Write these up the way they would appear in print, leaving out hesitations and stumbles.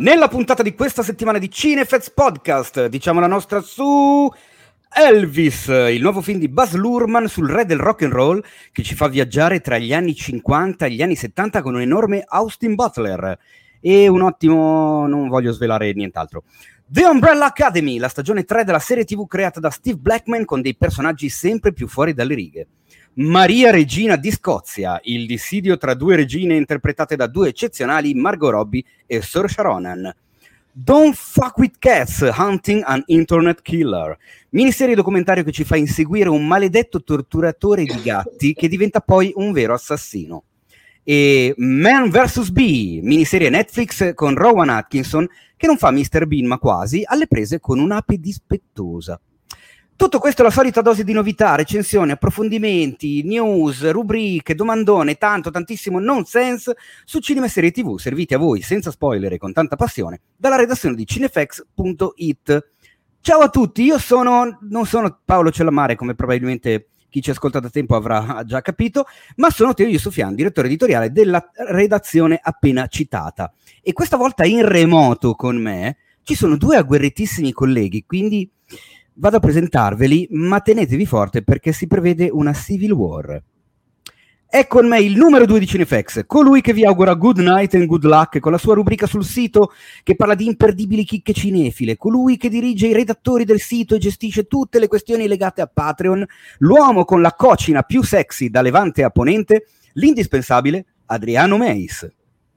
Nella puntata di questa settimana di Cinefx Podcast diciamo la nostra su Elvis, il nuovo film di Baz Luhrmann sul re del rock and roll che ci fa viaggiare tra gli anni 50 e gli anni 70 con un enorme Austin Butler e un ottimo, non voglio svelare nient'altro. The Umbrella Academy, la stagione 3 della serie TV creata da Steve Blackman con dei personaggi sempre più fuori dalle righe. Maria Regina di Scozia, il dissidio tra due regine interpretate da due eccezionali Margot Robbie e Saoirse Ronan. Don't Fuck With Cats, Hunting an Internet Killer, miniserie documentario che ci fa inseguire un maledetto torturatore di gatti che diventa poi un vero assassino. E Man vs. Bee, miniserie Netflix con Rowan Atkinson che non fa Mr. Bean ma quasi, alle prese con un'ape dispettosa. Tutto questo è la solita dose di novità, recensioni, approfondimenti, news, rubriche, domandone, tantissimo nonsense su cinema e serie TV, serviti a voi senza spoiler e con tanta passione dalla redazione di cinefx.it. Ciao a tutti, non sono Paolo Cellamare, come probabilmente chi ci ascolta da tempo avrà già capito, ma sono Teo Yusufian, direttore editoriale della redazione appena citata. E questa volta in remoto con me ci sono due agguerritissimi colleghi, quindi vado a presentarveli, ma tenetevi forte perché si prevede una Civil War. È con me il numero 2 di Cinefx, colui che vi augura good night and good luck con la sua rubrica sul sito che parla di imperdibili chicche cinefile, colui che dirige i redattori del sito e gestisce tutte le questioni legate a Patreon, l'uomo con la cocina più sexy da Levante a Ponente, l'indispensabile Adriano Meis.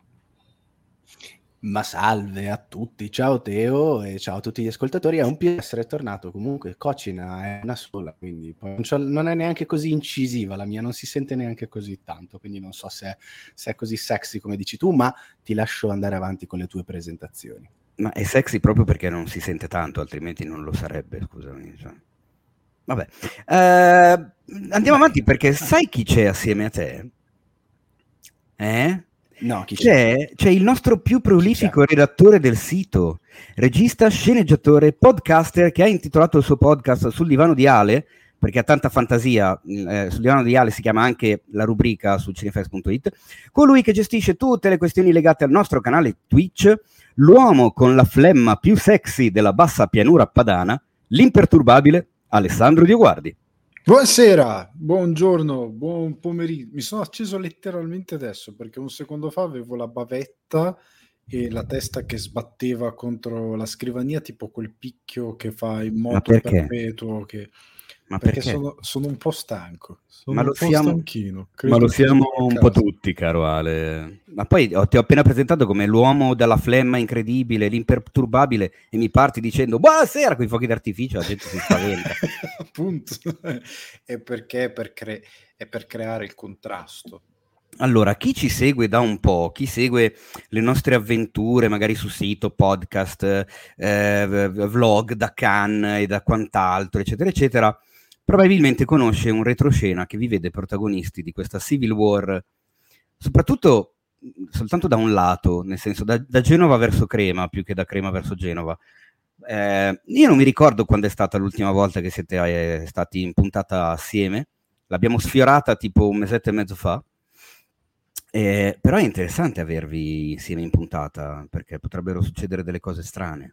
Ma salve a tutti, ciao Teo e ciao a tutti gli ascoltatori, è un piacere essere tornato. Comunque cocina è una sola, quindi poi non è neanche così incisiva la mia, non si sente neanche così tanto, quindi non so se è così sexy come dici tu, ma ti lascio andare avanti con le tue presentazioni. Ma è sexy proprio perché non si sente tanto, altrimenti non lo sarebbe, scusami. Vabbè, andiamo avanti perché sai chi c'è assieme a te? No, chi c'è? C'è il nostro più prolifico redattore del sito, regista, sceneggiatore, podcaster che ha intitolato il suo podcast Sul divano di Ale, perché ha tanta fantasia, sul divano di Ale si chiama anche la rubrica su cinefx.it, colui che gestisce tutte le questioni legate al nostro canale Twitch, l'uomo con la flemma più sexy della bassa pianura padana, l'imperturbabile Alessandro Dioguardi. Buonasera, buongiorno, buon pomeriggio. Mi sono acceso letteralmente adesso perché un secondo fa avevo la bavetta e la testa che sbatteva contro la scrivania, tipo quel picchio che fa in moto perpetuo. Perché sono un po' stanco, stanchino. Ma lo siamo un po' tutti, caro Ale. Ma poi ti ho appena presentato come l'uomo dalla flemma incredibile, l'imperturbabile, e mi parti dicendo buonasera con i fuochi d'artificio, la gente si spaventa. Appunto, è perché è per creare il contrasto. Allora, chi ci segue da un po', chi segue le nostre avventure, magari su sito, podcast, vlog da Cannes e da quant'altro, eccetera, eccetera, probabilmente conosce un retroscena che vi vede protagonisti di questa Civil War, soprattutto soltanto da un lato, nel senso da Genova verso Crema, più che da Crema verso Genova. Io non mi ricordo quando è stata l'ultima volta che siete stati in puntata assieme, l'abbiamo sfiorata tipo un mesetto e mezzo fa. Però è interessante avervi insieme in puntata perché potrebbero succedere delle cose strane.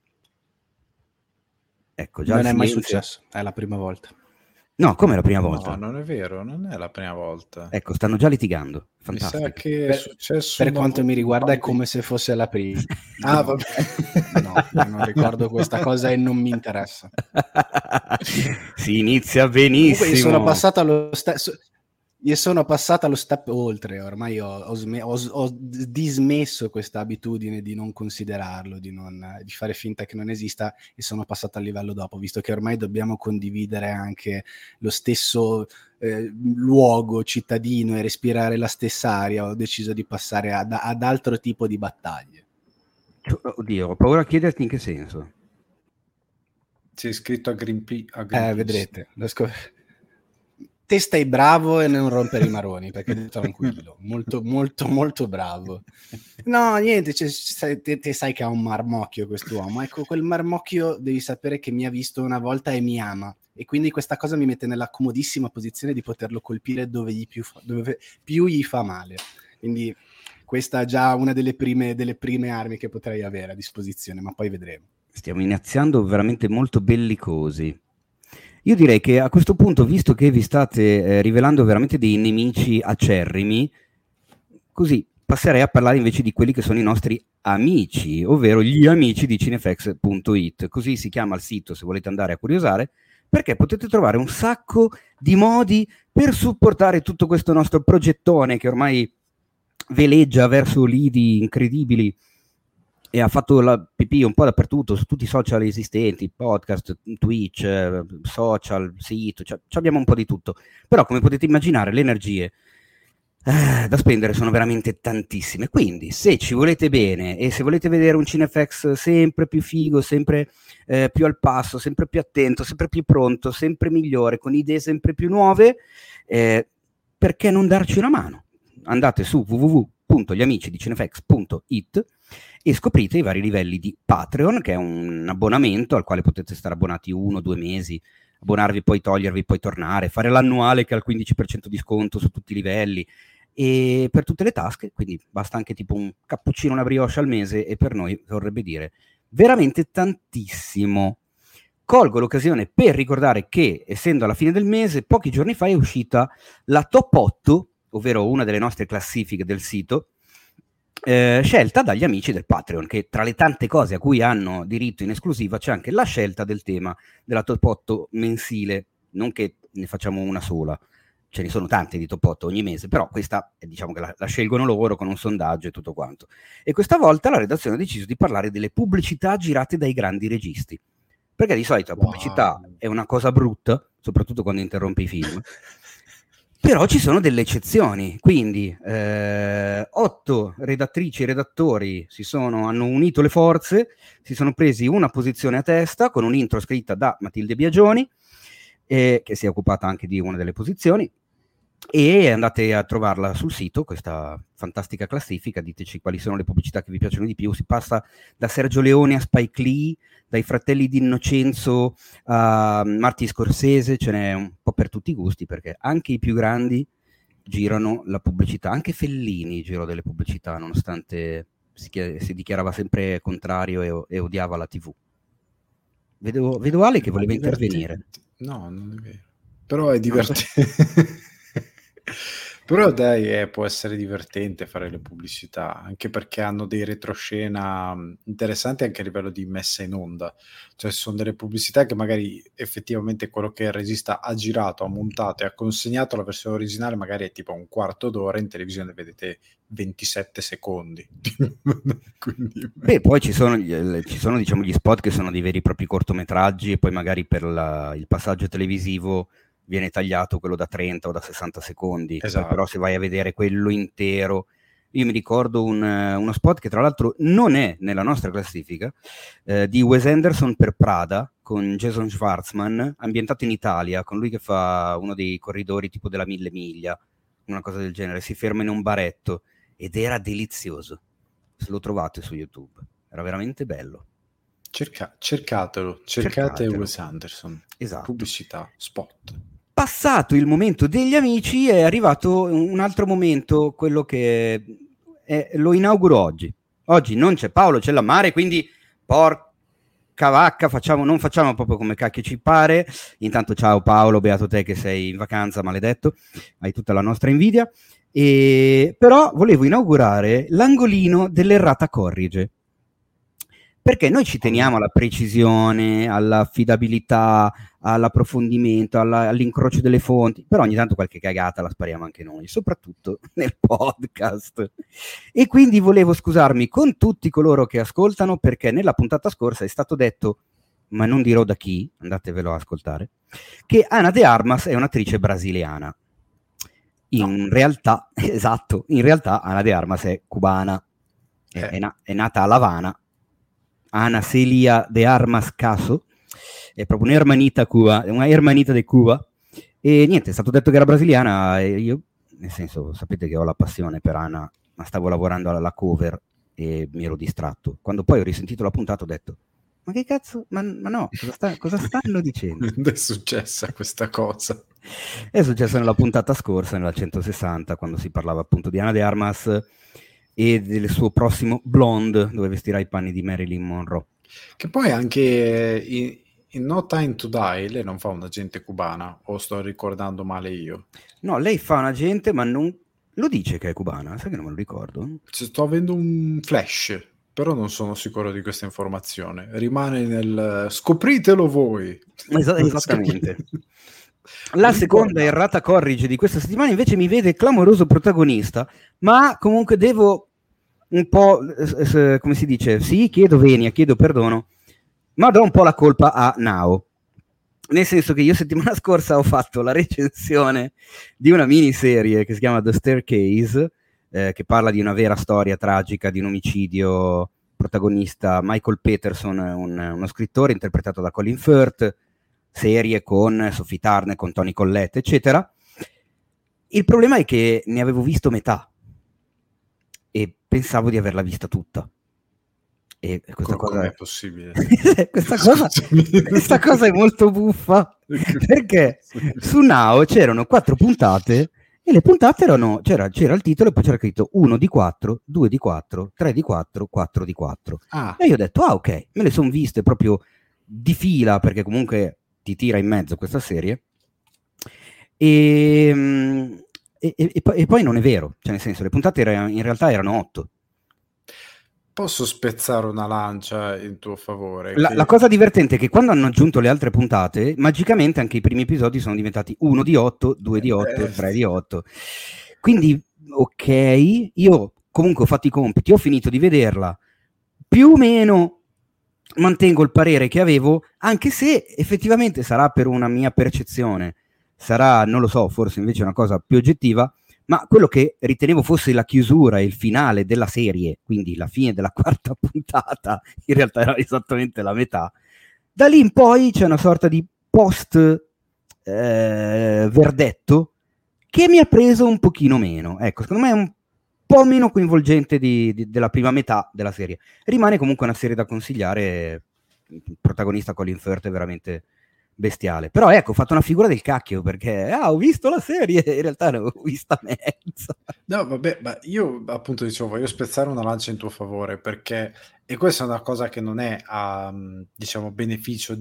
Ecco, già non è mai successo, è la prima volta. No, come la prima volta? No, non è vero, non è la prima volta. Ecco, stanno già litigando. Fantastico. Mi sa che è successo per quanto mi riguarda è come se fosse la prima. Vabbè. No, non ricordo questa cosa e non mi interessa. Si inizia benissimo. Comunque io sono passato allo step oltre, ormai ho dismesso questa abitudine di non considerarlo, di fare finta che non esista, e sono passato al livello dopo, visto che ormai dobbiamo condividere anche lo stesso luogo cittadino e respirare la stessa aria. Ho deciso di passare ad altro tipo di battaglie. Oddio, ho paura a chiederti in che senso. C'è scritto a Greenpeace. Vedrete, te stai bravo e non rompere i maroni, perché tranquillo, molto molto molto bravo. No, niente, te sai che ha un marmocchio quest'uomo. Ecco, quel marmocchio devi sapere che mi ha visto una volta e mi ama, e quindi questa cosa mi mette nella comodissima posizione di poterlo colpire dove più gli fa male. Quindi questa è già una delle prime armi che potrei avere a disposizione, ma poi vedremo. Stiamo iniziando veramente molto bellicosi. Io direi che a questo punto, visto che vi state rivelando veramente dei nemici acerrimi, così passerei a parlare invece di quelli che sono i nostri amici, ovvero gli amici di cinefx.it. Così si chiama il sito se volete andare a curiosare, perché potete trovare un sacco di modi per supportare tutto questo nostro progettone che ormai veleggia verso lidi incredibili e ha fatto la pipì un po' dappertutto, su tutti i social esistenti, podcast, Twitch, social, sito, cioè abbiamo un po' di tutto. Però come potete immaginare le energie da spendere sono veramente tantissime, quindi se ci volete bene e se volete vedere un Cinefx sempre più figo, sempre più al passo, sempre più attento, sempre più pronto, sempre migliore, con idee sempre più nuove, perché non darci una mano? Andate su www.gliamicidicinefax.it e scoprite i vari livelli di Patreon, che è un abbonamento al quale potete stare abbonati 1 o 2 mesi, abbonarvi, poi togliervi, poi tornare, fare l'annuale che ha il 15% di sconto su tutti i livelli e per tutte le tasche, quindi basta anche tipo un cappuccino, una brioche al mese e per noi vorrebbe dire veramente tantissimo. Colgo l'occasione per ricordare che, essendo alla fine del mese, pochi giorni fa è uscita la top 8, ovvero una delle nostre classifiche del sito, scelta dagli amici del Patreon, che tra le tante cose a cui hanno diritto in esclusiva c'è anche la scelta del tema della top 8 mensile, non che ne facciamo una sola, ce ne sono tante di top 8 ogni mese, però questa diciamo che la scelgono loro con un sondaggio e tutto quanto. E questa volta la redazione ha deciso di parlare delle pubblicità girate dai grandi registi, perché di solito la pubblicità è una cosa brutta, soprattutto quando interrompe i film. Però ci sono delle eccezioni, quindi 8 redattrici e redattori hanno unito le forze, si sono presi una posizione a testa con un'intro scritta da Matilde Biagioni, che si è occupata anche di una delle posizioni, e andate a trovarla sul sito, questa fantastica classifica, diteci quali sono le pubblicità che vi piacciono di più, si passa da Sergio Leone a Spike Lee, dai fratelli di Innocenzo a Martin Scorsese, ce n'è un po' per tutti i gusti, perché anche i più grandi girano la pubblicità, anche Fellini girò delle pubblicità, nonostante si dichiarava sempre contrario e odiava la TV. Vedo Ale che voleva intervenire. No, non è vero. Però è divertente. Però dai, può essere divertente fare le pubblicità, anche perché hanno dei retroscena interessanti anche a livello di messa in onda. Cioè sono delle pubblicità che magari effettivamente quello che il regista ha girato, ha montato e ha consegnato la versione originale magari è tipo un quarto d'ora, in televisione vedete 27 secondi. Quindi... Beh, poi ci sono diciamo gli spot che sono dei veri e propri cortometraggi e poi magari per il passaggio televisivo viene tagliato quello da 30 o da 60 secondi, esatto. Però se vai a vedere quello intero, io mi ricordo uno spot che tra l'altro non è nella nostra classifica, di Wes Anderson per Prada, con Jason Schwartzman, ambientato in Italia, con lui che fa uno dei corridori tipo della 1000 miglia, una cosa del genere, si ferma in un baretto, ed era delizioso, se lo trovate su YouTube, era veramente bello. Cercate Wes Anderson, esatto. Pubblicità, spot. Passato il momento degli amici è arrivato un altro momento, quello che lo inauguro oggi. Oggi non c'è Paolo, c'è la Mare, quindi porca vacca, non facciamo proprio come cacchio ci pare. Intanto ciao Paolo, beato te che sei in vacanza, maledetto, hai tutta la nostra invidia. Però volevo inaugurare l'angolino dell'errata corrige, perché noi ci teniamo alla precisione, all'affidabilità, all'approfondimento, all'incrocio delle fonti, però ogni tanto qualche cagata la spariamo anche noi, soprattutto nel podcast. E quindi volevo scusarmi con tutti coloro che ascoltano, perché nella puntata scorsa è stato detto, ma non dirò da chi, andatevelo a ascoltare, che Ana de Armas è un'attrice brasiliana. In realtà Ana de Armas è cubana, è nata a La Habana. Ana Celia de Armas Caso, è proprio una hermanita de Cuba, e niente, è stato detto che era brasiliana, e io, nel senso, sapete che ho la passione per Ana, ma stavo lavorando alla cover e mi ero distratto. Quando poi ho risentito la puntata ho detto, ma che cazzo, ma no, cosa stanno dicendo? È successa questa cosa? È successa nella puntata scorsa, nella 160, quando si parlava appunto di Ana de Armas, e del suo prossimo Blonde, dove vestirà i panni di Marilyn Monroe. Che poi anche in No Time to Die lei non fa un'agente cubana, o sto ricordando male io? No, lei fa un agente, ma non lo dice che è cubana, sai che non me lo ricordo? Sto avendo un flash, però non sono sicuro di questa informazione. Rimane nel scopritelo voi. Esattamente. La seconda errata corrige di questa settimana invece mi vede clamoroso protagonista, ma comunque devo un po', come si dice, sì, chiedo venia, chiedo perdono, ma do un po' la colpa a Now. Nel senso che io settimana scorsa ho fatto la recensione di una miniserie che si chiama The Staircase, che parla di una vera storia tragica di un omicidio, protagonista Michael Peterson, uno scrittore interpretato da Colin Firth, serie con Sophie Turner, con Toni Collette, eccetera. Il problema è che ne avevo visto metà e pensavo di averla vista tutta. E questa cosa è possibile. questa cosa è molto buffa, perché su Now c'erano 4 puntate e le puntate erano, c'era il titolo e poi c'era scritto 1 di 4, 2 di 4, 3 di 4, 4 di 4. E io ho detto, ok, me le sono viste proprio di fila, perché comunque ti tira in mezzo questa serie, e poi non è vero, cioè nel senso, le puntate in realtà erano 8. Posso spezzare una lancia in tuo favore? La cosa divertente è che quando hanno aggiunto le altre puntate, magicamente anche i primi episodi sono diventati 1 di 8, 2 di 8, 3 di 8. Quindi, ok, io comunque ho fatto i compiti, ho finito di vederla, più o meno mantengo il parere che avevo, anche se effettivamente sarà per una mia percezione, sarà, non lo so, forse invece una cosa più oggettiva, ma quello che ritenevo fosse la chiusura e il finale della serie, quindi la fine della 4ª puntata, in realtà era esattamente la metà. Da lì in poi c'è una sorta di post verdetto che mi ha preso un pochino meno. Ecco, secondo me è un po' meno coinvolgente della prima metà della serie. Rimane comunque una serie da consigliare, il protagonista Colin Firth è veramente bestiale. Però ecco, ho fatto una figura del cacchio perché ho visto la serie, in realtà ne ho vista mezza. No, vabbè, ma io appunto dicevo, voglio spezzare una lancia in tuo favore, perché, e questa è una cosa che non è a, diciamo, beneficio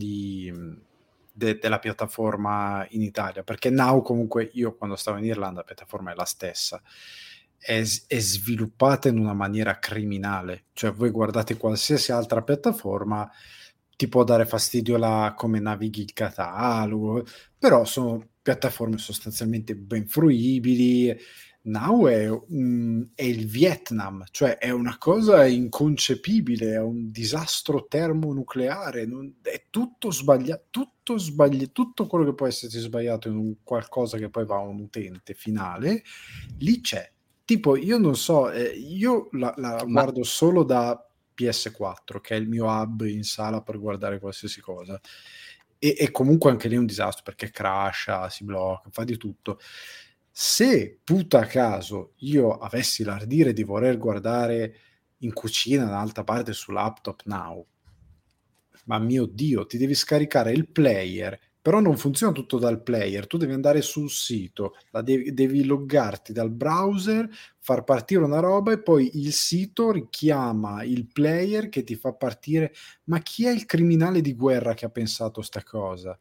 della piattaforma in Italia, perché Now comunque, io quando stavo in Irlanda la piattaforma è la stessa, è sviluppata in una maniera criminale, cioè voi guardate qualsiasi altra piattaforma, ti può dare fastidio come navighi il catalogo, però sono piattaforme sostanzialmente ben fruibili. Now è il Vietnam, cioè è una cosa inconcepibile, è un disastro termonucleare, è tutto sbagliato, tutto quello che può esserci sbagliato in un qualcosa che poi va a un utente finale, lì c'è. Tipo, io non so, io la guardo solo da PS4, che è il mio hub in sala per guardare qualsiasi cosa, e comunque anche lì è un disastro perché crasha, si blocca, fa di tutto. Se puta caso io avessi l'ardire di voler guardare in cucina da un'altra parte su laptop Now, ma mio Dio, ti devi scaricare il player, però non funziona tutto dal player, tu devi andare sul sito, devi loggarti dal browser, far partire una roba e poi il sito richiama il player che ti fa partire. Ma chi è il criminale di guerra che ha pensato sta cosa?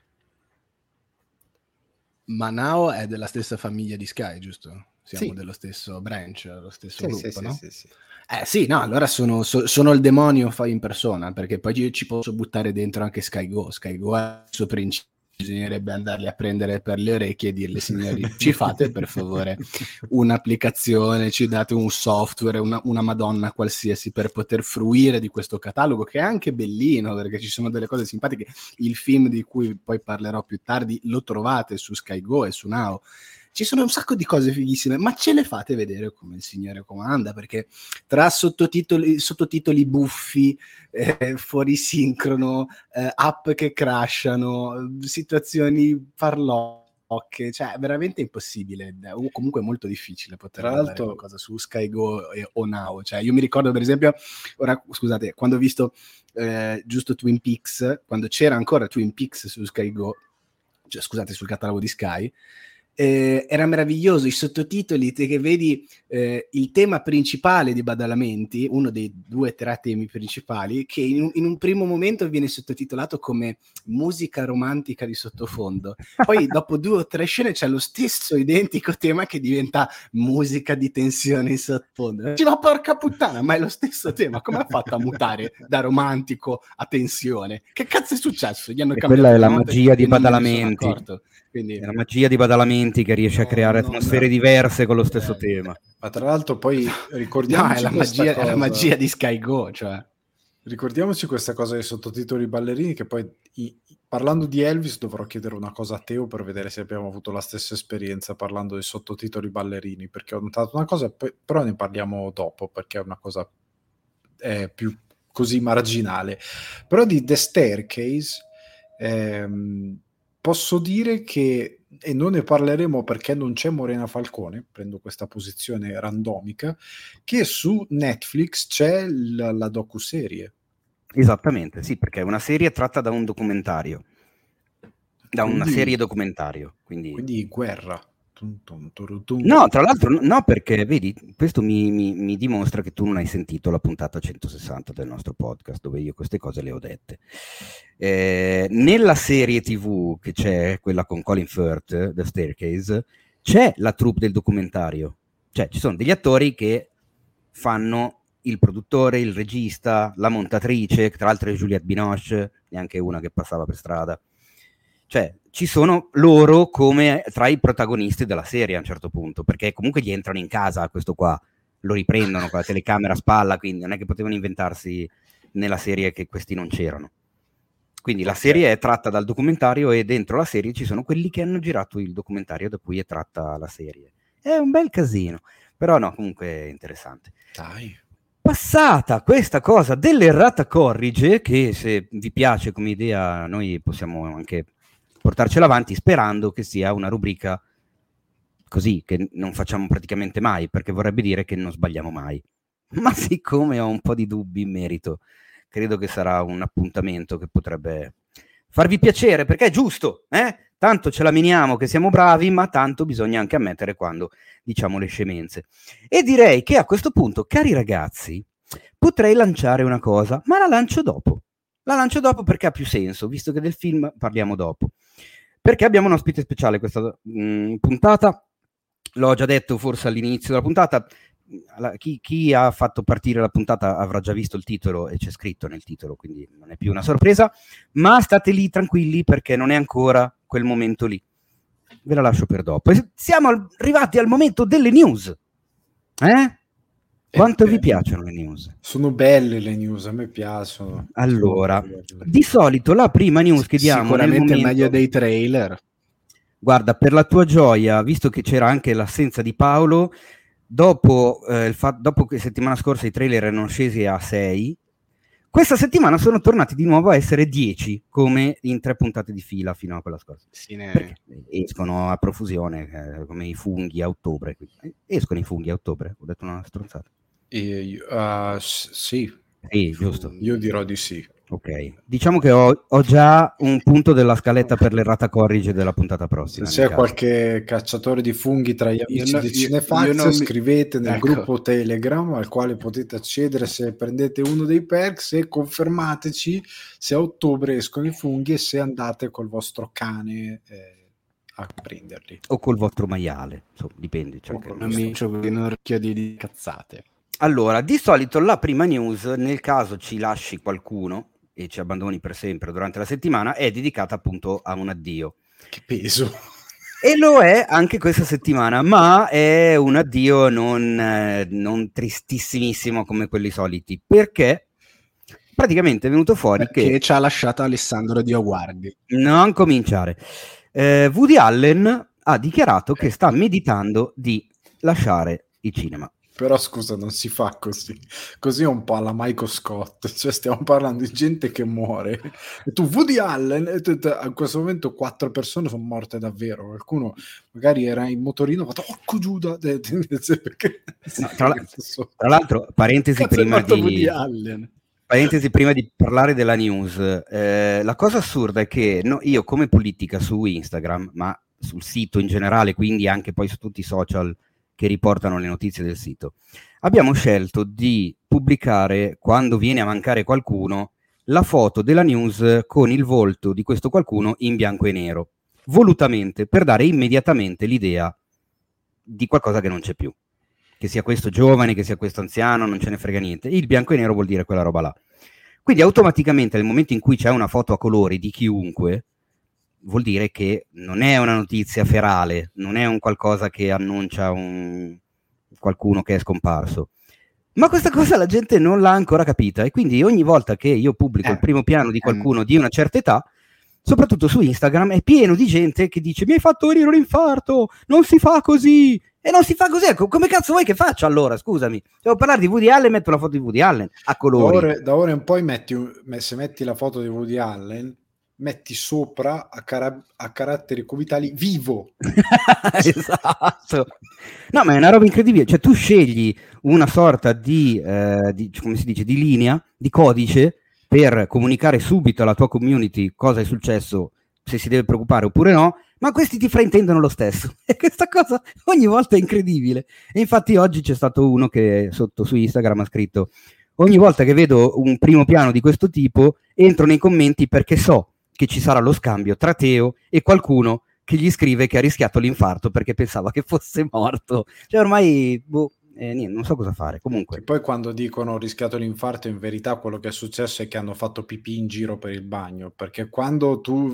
Ma Now è della stessa famiglia di Sky, giusto? Siamo Sì. dello stesso branch, lo stesso Sì, gruppo, sì, no? sì. Sì, no, allora sono il demonio in persona, perché poi io ci posso buttare dentro anche Sky Go. Sky Go è il suo principio, bisognerebbe andarli a prendere per le orecchie e dirle: signori, ci fate per favore un'applicazione, ci date un software, una madonna qualsiasi per poter fruire di questo catalogo, che è anche bellino, perché ci sono delle cose simpatiche. Il film di cui poi parlerò più tardi lo trovate su Sky Go e su Now. Ci sono un sacco di cose fighissime, ma ce le fate vedere come il Signore comanda, perché tra sottotitoli buffi, fuori sincrono, app che crashano, situazioni farlocche, cioè è veramente impossibile, o comunque molto difficile poter guardare qualcosa su Sky Go o Now. Cioè io mi ricordo per esempio, ora scusate, quando ho visto giusto Twin Peaks, quando c'era ancora Twin Peaks su Sky Go, cioè scusate, sul catalogo di Sky, era meraviglioso, i sottotitoli, che vedi il tema principale di Badalamenti, uno dei 2 o 3 temi principali, che in un primo momento viene sottotitolato come musica romantica di sottofondo, poi dopo 2 o 3 scene c'è lo stesso identico tema che diventa musica di tensione in sottofondo. Ma porca puttana, ma è lo stesso tema, come ha fatto a mutare da romantico a tensione? Che cazzo è successo? Gli hanno cambiato, quella è la magia di Badalamenti. Quindi... è la magia di Badalamenti che riesce a creare atmosfere diverse con lo stesso tema. Ma tra l'altro poi ricordiamoci è la magia di Sky Go, cioè. Ricordiamoci questa cosa dei sottotitoli ballerini, che poi parlando di Elvis dovrò chiedere una cosa a Teo per vedere se abbiamo avuto la stessa esperienza parlando dei sottotitoli ballerini, perché ho notato una cosa, però ne parliamo dopo perché è una cosa più così marginale. Però di The Staircase posso dire che, e non ne parleremo perché non c'è Morena Falcone, prendo questa posizione randomica, che su Netflix c'è la docuserie. Esattamente, sì, perché è una serie tratta da un documentario, una serie documentario. Quindi guerra. No, tra l'altro no, perché vedi, questo mi dimostra che tu non hai sentito la puntata 160 del nostro podcast, dove io queste cose le ho dette. Nella serie TV che c'è, quella con Colin Firth, The Staircase, c'è la troupe del documentario. Cioè, ci sono degli attori che fanno il produttore, il regista, la montatrice, tra l'altro è Juliette Binoche, neanche una che passava per strada. Cioè, ci sono loro come tra i protagonisti della serie a un certo punto, perché comunque gli entrano in casa a questo qua, lo riprendono con la telecamera a spalla, quindi non è che potevano inventarsi nella serie che questi non c'erano. Quindi la serie è tratta dal documentario e dentro la serie ci sono quelli che hanno girato il documentario da cui è tratta la serie. È un bel casino, però no, comunque è interessante. Dai. Passata questa cosa dell'errata corrige, che se vi piace come idea noi possiamo anche portarcela avanti, sperando che sia una rubrica così, che non facciamo praticamente mai, perché vorrebbe dire che non sbagliamo mai. Ma siccome ho un po' di dubbi in merito, credo che sarà un appuntamento che potrebbe farvi piacere, perché è giusto, tanto ce la meniamo che siamo bravi, ma tanto bisogna anche ammettere quando diciamo le scemenze. E direi che a questo punto, cari ragazzi, potrei lanciare una cosa, ma la lancio dopo. La lancio dopo perché ha più senso, visto che del film parliamo dopo. Perché abbiamo un ospite speciale questa puntata, l'ho già detto forse all'inizio della puntata, chi ha fatto partire la puntata avrà già visto il titolo e c'è scritto nel titolo, quindi non è più una sorpresa, ma state lì tranquilli perché non è ancora quel momento lì. Ve la lascio per dopo. E siamo arrivati al momento delle news. Quanto vi piacciono le news? Sono belle le news, a me piacciono. Allora, di solito la prima news che diamo sicuramente è meglio dei trailer. Guarda, per la tua gioia, visto che c'era anche l'assenza di Paolo, dopo che settimana scorsa i trailer erano scesi a 6, questa settimana sono tornati di nuovo a essere 10, come in 3 puntate di fila fino a quella scorsa. Perché escono a profusione, come i funghi a ottobre. Escono i funghi a ottobre? Ho detto una stronzata. Sì, giusto. Io dirò di sì. Ok, diciamo che ho già un punto della scaletta per l'errata corrige della puntata prossima. Se c'è qualche cacciatore di funghi tra gli amici di Cinefax, scrivete nel gruppo Telegram al quale potete accedere se prendete uno dei perks e confermateci se a ottobre escono i funghi e se andate col vostro cane a prenderli. O col vostro maiale, insomma, dipende. C'è un amico che non ricchia di cazzate. Allora, di solito la prima news, nel caso ci lasci qualcuno e ci abbandoni per sempre durante la settimana, è dedicata appunto a un addio. Che peso! E lo è anche questa settimana, ma è un addio non tristissimissimo come quelli soliti, perché praticamente è venuto fuori che ci ha lasciato Alessandro Dioguardi. Non cominciare. Woody Allen ha dichiarato che sta meditando di lasciare il cinema. Però scusa, non si fa così. Così è un po' alla Michael Scott. Cioè stiamo parlando di gente che muore. E tu, Woody Allen, in questo momento 4 persone sono morte davvero. Qualcuno magari era in motorino, ha fatto Giuda. Perché... No, tra l'altro, parentesi prima di parlare della news, la cosa assurda è che io come politica su Instagram, ma sul sito in generale, quindi anche poi su tutti i social che riportano le notizie del sito, abbiamo scelto di pubblicare, quando viene a mancare qualcuno, la foto della news con il volto di questo qualcuno in bianco e nero, volutamente, per dare immediatamente l'idea di qualcosa che non c'è più. Che sia questo giovane, che sia questo anziano, non ce ne frega niente. Il bianco e nero vuol dire quella roba là. Quindi automaticamente nel momento in cui c'è una foto a colori di chiunque, vuol dire che non è una notizia ferale, non è un qualcosa che annuncia qualcuno che è scomparso. Ma questa cosa la gente non l'ha ancora capita, e quindi ogni volta che io pubblico il primo piano di qualcuno di una certa età, soprattutto su Instagram, è pieno di gente che dice: mi hai fatto venire un infarto, non si fa così. E non si fa così, come cazzo vuoi che faccia allora? Scusami, devo parlare di Woody Allen, metto la foto di Woody Allen a colori. Da ora in poi se metti la foto di Woody Allen, metti sopra a caratteri cubitali vivo. Esatto. No, ma è una roba incredibile. Cioè, tu scegli una sorta di come si dice, di linea, di codice per comunicare subito alla tua community cosa è successo, se si deve preoccupare oppure no, ma questi ti fraintendono lo stesso. E questa cosa ogni volta è incredibile. E infatti oggi c'è stato uno che su Instagram ha scritto: ogni volta che vedo un primo piano di questo tipo entro nei commenti perché so che ci sarà lo scambio tra Teo e qualcuno che gli scrive che ha rischiato l'infarto perché pensava che fosse morto. Cioè ormai niente, non so cosa fare. Comunque, e poi quando dicono ho rischiato l'infarto, in verità quello che è successo è che hanno fatto pipì in giro per il bagno, perché quando tu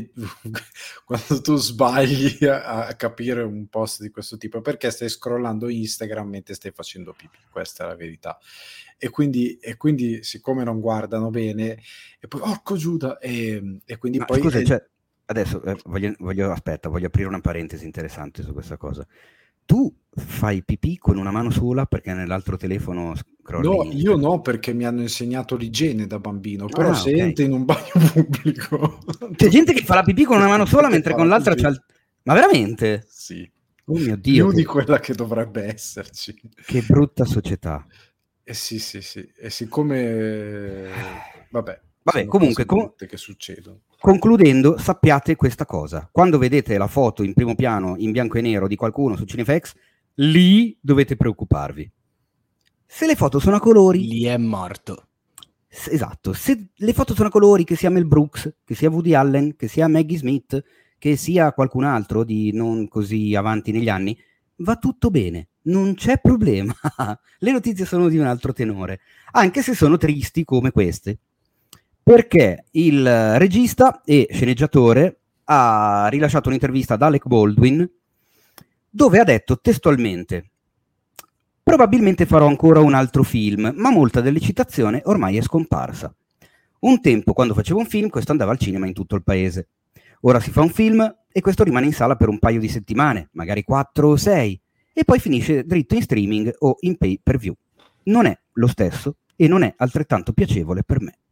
sbagli a capire un post di questo tipo, perché stai scrollando Instagram mentre stai facendo pipì, questa è la verità. E quindi siccome non guardano bene, e poi orco Giuda, e quindi ma poi scusa, cioè, adesso voglio aprire una parentesi interessante su questa cosa. Tu fai pipì con una mano sola perché nell'altro telefono scrolli? no, io no, perché mi hanno insegnato l'igiene da bambino, però se okay. entri in un bagno pubblico c'è gente che fa la pipì con una mano sola mentre con l'altra c'ha ma veramente? Sì. Oh mio Dio, più di quella che dovrebbe esserci. Che brutta società. Sì. E siccome vabbè, comunque che succedono. Concludendo, sappiate questa cosa: quando vedete la foto in primo piano in bianco e nero di qualcuno su Cinefx, lì dovete preoccuparvi. Se le foto sono a colori, lì è morto. Esatto, se le foto sono a colori, che sia Mel Brooks, che sia Woody Allen, che sia Maggie Smith, che sia qualcun altro di non così avanti negli anni, va tutto bene, non c'è problema. Le notizie sono di un altro tenore, anche se sono tristi come queste, perché il regista e sceneggiatore ha rilasciato un'intervista ad Alec Baldwin dove ha detto testualmente: probabilmente farò ancora un altro film, ma molta dell'eccitazione ormai è scomparsa. Un tempo, quando facevo un film, questo andava al cinema in tutto il paese. Ora si fa un film e questo rimane in sala per un paio di settimane, magari 4 o 6, e poi finisce dritto in streaming o in pay per view. Non è lo stesso e non è altrettanto piacevole per me.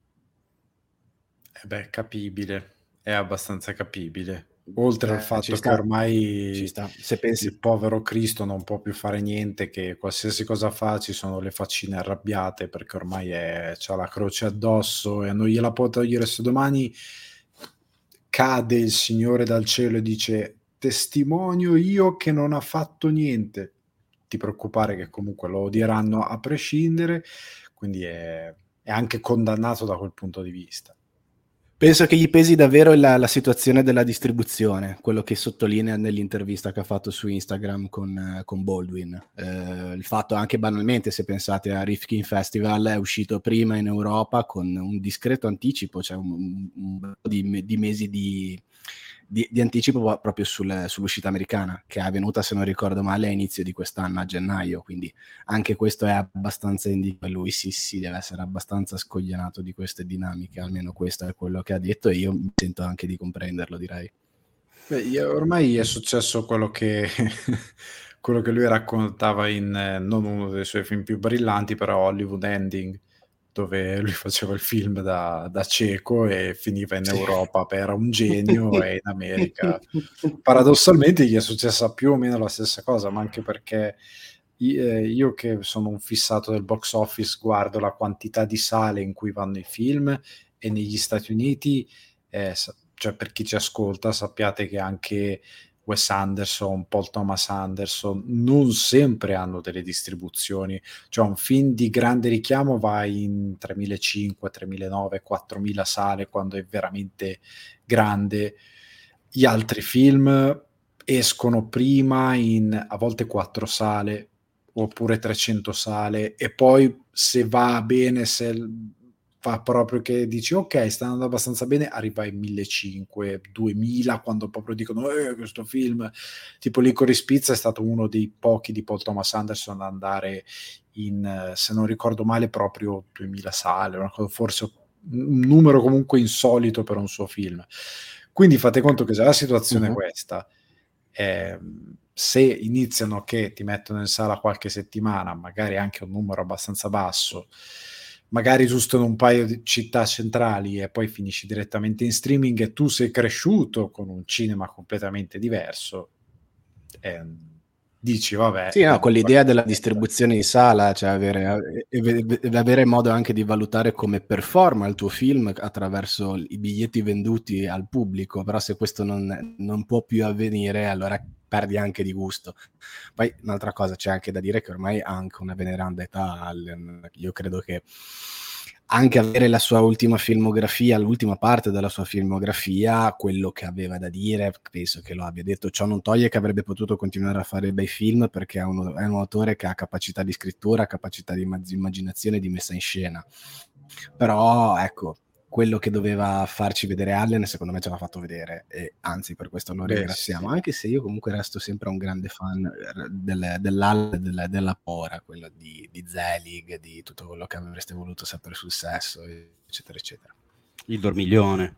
Capibile, è abbastanza capibile. Oltre al fatto che ormai se pensi il povero Cristo non può più fare niente, che qualsiasi cosa fa ci sono le faccine arrabbiate perché ormai c'ha la croce addosso e non gliela può togliere. Se domani cade il Signore dal cielo e dice testimonio io che non ha fatto niente, ti preoccupare che comunque lo odieranno a prescindere, quindi è anche condannato da quel punto di vista. Penso che gli pesi davvero la situazione della distribuzione, quello che sottolinea nell'intervista che ha fatto su Instagram con Baldwin. Il fatto anche banalmente, se pensate a Rifkin Festival, è uscito prima in Europa con un discreto anticipo, cioè un di mesi di anticipo proprio sull'uscita americana, che è avvenuta, se non ricordo male, a inizio di quest'anno, a gennaio, quindi anche questo è abbastanza indicativo. Lui sì, deve essere abbastanza scoglionato di queste dinamiche, almeno questo è quello che ha detto, e io mi sento anche di comprenderlo, direi. Ormai è successo quello che lui raccontava in non uno dei suoi film più brillanti, però Hollywood Ending, dove lui faceva il film da cieco e finiva in Europa, era un genio, e in America paradossalmente gli è successa più o meno la stessa cosa, ma anche perché io che sono un fissato del box office guardo la quantità di sale in cui vanno i film, e negli Stati Uniti, cioè per chi ci ascolta sappiate che anche Wes Anderson, Paul Thomas Anderson, non sempre hanno delle distribuzioni, cioè un film di grande richiamo va in 3.500, 3.900, 4.000 sale quando è veramente grande. Gli altri film escono prima in a volte 4 sale oppure 300 sale e poi se va bene, se fa proprio che dici ok, sta andando abbastanza bene, arriva ai 1.500, 2.000 quando proprio dicono questo film tipo Licorice Pizza è stato uno dei pochi di Paul Thomas Anderson ad andare in, se non ricordo male, proprio 2.000 sale, una cosa, forse un numero comunque insolito per un suo film. Quindi fate conto che se la situazione è questa, se iniziano che ti mettono in sala qualche settimana, magari anche un numero abbastanza basso, magari giusto in un paio di città centrali e poi finisci direttamente in streaming e tu sei cresciuto con un cinema completamente diverso, dici vabbè. Sì, no, con l'idea della distribuzione in sala, cioè avere modo anche di valutare come performa il tuo film attraverso i biglietti venduti al pubblico, però se questo non può più avvenire, allora perdi anche di gusto. Poi un'altra cosa, c'è anche da dire che ormai ha anche una veneranda età Allen. Io credo che anche avere la sua ultima filmografia, l'ultima parte della sua filmografia, quello che aveva da dire, penso che lo abbia detto. Ciò non toglie che avrebbe potuto continuare a fare bei film perché è un autore che ha capacità di scrittura, capacità di immaginazione e di messa in scena. Però ecco, quello che doveva farci vedere Allen secondo me ce l'ha fatto vedere e anzi per questo lo ringraziamo, anche se io comunque resto sempre un grande fan dell'Allen, della Pora, quello di Zelig, di tutto quello che avreste voluto sapere sul sesso, eccetera eccetera. Il dormiglione,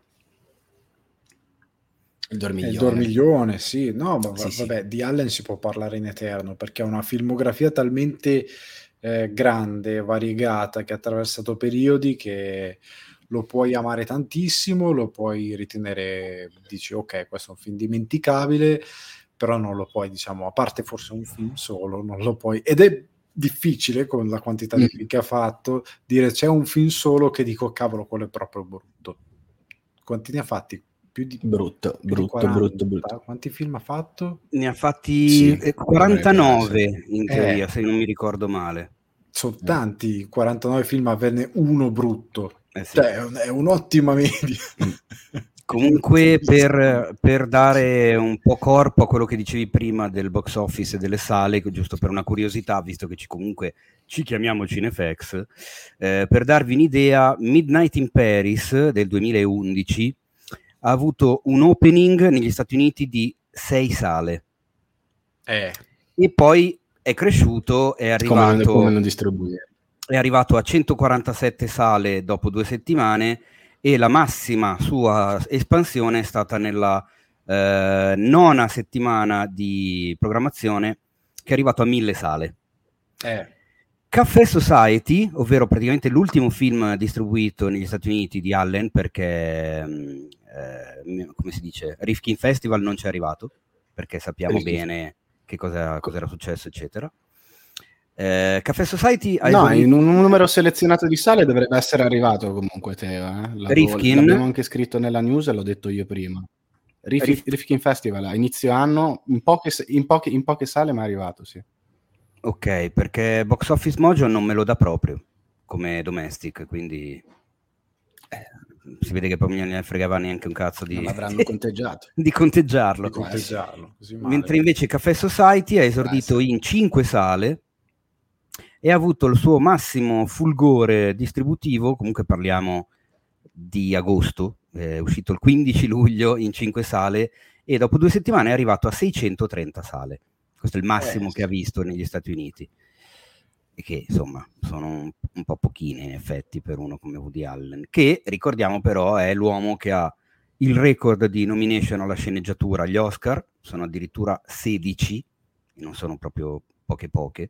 sì, no, ma sì. vabbè, di Allen si può parlare in eterno perché ha una filmografia talmente grande, variegata, che ha attraversato periodi che lo puoi amare tantissimo, lo puoi ritenere, dici ok, questo è un film dimenticabile, però non lo puoi, diciamo, a parte forse un film solo, non lo puoi, ed è difficile con la quantità di film che ha fatto dire c'è un film solo che dico cavolo, quello è proprio brutto. Quanti ne ha fatti? Più di 40. Brutto. Quanti film ha fatto? Ne ha fatti 49 in teoria, se non mi ricordo male. Sono tanti, 49 film, averne uno brutto. Sì. Cioè, è un'ottima media. Comunque per dare un po' corpo a quello che dicevi prima del box office e delle sale, giusto per una curiosità, visto che comunque ci chiamiamo Cinefx, per darvi un'idea, Midnight in Paris del 2011 ha avuto un opening negli Stati Uniti di 6 sale e poi è cresciuto, è arrivato a 147 sale dopo 2 settimane e la massima sua espansione è stata nella 9ª settimana di programmazione, che è arrivato a 1000 sale. Café Society, ovvero praticamente l'ultimo film distribuito negli Stati Uniti di Allen, perché come si dice, Rifkin Festival non ci è arrivato, perché sappiamo bene che cosa era successo, eccetera. Café Society in un numero selezionato di sale dovrebbe essere arrivato comunque, Teo. L'abbiamo anche scritto nella news e l'ho detto io prima. Rifkin Festival a inizio anno in poche sale, ma è arrivato, sì. Ok, perché Box Office Mojo non me lo dà proprio come domestic, quindi si vede che poi non ne fregava neanche un cazzo di... Non avranno conteggiato. di conteggiarlo. Così mentre invece Café Society ha esordito in 5 sale e ha avuto il suo massimo fulgore distributivo, comunque parliamo di agosto, è uscito il 15 luglio in 5 sale e dopo 2 settimane è arrivato a 630 sale. Questo è il massimo che ha visto negli Stati Uniti, e che insomma sono un po' pochine in effetti per uno come Woody Allen, che ricordiamo però è l'uomo che ha il record di nomination alla sceneggiatura agli Oscar, sono addirittura 16, e non sono proprio poche,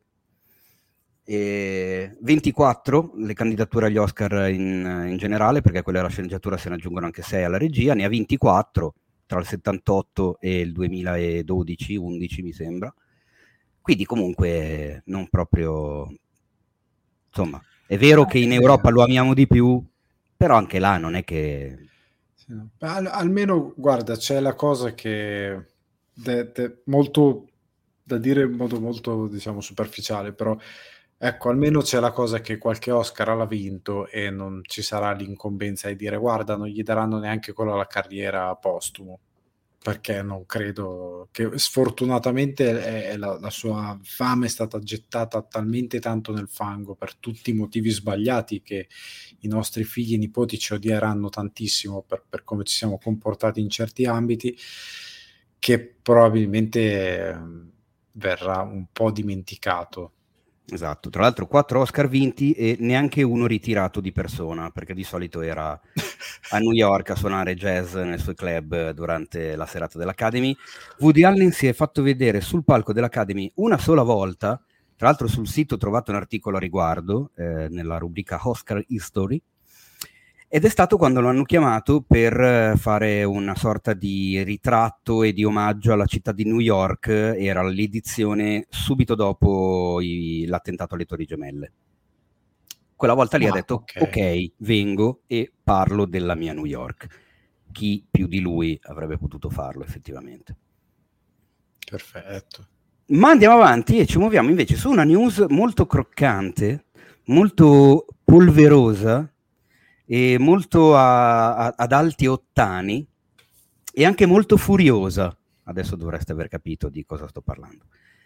e 24 le candidature agli Oscar in generale, perché quelle alla sceneggiatura se ne aggiungono anche 6 alla regia, ne ha 24 tra il 78 e il 2012-11 mi sembra, quindi comunque non proprio, insomma, è vero che in Europa lo amiamo di più, però anche là non è che... Almeno, guarda, c'è la cosa che molto da dire in modo molto, diciamo, superficiale, però ecco, almeno c'è la cosa che qualche Oscar l'ha vinto e non ci sarà l'incombenza di dire guarda, non gli daranno neanche quello alla carriera postumo, perché non credo che sfortunatamente la sua fame è stata gettata talmente tanto nel fango per tutti i motivi sbagliati che i nostri figli e nipoti ci odieranno tantissimo per come ci siamo comportati in certi ambiti, che probabilmente verrà un po' dimenticato. Esatto, tra l'altro 4 Oscar vinti e neanche uno ritirato di persona, perché di solito era a New York a suonare jazz nel suo club durante la serata dell'Academy. Woody Allen si è fatto vedere sul palco dell'Academy una sola volta, tra l'altro sul sito trovate un articolo a riguardo, nella rubrica Oscar History, ed è stato quando lo hanno chiamato per fare una sorta di ritratto e di omaggio alla città di New York. Era l'edizione subito dopo l'attentato alle Torri Gemelle. Quella volta lì ha detto ok, vengo e parlo della mia New York. Chi più di lui avrebbe potuto farlo effettivamente? Perfetto. Ma andiamo avanti e ci muoviamo invece su una news molto croccante, molto polverosa e molto ad alti ottani e anche molto furiosa. Adesso dovreste aver capito di cosa sto parlando.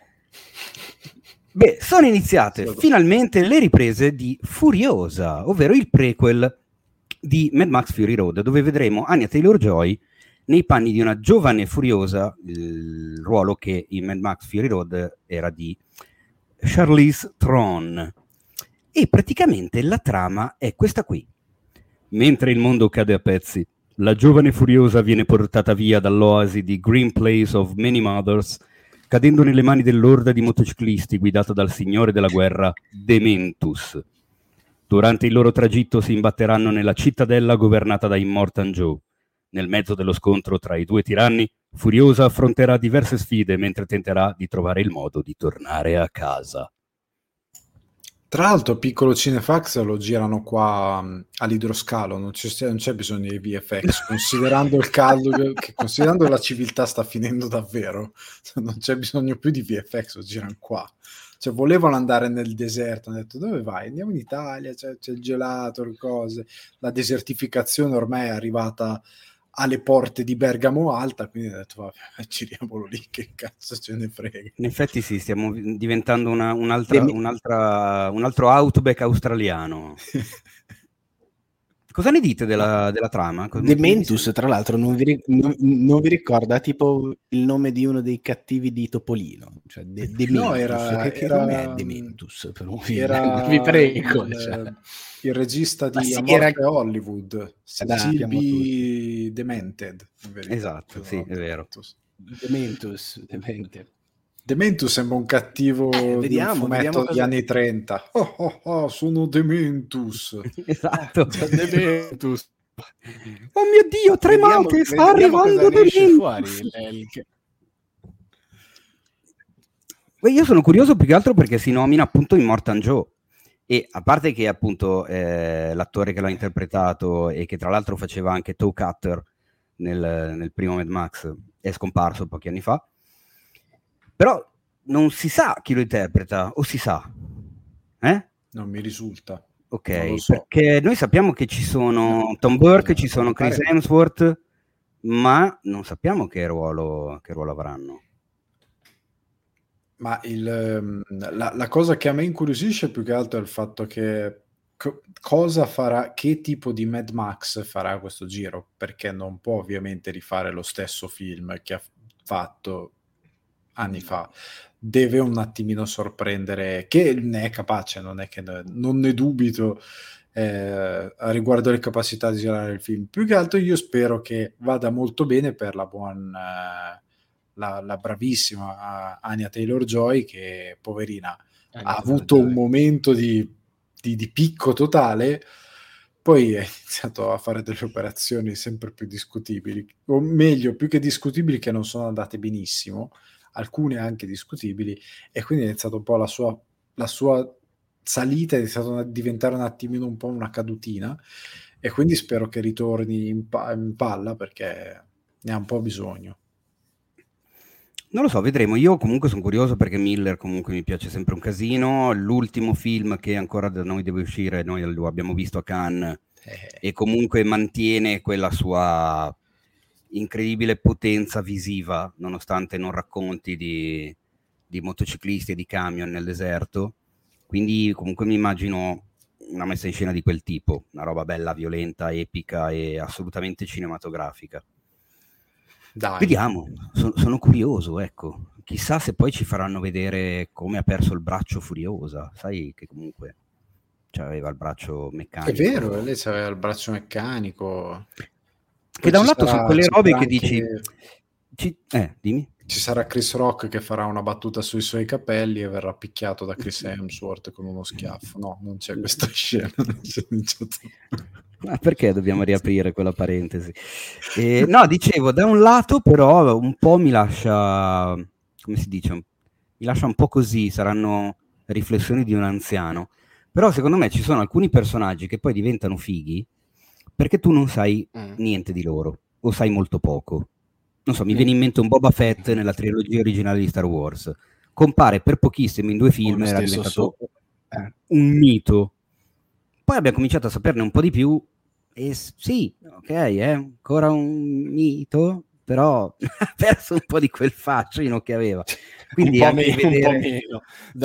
Beh, sono iniziate finalmente le riprese di Furiosa, ovvero il prequel di Mad Max Fury Road, dove vedremo Anya Taylor-Joy nei panni di una giovane Furiosa, il ruolo che in Mad Max Fury Road era di Charlize Theron. E praticamente la trama è questa qui. Mentre il mondo cade a pezzi, la giovane Furiosa viene portata via dall'oasi di Green Place of Many Mothers, cadendo nelle mani dell'orda di motociclisti guidata dal signore della guerra Dementus. Durante il loro tragitto si imbatteranno nella cittadella governata da Immortan Joe. Nel mezzo dello scontro tra i due tiranni, Furiosa affronterà diverse sfide mentre tenterà di trovare il modo di tornare a casa. Tra l'altro, piccolo cinefax lo girano qua all'idroscalo, non c'è bisogno di VFX, considerando il caldo, considerando la civiltà sta finendo davvero, non c'è bisogno più di VFX, lo girano qua. Cioè, volevano andare nel deserto, hanno detto dove vai? Andiamo in Italia, c'è il gelato, le cose, la desertificazione ormai è arrivata alle porte di Bergamo Alta, quindi ho detto vabbè, giriamolo lì, che cazzo ce ne frega. In effetti sì, stiamo diventando un altro Outback australiano. Cosa ne dite della trama? Dementus, tra l'altro, non vi ricorda tipo il nome di uno dei cattivi di Topolino? Cioè, Dementus. No, era nome è Dementus per un film? Vi prego. Il regista di sì, A Morte a Hollywood, Silby Demented. Esatto, sì, è vero. Dementus. Dementus sembra un cattivo di un fumetto degli anni 30. Sono Dementus. Esatto. Dementus. Oh mio Dio, tremate, sta arrivando Dementus. Io sono curioso più che altro perché si nomina appunto Immortan Joe. E a parte che appunto l'attore che l'ha interpretato e che tra l'altro faceva anche Toe Cutter nel primo Mad Max è scomparso pochi anni fa, però non si sa chi lo interpreta, o si sa? Non mi risulta. Ok, non lo so. Perché noi sappiamo che ci sono Tom Burke, ci sono Chris Hemsworth, ma non sappiamo che ruolo avranno. Ma la cosa che a me incuriosisce più che altro è il fatto che cosa farà, che tipo di Mad Max farà questo giro, perché non può ovviamente rifare lo stesso film che ha fatto anni fa, deve un attimino sorprendere, che ne è capace, non è che non ne dubito a riguardo le capacità di girare il film. Più che altro io spero che vada molto bene per la la bravissima Anya Taylor-Joy, che poverina ha avuto un momento di picco totale, poi è iniziato a fare delle operazioni sempre più discutibili, o meglio, più che discutibili, che non sono andate benissimo, alcune anche discutibili, e quindi è iniziato un po' la sua salita, è iniziato a diventare un attimino un po' una cadutina, e quindi spero che ritorni in palla, perché ne ha un po' bisogno. Non lo so, vedremo. Io comunque sono curioso perché Miller comunque mi piace sempre un casino. L'ultimo film che ancora da noi deve uscire, noi lo abbiamo visto a Cannes e comunque mantiene quella sua incredibile potenza visiva, nonostante non racconti di motociclisti e di camion nel deserto. Quindi comunque mi immagino una messa in scena di quel tipo, una roba bella, violenta, epica e assolutamente cinematografica. Dai. Vediamo, sono curioso, ecco. Chissà se poi ci faranno vedere come ha perso il braccio Furiosa, sai che comunque aveva il braccio meccanico. È vero, lei aveva il braccio meccanico. Che da un lato sono quelle robe che dici... dimmi. Ci sarà Chris Rock che farà una battuta sui suoi capelli e verrà picchiato da Chris Hemsworth con uno schiaffo. No, non c'è questa scena. Ma perché dobbiamo riaprire quella parentesi? No, dicevo, da un lato però un po' mi lascia, come si dice, mi lascia un po' così, saranno riflessioni di un anziano, però secondo me ci sono alcuni personaggi che poi diventano fighi perché tu non sai niente di loro, o sai molto poco. Non so, mi viene in mente un Boba Fett nella trilogia originale di Star Wars. Compare per pochissimo in 2 film, era diventato un mito. Poi abbiamo cominciato a saperne un po' di più e sì, ok, è ancora un mito, però ha perso un po' di quel fascino che aveva. Quindi un anche vedere... po' meno.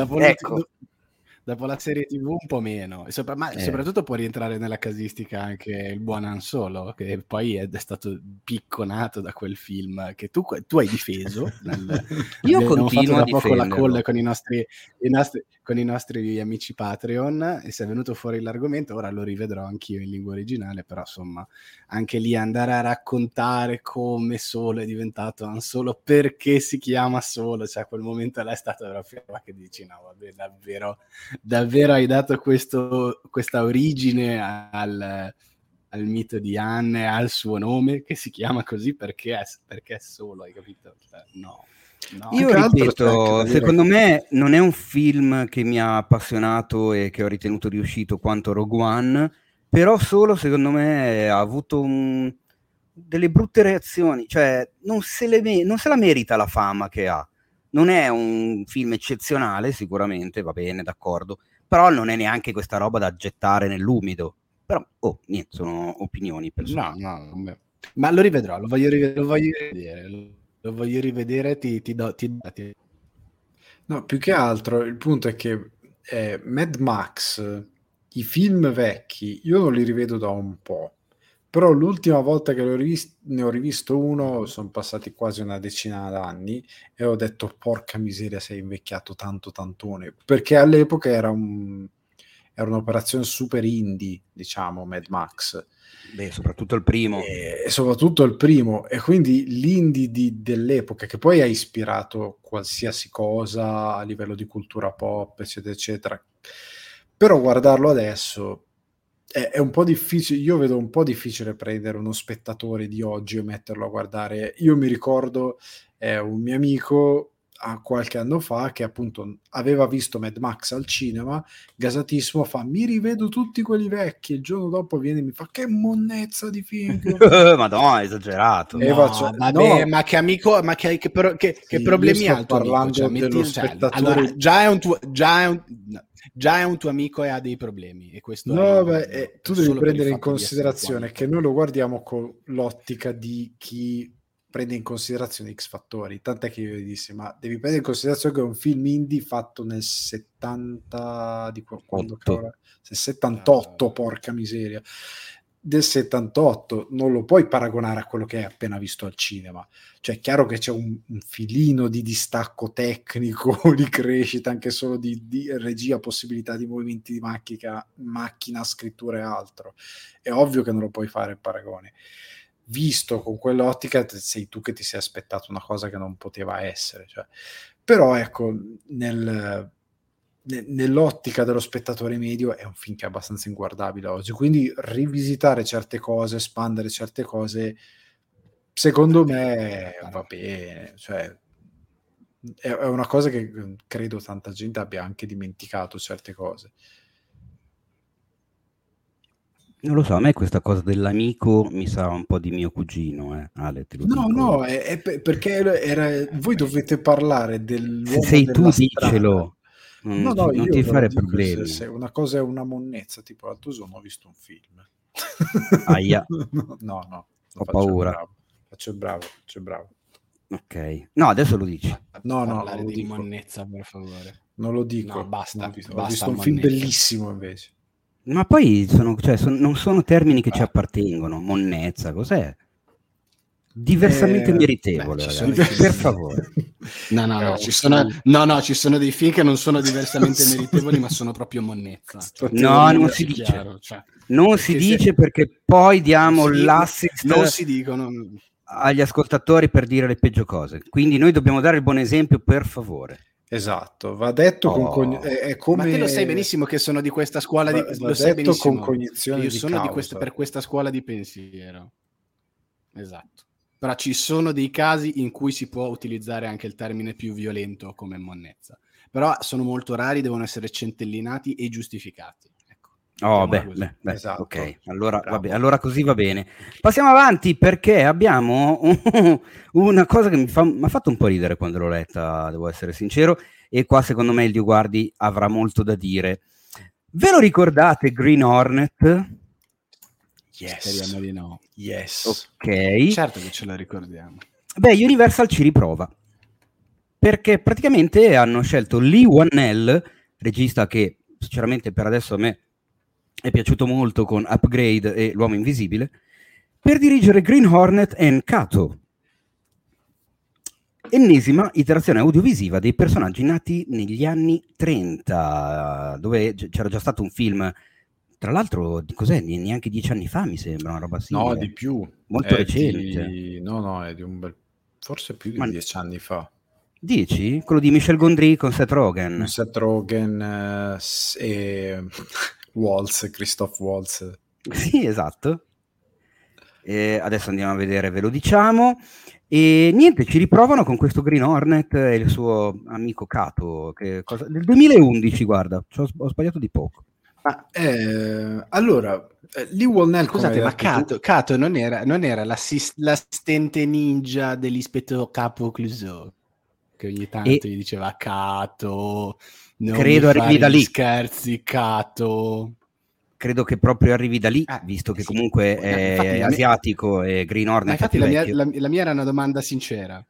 Dopo la serie TV un po' meno, ma soprattutto può rientrare nella casistica anche il buon Han Solo, che poi è stato picconato da quel film che tu hai difeso. Io continuo da a poco la difenderlo. call con i nostri amici Patreon e se è venuto fuori l'argomento, ora lo rivedrò anch'io in lingua originale, però insomma anche lì andare a raccontare come Solo è diventato Han Solo, perché si chiama Solo, cioè quel momento là è stato proprio che dici no vabbè, davvero hai dato questa origine al mito di Han e al suo nome che si chiama così perché è Solo, hai capito? Cioè, no. Io ripeto, secondo me non è un film che mi ha appassionato e che ho ritenuto riuscito quanto Rogue One, però Solo secondo me ha avuto delle brutte reazioni, cioè non se la merita la fama che ha. Non è un film eccezionale, sicuramente, va bene, d'accordo, però non è neanche questa roba da gettare nell'umido. Però, niente, sono opinioni personali. No, ma lo rivedrò, lo voglio rivedere. Lo voglio rivedere, ti do. No, più che altro il punto è che Mad Max, i film vecchi, io non li rivedo da un po', però l'ultima volta che ne ho rivisto uno, sono passati quasi una decina d'anni e ho detto porca miseria, sei invecchiato tanto tantone, perché all'epoca era un'operazione super indie, diciamo, Mad Max. Beh, soprattutto il primo. E soprattutto il primo, e quindi l'indie dell'epoca che poi ha ispirato qualsiasi cosa a livello di cultura pop, eccetera, eccetera. Però guardarlo adesso è un po' difficile, io vedo un po' difficile prendere uno spettatore di oggi e metterlo a guardare. Io mi ricordo un mio amico qualche anno fa che appunto aveva visto Mad Max al cinema, gasatissimo, mi rivedo tutti quelli vecchi, il giorno dopo viene e mi fa che monnezza di film. Madonna, esagerato. Vabbè, ma che amico, ma che problemi ha il tuo amico? Cioè, dello spettatore. Allora, già è un tuo amico e ha dei problemi e questo tu devi prendere in considerazione che noi lo guardiamo con l'ottica di chi prende in considerazione X fattori, tant'è che io gli dissi ma devi prendere in considerazione che è un film indie fatto nel 70 di quando 78, porca miseria, del 78, non lo puoi paragonare a quello che hai appena visto al cinema. Cioè è chiaro che c'è un filino di distacco tecnico, di crescita, anche solo di regia, possibilità di movimenti di macchina, scrittura e altro. È ovvio che non lo puoi fare il paragone. Visto con quell'ottica sei tu che ti sei aspettato una cosa che non poteva essere. Cioè. Però ecco, nell'ottica dello spettatore medio è un film che è abbastanza inguardabile oggi, quindi rivisitare certe cose, espandere certe cose, secondo me va bene, cioè è una cosa che credo tanta gente abbia anche dimenticato certe cose. Non lo so, a me questa cosa dell'amico mi sa un po' di mio cugino, Ale, te lo No, dico. no, perché voi dovete parlare Se dell'uomo sei tu, della strada. diccelo, No, no, non io ti ve lo fare dico, problemi. se una cosa è una monnezza, tipo l'altro giorno ho visto un film. Aia, No, no, non ho faccio il paura. bravo, faccio il bravo, faccio il bravo. Ok, no, adesso lo dici. No, non Parlare lo di dico. monnezza, per favore. Non lo dico. No, basta, Ho visto basta un film monnezza. bellissimo invece. Ma poi non sono termini che ci appartengono. Monnezza, cos'è? Diversamente meritevole, ci sono ragazzi, i per film. favore. Ci sono dei film che non sono diversamente meritevoli, ma sono proprio monnezza. No, non si dice. Chiaro, cioè, non si dice perché poi diamo l'assist non si dicono agli ascoltatori per dire le peggio cose. Quindi noi dobbiamo dare il buon esempio, per favore. Esatto, va detto è come... Ma te lo sai benissimo che sono di questa scuola di... Va Lo sai detto con benissimo cognizione che io di sono causa. per questa scuola di pensiero. Esatto. Però ci sono dei casi in cui si può utilizzare anche il termine più violento come monnezza. Però sono molto rari, devono essere centellinati e giustificati. Oh, beh, esatto. Ok, allora così va bene. Passiamo avanti perché abbiamo una cosa che mi ha fatto un po' ridere quando l'ho letta, devo essere sincero, e qua secondo me il Dio Guardi avrà molto da dire. Ve lo ricordate Green Hornet? Speriamo di no. Yes. Ok. Certo che ce la ricordiamo. Beh, Universal ci riprova. Perché praticamente hanno scelto Lee Whannell, regista che sinceramente per adesso a me è piaciuto molto con Upgrade e L'Uomo Invisibile, per dirigere Green Hornet and Kato, ennesima iterazione audiovisiva dei personaggi nati negli anni 30, dove c'era già stato un film, tra l'altro, cos'è? Neanche 10 anni fa, mi sembra, una roba simile. No, di più. Molto recente. No, è di un bel... forse più di 10 anni fa. 10? Quello di Michel Gondry con Seth Rogen. Con Seth Rogen e Christoph Waltz. Sì, esatto. Adesso andiamo a vedere, ve lo diciamo. E niente, ci riprovano con questo Green Hornet e il suo amico Kato, del 2011, guarda, ho sbagliato di poco. Allora, Lee Whannell, scusate, ma Kato non era l'assistente ninja dell'ispettore Capo Clouseau, che ogni tanto gli diceva Kato, non credo arrivi da lì. Scherzi, Kato. Credo che proprio arrivi da lì, visto che comunque è asiatico e Green Hornet è più vecchio. La mia era una domanda sincera.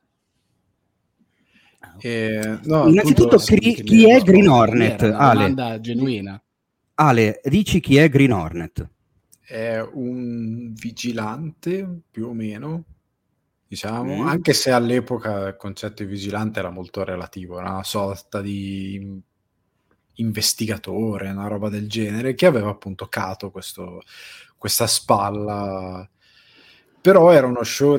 Innanzitutto, chi è Green Hornet? Una domanda genuina. Ale, dici chi è Green Hornet? È un vigilante, più o meno, diciamo, anche se all'epoca il concetto di vigilante era molto relativo, era una sorta di investigatore, una roba del genere, che aveva appunto Kato questa spalla, però era uno show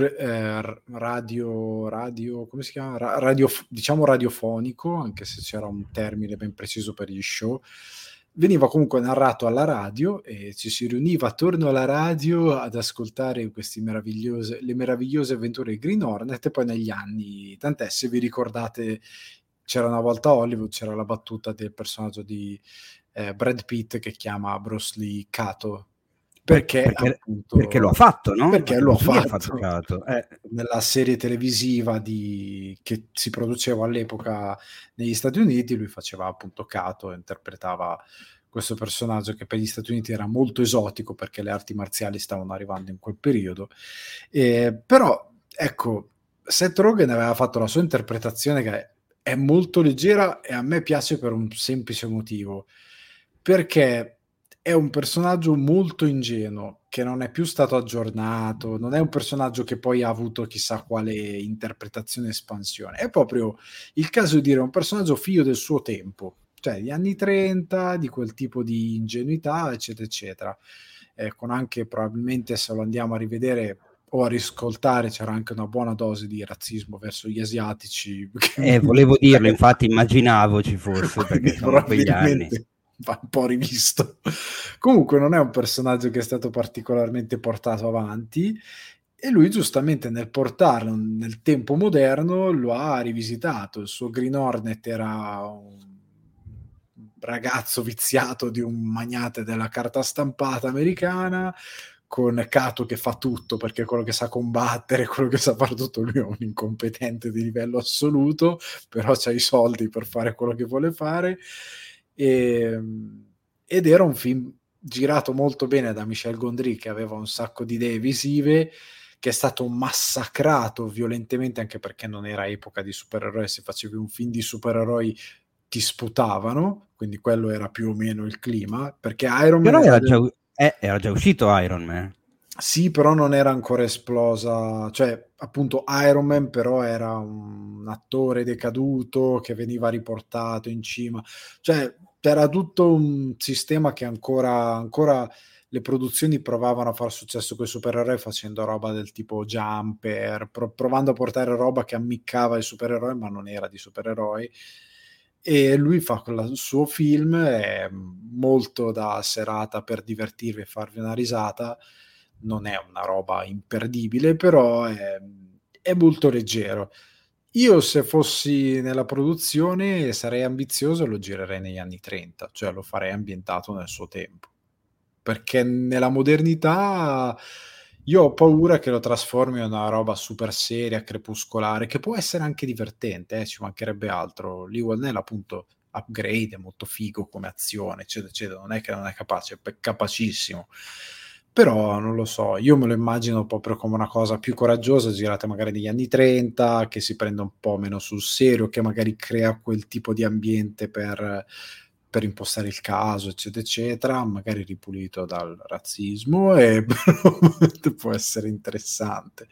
radio come si chiama? Diciamo radiofonico, anche se c'era un termine ben preciso per gli show. Veniva comunque narrato alla radio e ci si riuniva attorno alla radio ad ascoltare le meravigliose avventure di Green Hornet. E poi negli anni, tant'è, se vi ricordate, c'era una volta a Hollywood, c'era la battuta del personaggio di Brad Pitt che chiama Bruce Lee Kato, perché lo ha fatto, no? Perché lo ha fatto Kato. Nella serie televisiva che si produceva all'epoca negli Stati Uniti, lui faceva appunto Kato, interpretava questo personaggio che per gli Stati Uniti era molto esotico perché le arti marziali stavano arrivando in quel periodo. Però, ecco, Seth Rogen aveva fatto la sua interpretazione che è molto leggera e a me piace per un semplice motivo, perché è un personaggio molto ingenuo che non è più stato aggiornato, non è un personaggio che poi ha avuto chissà quale interpretazione e espansione, è proprio il caso di dire un personaggio figlio del suo tempo, cioè gli anni 30, di quel tipo di ingenuità, eccetera eccetera, con anche probabilmente, se lo andiamo a rivedere o a riscoltare, c'era anche una buona dose di razzismo verso gli asiatici. Volevo dirlo, infatti immaginavo ci fosse, perché sono quegli anni. Va un po' rivisto. Comunque non è un personaggio che è stato particolarmente portato avanti e lui giustamente nel portarlo nel tempo moderno lo ha rivisitato. Il suo Green Hornet era ragazzo viziato di un magnate della carta stampata americana, con Kato che fa tutto perché è quello che sa combattere, quello che sa fare tutto. Lui è un incompetente di livello assoluto, però c'ha i soldi per fare quello che vuole fare, ed era un film girato molto bene da Michel Gondry, che aveva un sacco di idee visive, che è stato massacrato violentemente, anche perché non era epoca di supereroi. Se facevi un film di supereroi ti sputavano, quindi quello era più o meno il clima, perché Iron Man Però era già uscito Iron Man. Sì, però non era ancora esplosa, cioè appunto Iron Man però era un attore decaduto che veniva riportato in cima, cioè era tutto un sistema che ancora le produzioni provavano a far successo con i supereroi facendo roba del tipo Jumper, provando a portare roba che ammiccava i supereroi ma non era di supereroi. E lui fa il suo film, è molto da serata per divertirvi e farvi una risata, non è una roba imperdibile, però è molto leggero. Io se fossi nella produzione sarei ambizioso e lo girerei negli anni 30, cioè lo farei ambientato nel suo tempo, perché nella modernità io ho paura che lo trasformi in una roba super seria, crepuscolare, che può essere anche divertente, ci mancherebbe altro. Lee Whannell appunto Upgrade è molto figo come azione, eccetera, eccetera. Non è che non è capace, è capacissimo. Però non lo so, io me lo immagino proprio come una cosa più coraggiosa, girata magari negli anni 30, che si prende un po' meno sul serio, che magari crea quel tipo di ambiente per impostare il caso, eccetera, eccetera, magari ripulito dal razzismo, e può essere interessante.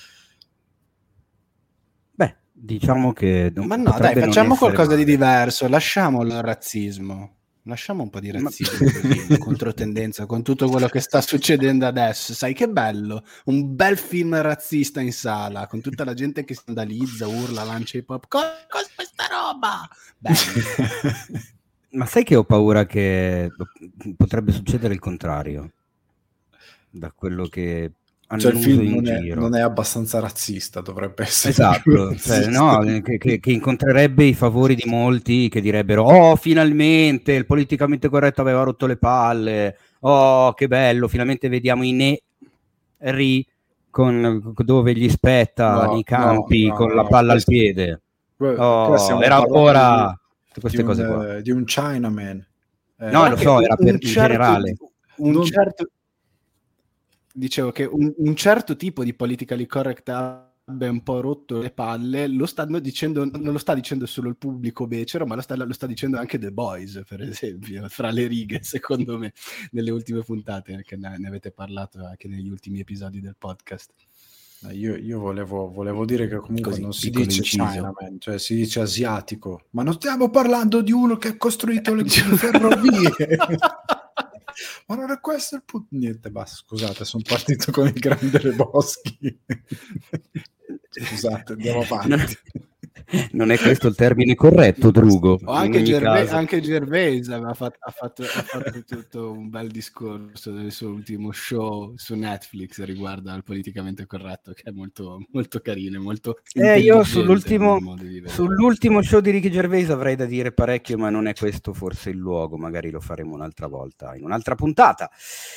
Beh, diciamo che Ma no, dai, facciamo qualcosa di diverso, lasciamo il razzismo. Lasciamo un po' di razzismo così, in controtendenza con tutto quello che sta succedendo adesso. Sai che bello? Un bel film razzista in sala, con tutta la gente che scandalizza, urla, lancia i pop. Cos'è questa roba? Bello. Ma sai che ho paura che potrebbe succedere il contrario, da quello che cioè il film in giro. Non è abbastanza razzista, dovrebbe essere. Esatto, cioè, no, che incontrerebbe i favori di molti che direbbero: oh, finalmente il politicamente corretto aveva rotto le palle, oh, che bello, finalmente vediamo i neri dove gli spetta nei campi con la palla al piede. Era ora queste cose qua. Di un Chinaman. No, lo so, era per in generale. Dicevo che un certo tipo di politically correct abbia un po' rotto le palle, lo stanno dicendo, non lo sta dicendo solo il pubblico becero, ma lo sta dicendo anche The Boys, per esempio, fra le righe, secondo me, nelle ultime puntate, che ne avete parlato anche negli ultimi episodi del podcast. Io volevo dire che comunque così, non si dice Chinaman, cioè si dice asiatico, ma non stiamo parlando di uno che ha costruito le ferrovie. Ma non è questo il punto. Niente, basta, scusate, sono partito con il grande Lebowski. Scusate, andiamo avanti. Non è questo il termine corretto, Drugo. Anche Gervais ha fatto tutto un bel discorso nel suo ultimo show su Netflix riguardo al politicamente corretto, che è molto, molto carino, molto io sull'ultimo show di Ricky Gervais avrei da dire parecchio, ma non è questo forse il luogo, magari lo faremo un'altra volta, in un'altra puntata.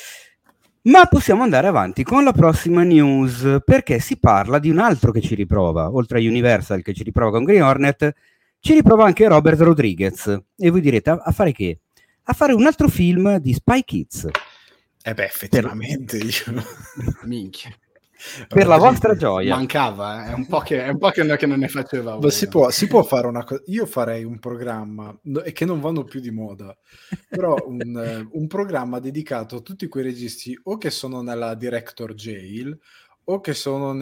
Ma possiamo andare avanti con la prossima news, perché si parla di un altro che ci riprova, oltre a Universal che ci riprova con Green Hornet, ci riprova anche Robert Rodriguez. E voi direte, a fare che? A fare un altro film di Spy Kids. Effettivamente minchia. Per la vostra gioia. Mancava, è un po' che non ne faceva uno. Si può fare una cosa. Io farei un programma che non vanno più di moda, però un programma dedicato a tutti quei registi o che sono nella director jail o che sono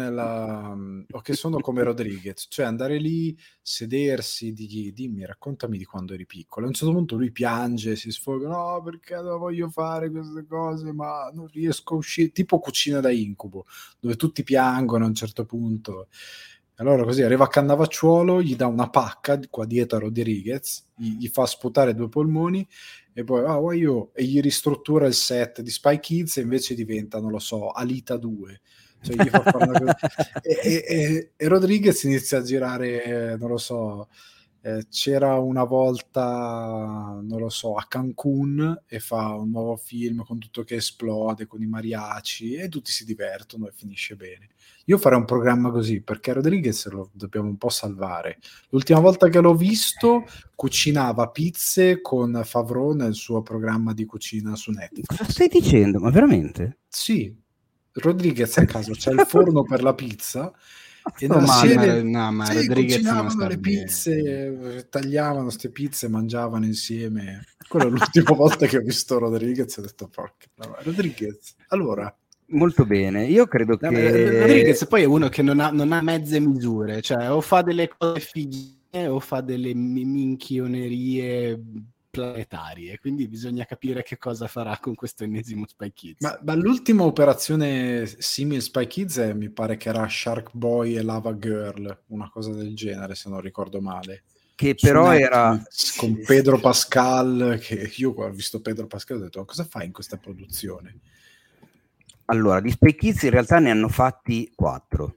come Rodriguez, cioè andare lì, sedersi, dimmi, raccontami di quando eri piccolo. A un certo punto lui piange, si sfoga, no, perché non voglio fare queste cose, ma non riesco a uscire, tipo Cucina da incubo, dove tutti piangono a un certo punto. Allora così arriva a Cannavacciuolo, gli dà una pacca qua dietro a Rodriguez, gli fa sputare 2 polmoni e poi e gli ristruttura il set di Spy Kids e invece diventa, non lo so, Alita 2. Cioè gli fa fare una cosa. e Rodriguez inizia a girare, non lo so, C'era una volta, non lo so, a Cancun e fa un nuovo film con tutto che esplode, con i mariachi e tutti si divertono e finisce bene. Io farei un programma così perché Rodriguez lo dobbiamo un po' salvare. L'ultima volta che l'ho visto cucinava pizze con Favreau nel suo programma di cucina su Netflix. Cosa stai dicendo? Ma veramente? Sì, Rodriguez a casa c'è il forno per la pizza e No, ma Rodriguez cucinavano non le sta pizze, tagliavano queste pizze, mangiavano insieme. Quella è l'ultima volta che ho visto Rodriguez e ho detto porca, no, Rodriguez. Allora, molto bene, io credo che Rodriguez poi è uno che non ha mezze misure, cioè o fa delle cose fighe o fa delle minchionerie planetarie, quindi bisogna capire che cosa farà con questo ennesimo Spy Kids. ma l'ultima operazione simile Spy Kids mi pare che era Shark Boy e Lava Girl, una cosa del genere se non ricordo male, che però Netflix, era con Pedro Pascal, che io ho visto Pedro Pascal e ho detto cosa fai in questa produzione? Allora, di Spy Kids in realtà ne hanno fatti 4.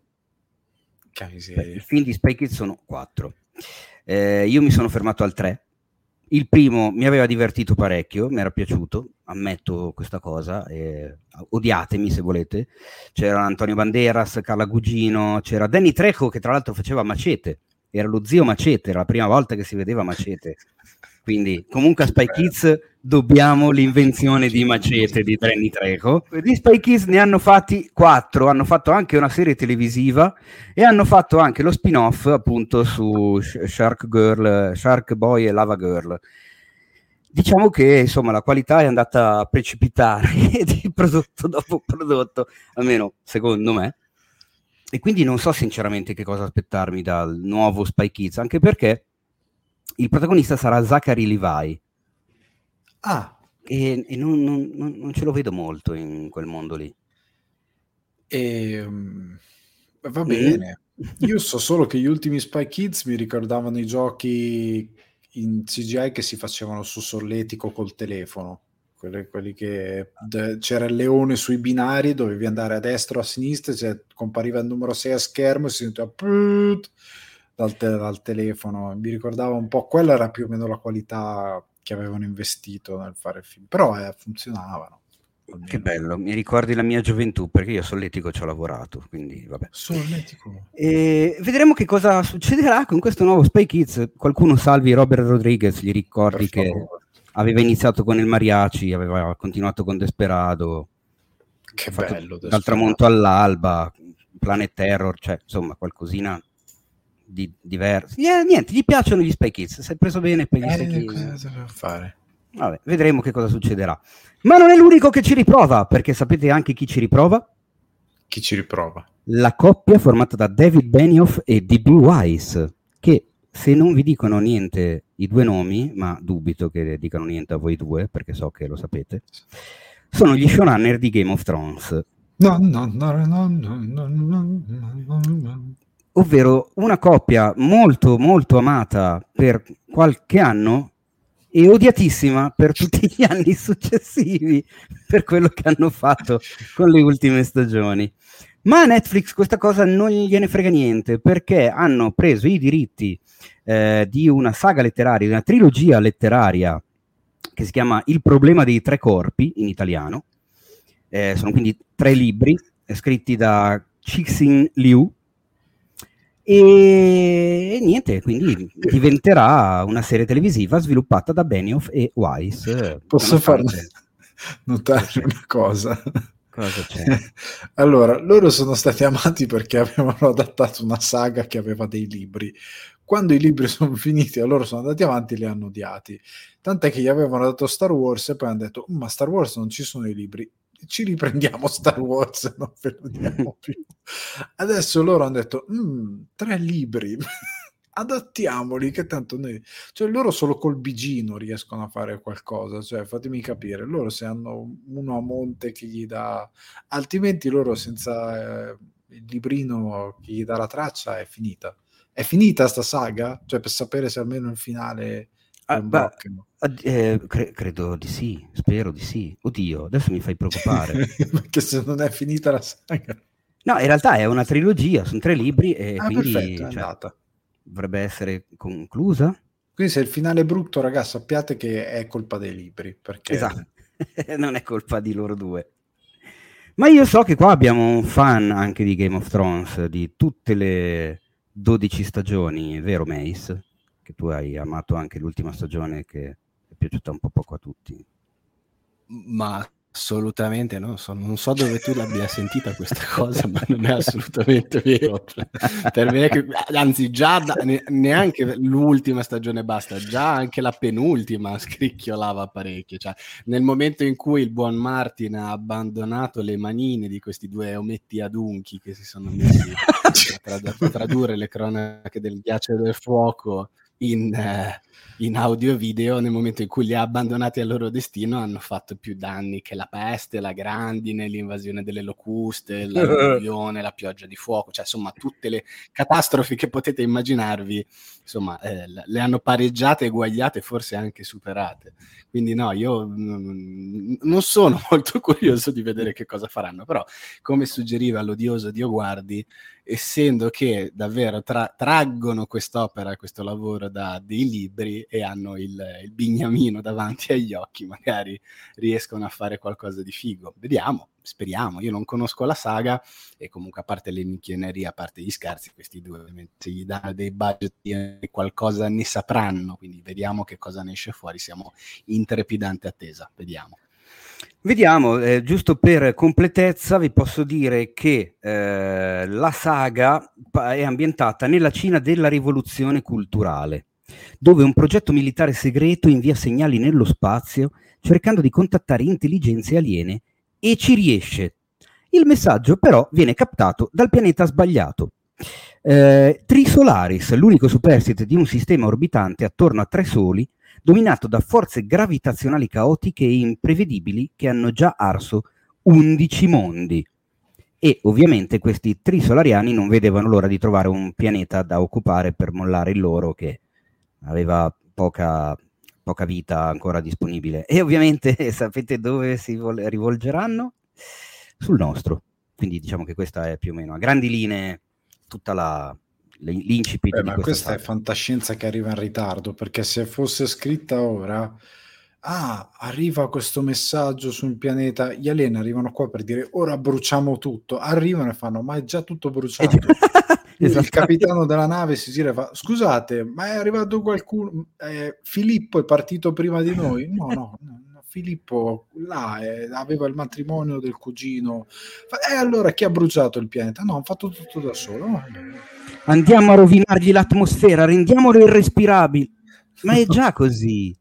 I film di Spy Kids sono 4. Io mi sono fermato al 3. Il primo mi aveva divertito parecchio, mi era piaciuto, ammetto questa cosa, odiatemi se volete. C'era Antonio Banderas, Carla Gugino, c'era Danny Trejo che tra l'altro faceva Macete, era lo zio Macete, era la prima volta che si vedeva Macete. Quindi comunque a Spy Kids dobbiamo l'invenzione di Macete di Danny Trejo. Di Spy Kids ne hanno fatti 4, hanno fatto anche una serie televisiva e hanno fatto anche lo spin-off appunto su Shark Boy e Lava Girl. Diciamo che insomma la qualità è andata a precipitare di prodotto dopo prodotto, almeno secondo me, e quindi non so sinceramente che cosa aspettarmi dal nuovo Spy Kids, anche perché il protagonista sarà Zachary Levi. E non ce lo vedo molto in quel mondo lì. Va bene. Io so solo che gli ultimi Spy Kids mi ricordavano i giochi in CGI che si facevano su solletico col telefono, quelli che c'era il leone sui binari, dovevi andare a destra o a sinistra, cioè compariva il numero 6 a schermo e si sentiva dal telefono. Mi ricordava un po', quella era più o meno la qualità che avevano investito nel fare il film, però funzionavano. Almeno. Che bello, mi ricordi la mia gioventù, perché io a Solletico ci ho lavorato, quindi vabbè. Solletico. E vedremo che cosa succederà con questo nuovo Spy Kids. Qualcuno salvi Robert Rodriguez, gli ricordi che aveva iniziato con il mariachi, aveva continuato con Desperado, che bello, dal tramonto all'alba, Planet Terror, cioè insomma qualcosina di diverso. Niente, gli piacciono gli Spy Kids, si è preso bene per gli Spy Kids. Cosa deve fare? Vabbè, vedremo che cosa succederà. Ma non è l'unico che ci riprova, perché sapete anche chi ci riprova? Chi ci riprova? La coppia formata da David Benioff e D.B. Weiss, che se non vi dicono niente i due nomi, ma dubito che dicano niente a voi due, perché so che lo sapete, sono gli showrunner di Game of Thrones. Ovvero una coppia molto molto amata per qualche anno e odiatissima per tutti gli anni successivi per quello che hanno fatto con le ultime stagioni. Ma a Netflix questa cosa non gliene frega niente, perché hanno preso i diritti di una saga letteraria, di una trilogia letteraria che si chiama Il problema dei tre corpi in italiano. Sono quindi 3 libri scritti da Cixin Liu. E niente, quindi diventerà una serie televisiva sviluppata da Benioff e Weiss. Posso far notare una cosa? Cosa c'è? Allora, loro sono stati amati perché avevano adattato una saga che aveva dei libri. Quando i libri sono finiti e loro sono andati avanti, li hanno odiati. Tant'è che gli avevano dato Star Wars e poi hanno detto ma Star Wars non ci sono i libri, ci riprendiamo Star Wars e non ve lo diamo più. Adesso loro hanno detto 3 libri adattiamoli, che tanto noi, cioè loro solo col bigino riescono a fare qualcosa, cioè fatemi capire, loro se hanno uno a monte che gli dà, altrimenti loro senza il librino che gli dà la traccia è finita sta saga, cioè per sapere se almeno il finale credo di sì, spero di sì. Oddio, adesso mi fai preoccupare. Perché se non è finita la saga. No, in realtà è una trilogia, sono 3 libri e quindi perfetto, è cioè, andata. dovrebbe essere conclusa. Quindi se il finale è brutto, ragazzi, sappiate che è colpa dei libri, perché Esatto, non è colpa di loro due. Ma io so che qua abbiamo un fan anche di Game of Thrones, di tutte le 12 stagioni, vero Mace? Che tu hai amato anche l'ultima stagione, che è piaciuta un po' poco a tutti. Ma assolutamente no, non so dove tu l'abbia sentita questa cosa, ma non è assolutamente vero. Per me anzi già neanche l'ultima stagione basta, già anche la penultima scricchiolava parecchio, cioè, nel momento in cui il buon Martin ha abbandonato le manine di questi due ometti adunchi che si sono messi a tradurre le cronache del ghiaccio e del fuoco in audio e video, nel momento in cui li ha abbandonati al loro destino, hanno fatto più danni che la peste, la grandine, l'invasione delle locuste, l'alluvione, la pioggia di fuoco, cioè insomma tutte le catastrofi che potete immaginarvi, insomma le hanno pareggiate, eguagliate, forse anche superate. Quindi no, io non sono molto curioso di vedere che cosa faranno, però come suggeriva l'odioso Dio guardi, essendo che davvero traggono quest'opera, questo lavoro da dei libri e hanno il bignamino davanti agli occhi, magari riescono a fare qualcosa di figo. Vediamo, speriamo. Io non conosco la saga e comunque, a parte le minchionerie, a parte gli scherzi, questi due, se gli danno dei budget, qualcosa ne sapranno, quindi vediamo che cosa ne esce fuori. Siamo in trepidante attesa, vediamo. Vediamo, giusto per completezza vi posso dire che la saga è ambientata nella Cina della rivoluzione culturale, dove un progetto militare segreto invia segnali nello spazio cercando di contattare intelligenze aliene e ci riesce. Il messaggio però viene captato dal pianeta sbagliato. Trisolaris, l'unico superstite di un sistema orbitante attorno a 3 soli, dominato da forze gravitazionali caotiche e imprevedibili che hanno già arso 11 mondi. E ovviamente questi trisolariani non vedevano l'ora di trovare un pianeta da occupare per mollare il loro, che aveva poca vita ancora disponibile. E ovviamente sapete dove si rivolgeranno? Sul nostro. Quindi diciamo che questa è più o meno a grandi linee tutta l'incipit di ma questa saga. È fantascienza che arriva in ritardo, perché se fosse scritta ora, arriva questo messaggio su un pianeta, gli alieni arrivano qua per dire ora bruciamo tutto, arrivano e fanno ma è già tutto bruciato. Il capitano della nave si gira e fa scusate, ma è arrivato qualcuno, Filippo è partito prima di noi? No, Filippo là aveva il matrimonio del cugino, allora chi ha bruciato il pianeta? No, hanno fatto tutto da solo. No. Andiamo a rovinargli l'atmosfera, rendiamolo irrespirabile. Ma è già così.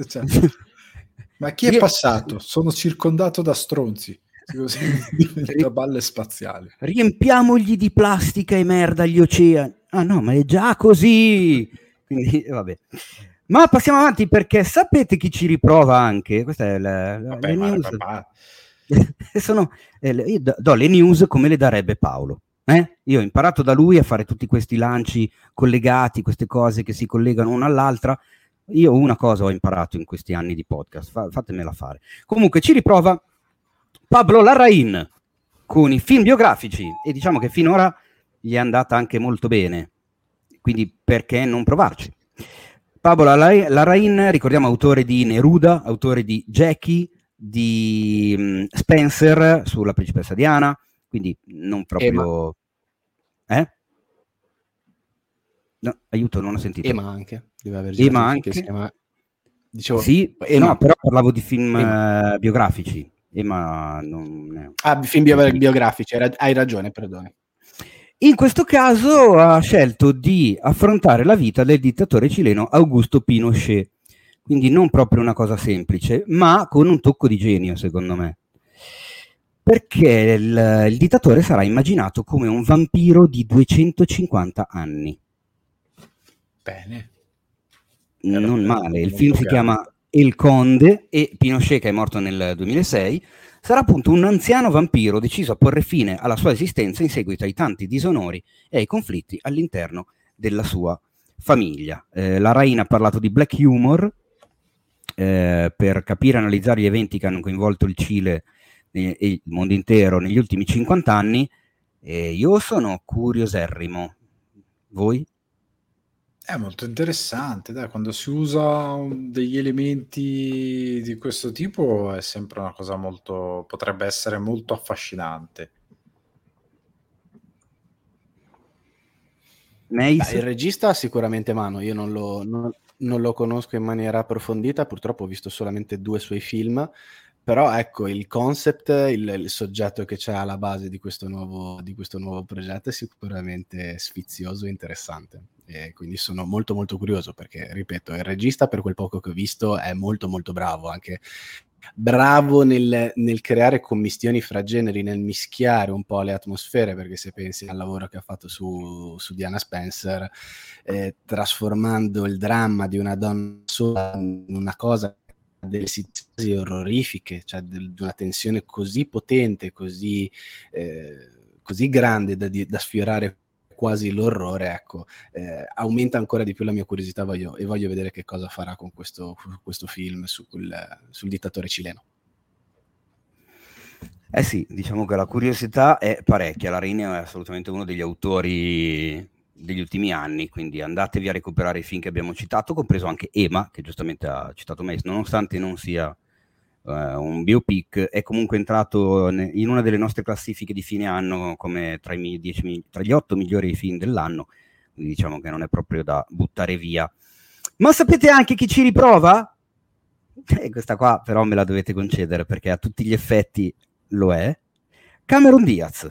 Ma chi è passato? Sono circondato da stronzi. Così diventa balle spaziali. Riempiamogli di plastica e merda gli oceani. Ah no, ma è già così. Quindi vabbè. Ma passiamo avanti, perché sapete chi ci riprova anche? Questa è le news. Io do le news come le darebbe Paolo. Io ho imparato da lui a fare tutti questi lanci collegati, queste cose che si collegano una all'altra. Io una cosa ho imparato in questi anni di podcast, fatemela fare. Comunque ci riprova Pablo Larraín con i film biografici, e diciamo che finora gli è andata anche molto bene, quindi perché non provarci? Pablo Larraín, ricordiamo, autore di Neruda, autore di Jackie, di Spencer sulla principessa Diana, quindi non proprio... No, aiuto, non ho sentito. Ema anche. Deve aver Ema anche. Che si chiama... Dicevo, sì, no, però parlavo di film biografici. Ema non... film biografici, hai ragione, perdone. In questo caso ha scelto di affrontare la vita del dittatore cileno Augusto Pinochet, quindi non proprio una cosa semplice, ma con un tocco di genio, secondo me. Perché il dittatore sarà immaginato come un vampiro di 250 anni. Bene. Non male. Il film si chiama El Conde, e Pinochet, che è morto nel 2006, sarà appunto un anziano vampiro deciso a porre fine alla sua esistenza in seguito ai tanti disonori e ai conflitti all'interno della sua famiglia. Larraín ha parlato di black humor per capire e analizzare gli eventi che hanno coinvolto il Cile e il mondo intero negli ultimi 50 anni. Io sono curioserrimo. Voi? È molto interessante, dai, quando si usa degli elementi di questo tipo è sempre una cosa molto, potrebbe essere molto affascinante. Mace? Il regista ha sicuramente mano, io non lo conosco in maniera approfondita, purtroppo ho visto solamente 2 suoi film, però ecco il concept, il soggetto che c'è alla base di questo nuovo progetto è sicuramente sfizioso e interessante, e quindi sono molto molto curioso perché, ripeto, il regista, per quel poco che ho visto, è molto molto bravo, anche bravo nel creare commistioni fra generi, nel mischiare un po' le atmosfere, perché se pensi al lavoro che ha fatto su Diana Spencer, trasformando il dramma di una donna sola in una cosa delle situazioni orrorifiche, cioè di una tensione così potente, così grande da sfiorare quasi l'orrore, ecco, aumenta ancora di più la mia curiosità, voglio vedere che cosa farà con questo film sul dittatore cileno. Eh sì, diciamo che la curiosità è parecchia. Larinio è assolutamente uno degli autori degli ultimi anni, quindi andatevi a recuperare i film che abbiamo citato, compreso anche Ema, che giustamente ha citato Mace, nonostante non sia un biopic, è comunque entrato in una delle nostre classifiche di fine anno come tra gli 8 migliori film dell'anno, quindi diciamo che non è proprio da buttare via. Ma sapete anche chi ci riprova? Questa qua però me la dovete concedere perché a tutti gli effetti lo è. Cameron Diaz.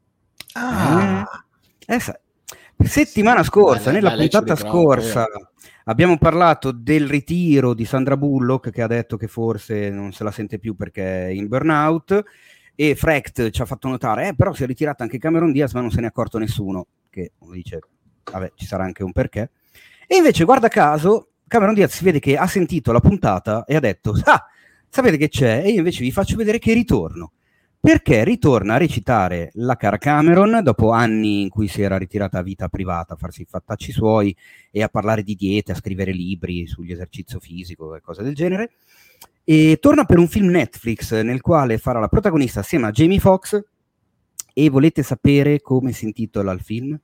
Settimana scorsa, nella puntata scorsa, abbiamo parlato del ritiro di Sandra Bullock, che ha detto che forse non se la sente più perché è in burnout, e Frecht ci ha fatto notare però si è ritirata anche Cameron Diaz, ma non se ne è accorto nessuno, che uno dice vabbè, ci sarà anche un perché. E invece, guarda caso, Cameron Diaz si vede che ha sentito la puntata e ha detto sapete che c'è? E io invece vi faccio vedere che ritorno, perché ritorna a recitare la cara Cameron dopo anni in cui si era ritirata a vita privata, a farsi i fattacci suoi e a parlare di diete, a scrivere libri sugli esercizio fisico e cose del genere, e torna per un film Netflix nel quale farà la protagonista assieme a Jamie Foxx. E volete sapere come si intitola il film?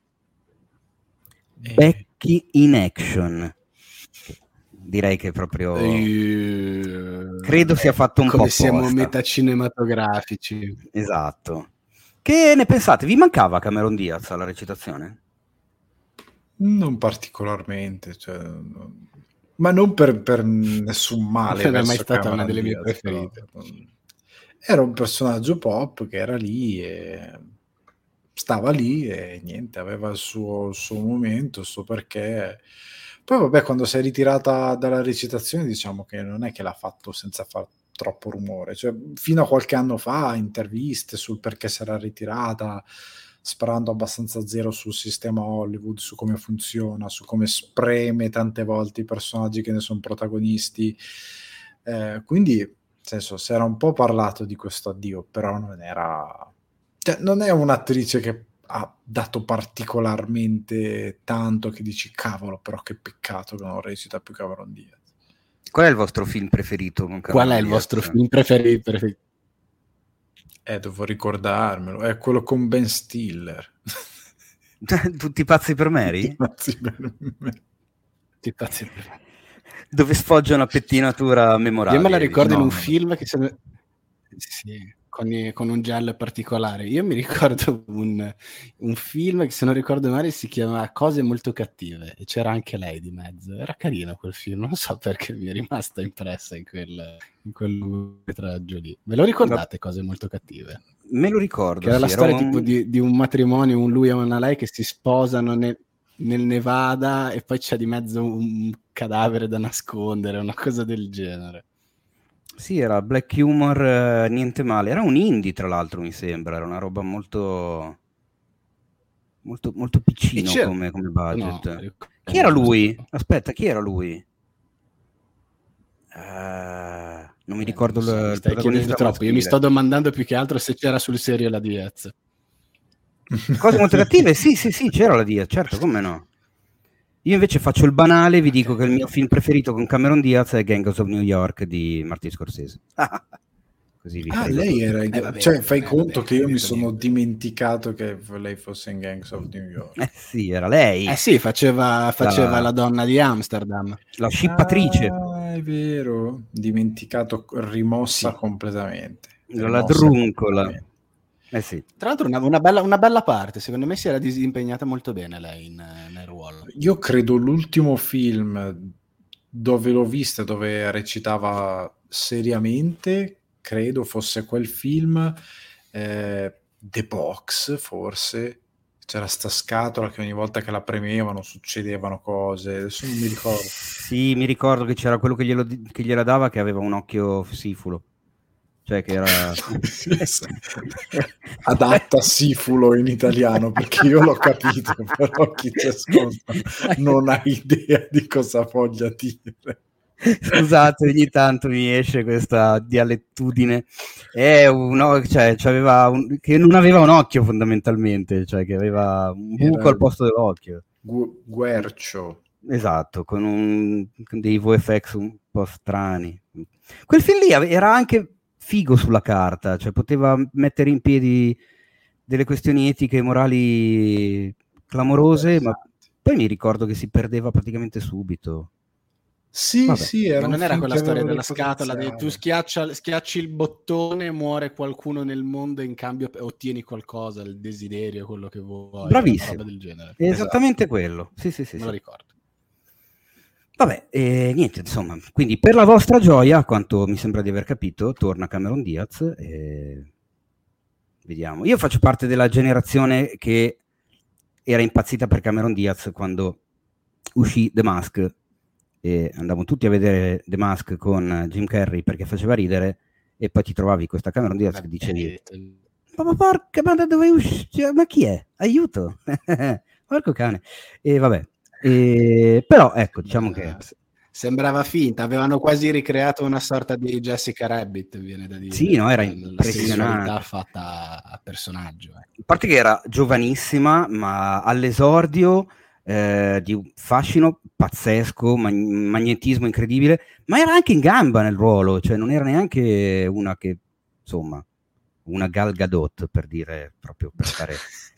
Becky in Action. Direi che proprio credo sia fatto un po' come siamo apposta. Metacinematografici. Esatto. Che ne pensate? Vi mancava Cameron Diaz alla recitazione? Non particolarmente, cioè, ma non per nessun male. Non è mai stata una delle mie preferite. Era un personaggio pop che era lì e stava lì e niente, aveva il suo momento, il suo perché. Poi vabbè, quando si è ritirata dalla recitazione, diciamo che non è che l'ha fatto senza far troppo rumore, cioè fino a qualche anno fa interviste sul perché si era ritirata, sparando abbastanza zero sul sistema Hollywood, su come funziona, su come spreme tante volte i personaggi che ne sono protagonisti, quindi nel senso si era un po' parlato di questo addio, però non era, cioè, non è un'attrice che ha dato particolarmente tanto che dici cavolo, però che peccato che non recita più Cameron Diaz. Qual è il vostro film preferito con Cameron Qual è Diaz? il vostro film preferito? Devo ricordarmelo, è quello con Ben Stiller. Tutti pazzi per Mary? Tutti pazzi per me. Dove sfoggia una pettinatura memorabile. Io me la ricordo in un film che sì, con un giallo particolare. Io mi ricordo un film che, se non ricordo male, si chiama Cose molto cattive e c'era anche lei di mezzo. Era carino quel film, non so perché mi è rimasta impressa in quel metraggio lì. Ve lo ricordate, Cose molto cattive? Me lo ricordo. Che era la storia tipo di un matrimonio, un lui e una lei che si sposano nel Nevada e poi c'è di mezzo un cadavere da nascondere, una cosa del genere. Sì, era black humor, niente male. Era un indie, tra l'altro, mi sembra. Era una roba molto molto, molto piccino come budget. No, chi era lui? Aspetta, chi era lui? Non mi ricordo il protagonista troppo. Io mi sto domandando più che altro se c'era sul serio la Diaz. Cose molto cattive? Sì, c'era la Diaz, certo, come no. Io invece faccio il banale, vi dico che il mio film preferito con Cameron Diaz è Gangs of New York di Martin Scorsese. così vi Ah, frego lei tutto. era Vabbè, cioè fai vabbè, conto che io mi detto sono niente. dimenticato che lei fosse in Gangs of New York. Sì, era lei, Sì, faceva la donna di Amsterdam. la scippatrice, Ah, è vero, dimenticato, rimossa Sì. completamente. la Rimossa ladruncola. completamente. Sì. Tra l'altro una bella parte, secondo me si era disimpegnata molto bene lei nel ruolo. Io credo l'ultimo film dove l'ho vista, dove recitava seriamente, credo fosse quel film The Box, forse. C'era sta scatola che ogni volta che la premevano succedevano cose, adesso non mi ricordo. Sì, mi ricordo che c'era quello che gliela dava che aveva un occhio sifulo. Cioè che era Adatta sifulo in italiano, perché io l'ho capito, però chi ci ascolta non ha idea di cosa voglia dire. Scusate, ogni tanto mi esce questa dialettudine. Cioè, che non aveva un occhio fondamentalmente, cioè che aveva un buco Era al posto dell'occhio. Guercio. Esatto, con dei VFX un po' strani. Quel film lì era anche figo sulla carta, cioè poteva mettere in piedi delle questioni etiche e morali clamorose, ma poi mi ricordo che si perdeva praticamente subito. Sì, Vabbè. sì, era Ma un non era film quella che storia aveva della del scatola, tu potenziale. schiacci il bottone, muore qualcuno nel mondo e in cambio ottieni qualcosa, il desiderio, quello che vuoi, era una Bravissimo, roba del genere. è esattamente Esatto. quello. Sì, Me lo sì. ricordo. Vabbè, niente, insomma, quindi per la vostra gioia, a quanto mi sembra di aver capito, torna Cameron Diaz e vediamo. Io faccio parte della generazione che era impazzita per Cameron Diaz quando uscì The Mask e andavamo tutti a vedere The Mask con Jim Carrey perché faceva ridere e poi ti trovavi questa Cameron Diaz che dicevi ma porca, ma da dove uscì? Ma chi è? Aiuto! Porco cane. E vabbè. Però ecco, diciamo che sembrava finta, avevano quasi ricreato una sorta di Jessica Rabbit, viene da dire. sì, no, era la sensualità impressionante. fatta a personaggio. A parte che era giovanissima, ma all'esordio di un fascino pazzesco, magnetismo incredibile, ma era anche in gamba nel ruolo, cioè non era neanche una che, insomma, una Gal Gadot, per dire, proprio per fare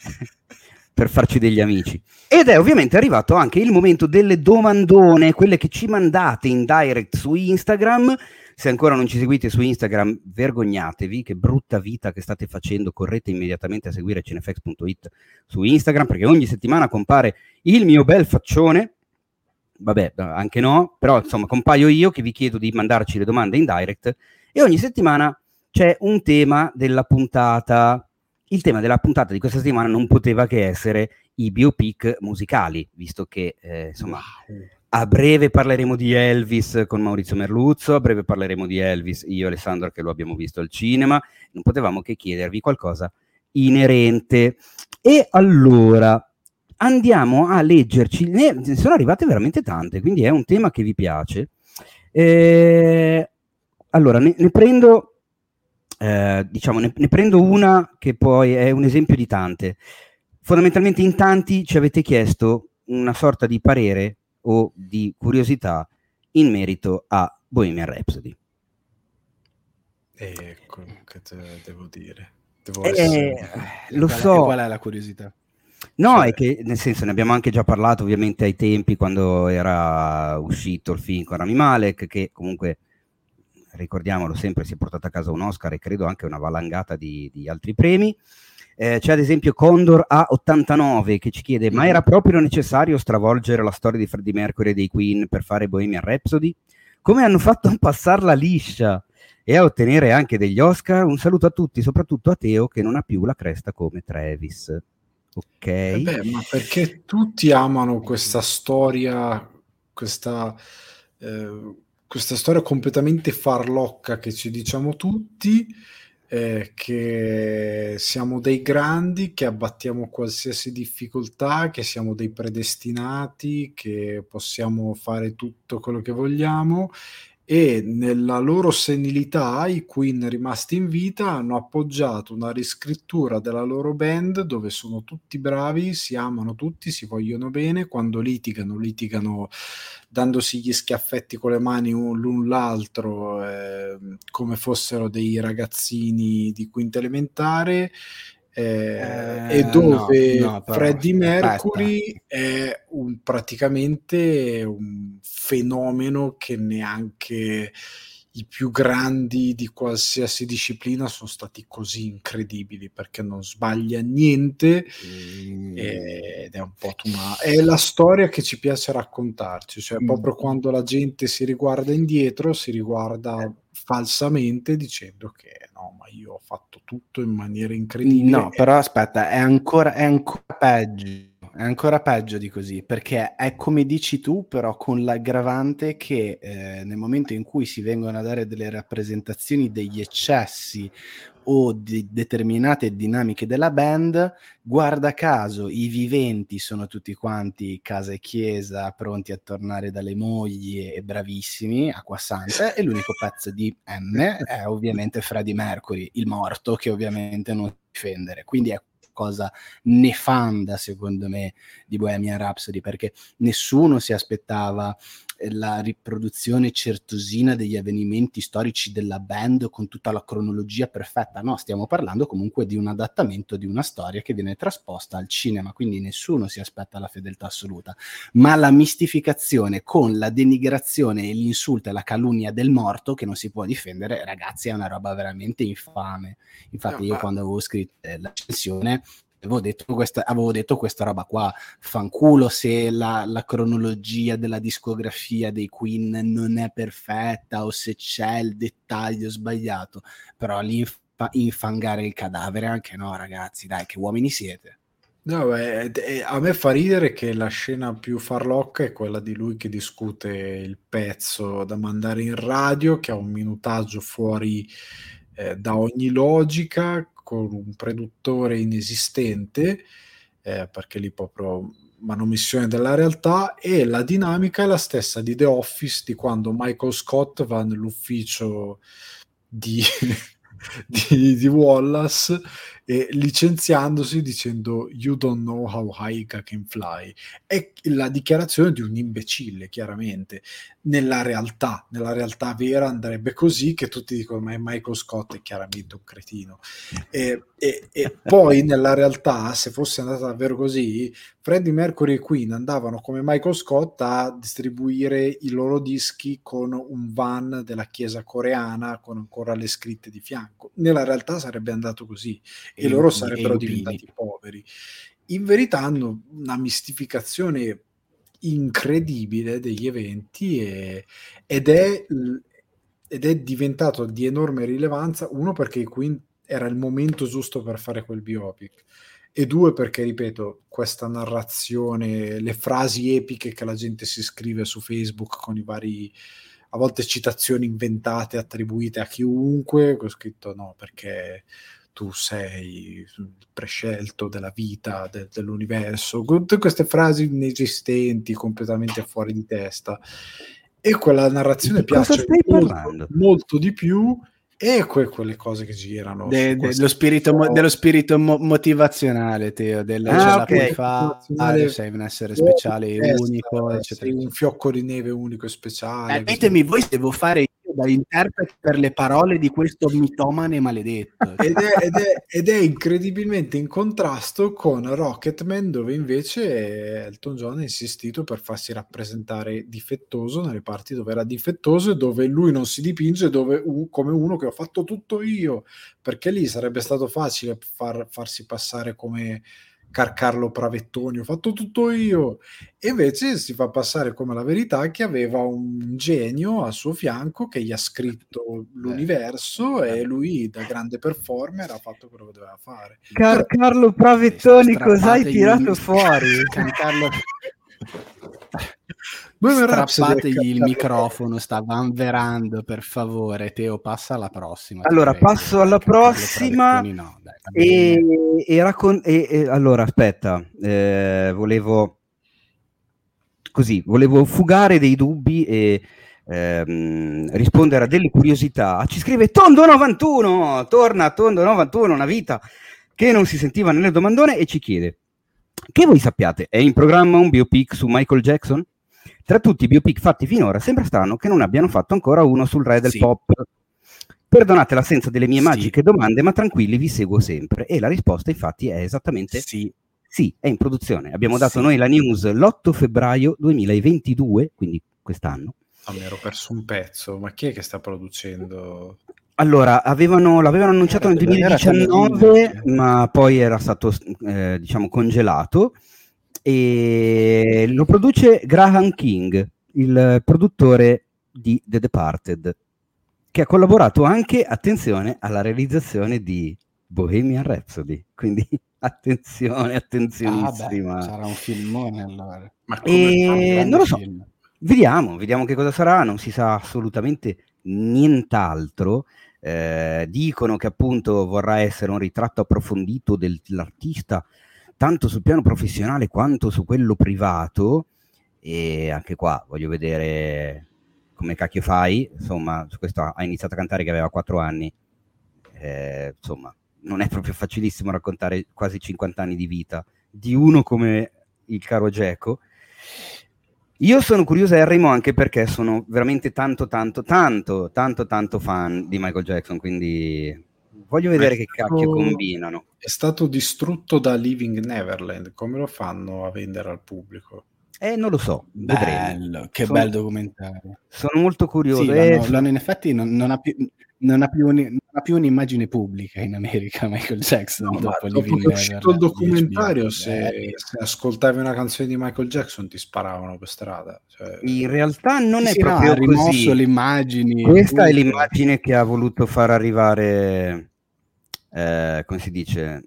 per farci degli amici. Ed è ovviamente arrivato anche il momento delle domandone, quelle che ci mandate in direct su Instagram. Se ancora non ci seguite su Instagram, vergognatevi, che brutta vita che state facendo, correte immediatamente a seguire cinefx.it su Instagram, perché ogni settimana compare il mio bel faccione, vabbè, anche no, però insomma compaio io che vi chiedo di mandarci le domande in direct e ogni settimana c'è un tema della puntata. Il tema della puntata di questa settimana non poteva che essere i biopic musicali, visto che insomma a breve parleremo di Elvis con Maurizio Merluzzo, a breve parleremo di Elvis io e Alessandro che lo abbiamo visto al cinema, non potevamo che chiedervi qualcosa inerente. E allora andiamo a leggerci, ne sono arrivate veramente tante, quindi è un tema che vi piace. Allora ne prendo diciamo ne prendo una che poi è un esempio di tante. Fondamentalmente in tanti ci avete chiesto una sorta di parere o di curiosità in merito a Bohemian Rhapsody. Ecco, che te devo dire. Lo so. Qual è la curiosità? No, Cioè, è che nel senso ne abbiamo anche già parlato ovviamente ai tempi quando era uscito il film con Rami Malek, che comunque ricordiamolo sempre si è portato a casa un Oscar e credo anche una valangata di altri premi. C'è ad esempio Condor A89 che ci chiede ma era proprio necessario stravolgere la storia di Freddie Mercury e dei Queen per fare Bohemian Rhapsody? Come hanno fatto a passarla liscia e a ottenere anche degli Oscar? Un saluto a tutti, soprattutto a Teo che non ha più la cresta come Travis. Ok. ma perché tutti amano questa storia, questa storia completamente farlocca che ci diciamo tutti, che siamo dei grandi, che abbattiamo qualsiasi difficoltà, che siamo dei predestinati, che possiamo fare tutto quello che vogliamo e nella loro senilità i Queen rimasti in vita hanno appoggiato una riscrittura della loro band dove sono tutti bravi, si amano tutti, si vogliono bene, quando litigano dandosi gli schiaffetti con le mani l'un l'altro, come fossero dei ragazzini di quinta elementare, e dove no, però, Freddie Mercury è praticamente un fenomeno che neanche i più grandi di qualsiasi disciplina sono stati così incredibili, perché non sbaglia niente ed è un po' è la storia che ci piace raccontarci, cioè proprio quando la gente si riguarda indietro, si riguarda falsamente dicendo che no, ma io ho fatto tutto in maniera incredibile. No, però aspetta, è ancora peggio. È ancora peggio di così, perché è come dici tu, però con l'aggravante che nel momento in cui si vengono a dare delle rappresentazioni degli eccessi o di determinate dinamiche della band, guarda caso i viventi sono tutti quanti casa e chiesa, pronti a tornare dalle mogli e bravissimi, acquassante, e l'unico pezzo di M è ovviamente Freddie Mercury, il morto, che ovviamente non si difendere. Quindi è cosa nefanda secondo me di Bohemian Rhapsody, perché nessuno si aspettava la riproduzione certosina degli avvenimenti storici della band con tutta la cronologia perfetta. No, stiamo parlando comunque di un adattamento di una storia che viene trasposta al cinema, quindi nessuno si aspetta la fedeltà assoluta, ma la mistificazione con la denigrazione e l'insulto e la calunnia del morto che non si può difendere, ragazzi, è una roba veramente infame. Infatti io quando avevo scritto l'ascensione avevo detto questa roba qua: fanculo se la cronologia della discografia dei Queen non è perfetta o se c'è il dettaglio sbagliato, però lì infangare il cadavere anche no, ragazzi, dai, che uomini siete. No, a me fa ridere che la scena più farlocca è quella di lui che discute il pezzo da mandare in radio, che ha un minutaggio fuori da ogni logica, con un produttore inesistente, perché lì proprio manomissione della realtà, e la dinamica è la stessa di The Office, di quando Michael Scott va nell'ufficio di Wallace e licenziandosi dicendo "You don't know how high I can fly", è la dichiarazione di un imbecille, chiaramente. Nella realtà vera andrebbe così, che tutti dicono ma Michael Scott è chiaramente un cretino, e poi nella realtà, se fosse andata davvero così, Freddie Mercury e Queen andavano come Michael Scott a distribuire i loro dischi con un van della chiesa coreana con ancora le scritte di fianco. Nella realtà sarebbe andato così e loro sarebbero diventati poveri. In verità hanno una mistificazione incredibile degli eventi ed è diventato di enorme rilevanza, uno perché i Queen era il momento giusto per fare quel biopic, e due perché, ripeto, questa narrazione, le frasi epiche che la gente si scrive su Facebook con i vari, a volte citazioni inventate, attribuite a chiunque, ho scritto no, perché tu sei il prescelto della vita, dell'universo, tutte queste frasi inesistenti, completamente fuori di testa, e quella narrazione piace molto di più. E quelle cose che girano dello spirito motivazionale, Teo, ce la puoi fare, sei un essere speciale e unico, eccetera. Sei un fiocco di neve unico e speciale. Ditemi voi se devo fare io da interprete per le parole di questo mitomane maledetto. Ed è incredibilmente in contrasto con Rocketman, dove invece Elton John ha insistito per farsi rappresentare difettoso nelle parti dove era difettoso e dove lui non si dipinge come uno che ho fatto tutto io, perché lì sarebbe stato facile farsi passare come Carlo Pravettoni, ho fatto tutto io, e invece si fa passare come la verità che aveva un genio al suo fianco che gli ha scritto l'universo e lui da grande performer ha fatto quello che doveva fare. Carlo Pravettoni, cosa hai tirato fuori? Strappategli il microfono, sta vanverando, per favore. Teo, passa alla prossima. Allora, passo alla prossima. No, dai, allora, aspetta, volevo fugare dei dubbi e rispondere a delle curiosità, ci scrive Tondo91, torna Tondo91, una vita che non si sentiva nelle domandone, e ci chiede: che voi sappiate, è in programma un biopic su Michael Jackson? Tra tutti i biopic fatti finora sembra strano che non abbiano fatto ancora uno sul re del pop. Perdonate l'assenza delle mie magiche domande, ma tranquilli, vi seguo sempre. E la risposta infatti è esattamente sì, è in produzione. Abbiamo dato noi la news l'8 febbraio 2022, quindi quest'anno. Mi ero perso un pezzo, ma chi è che sta producendo? Allora, l'avevano annunciato nel 2019, ma poi era stato diciamo congelato, e lo produce Graham King, il produttore di The Departed, che ha collaborato anche, attenzione, alla realizzazione di Bohemian Rhapsody, quindi attenzionissima. Sarà un filmone allora. Ma non lo so, vediamo che cosa sarà, non si sa assolutamente nient'altro. Dicono che appunto vorrà essere un ritratto approfondito dell'artista, tanto sul piano professionale quanto su quello privato, e anche qua voglio vedere come cacchio fai, insomma. Su questo ha iniziato a cantare che aveva 4 anni, insomma non è proprio facilissimo raccontare quasi 50 anni di vita di uno come il caro Geco. Io sono curioserrimo anche perché sono veramente tanto fan di Michael Jackson, quindi voglio vedere che cacchio combinano. È stato distrutto da Living Neverland, come lo fanno a vendere al pubblico? Non lo so, vedremo. Bel documentario. Sono molto curioso. In effetti non ha più un'immagine pubblica in America Michael Jackson. Dopo che è uscito il documentario, se ascoltavi una canzone di Michael Jackson ti sparavano per strada. In realtà non è proprio così. Ha rimosso le immagini. Questa è l'immagine che ha voluto far arrivare, come si dice,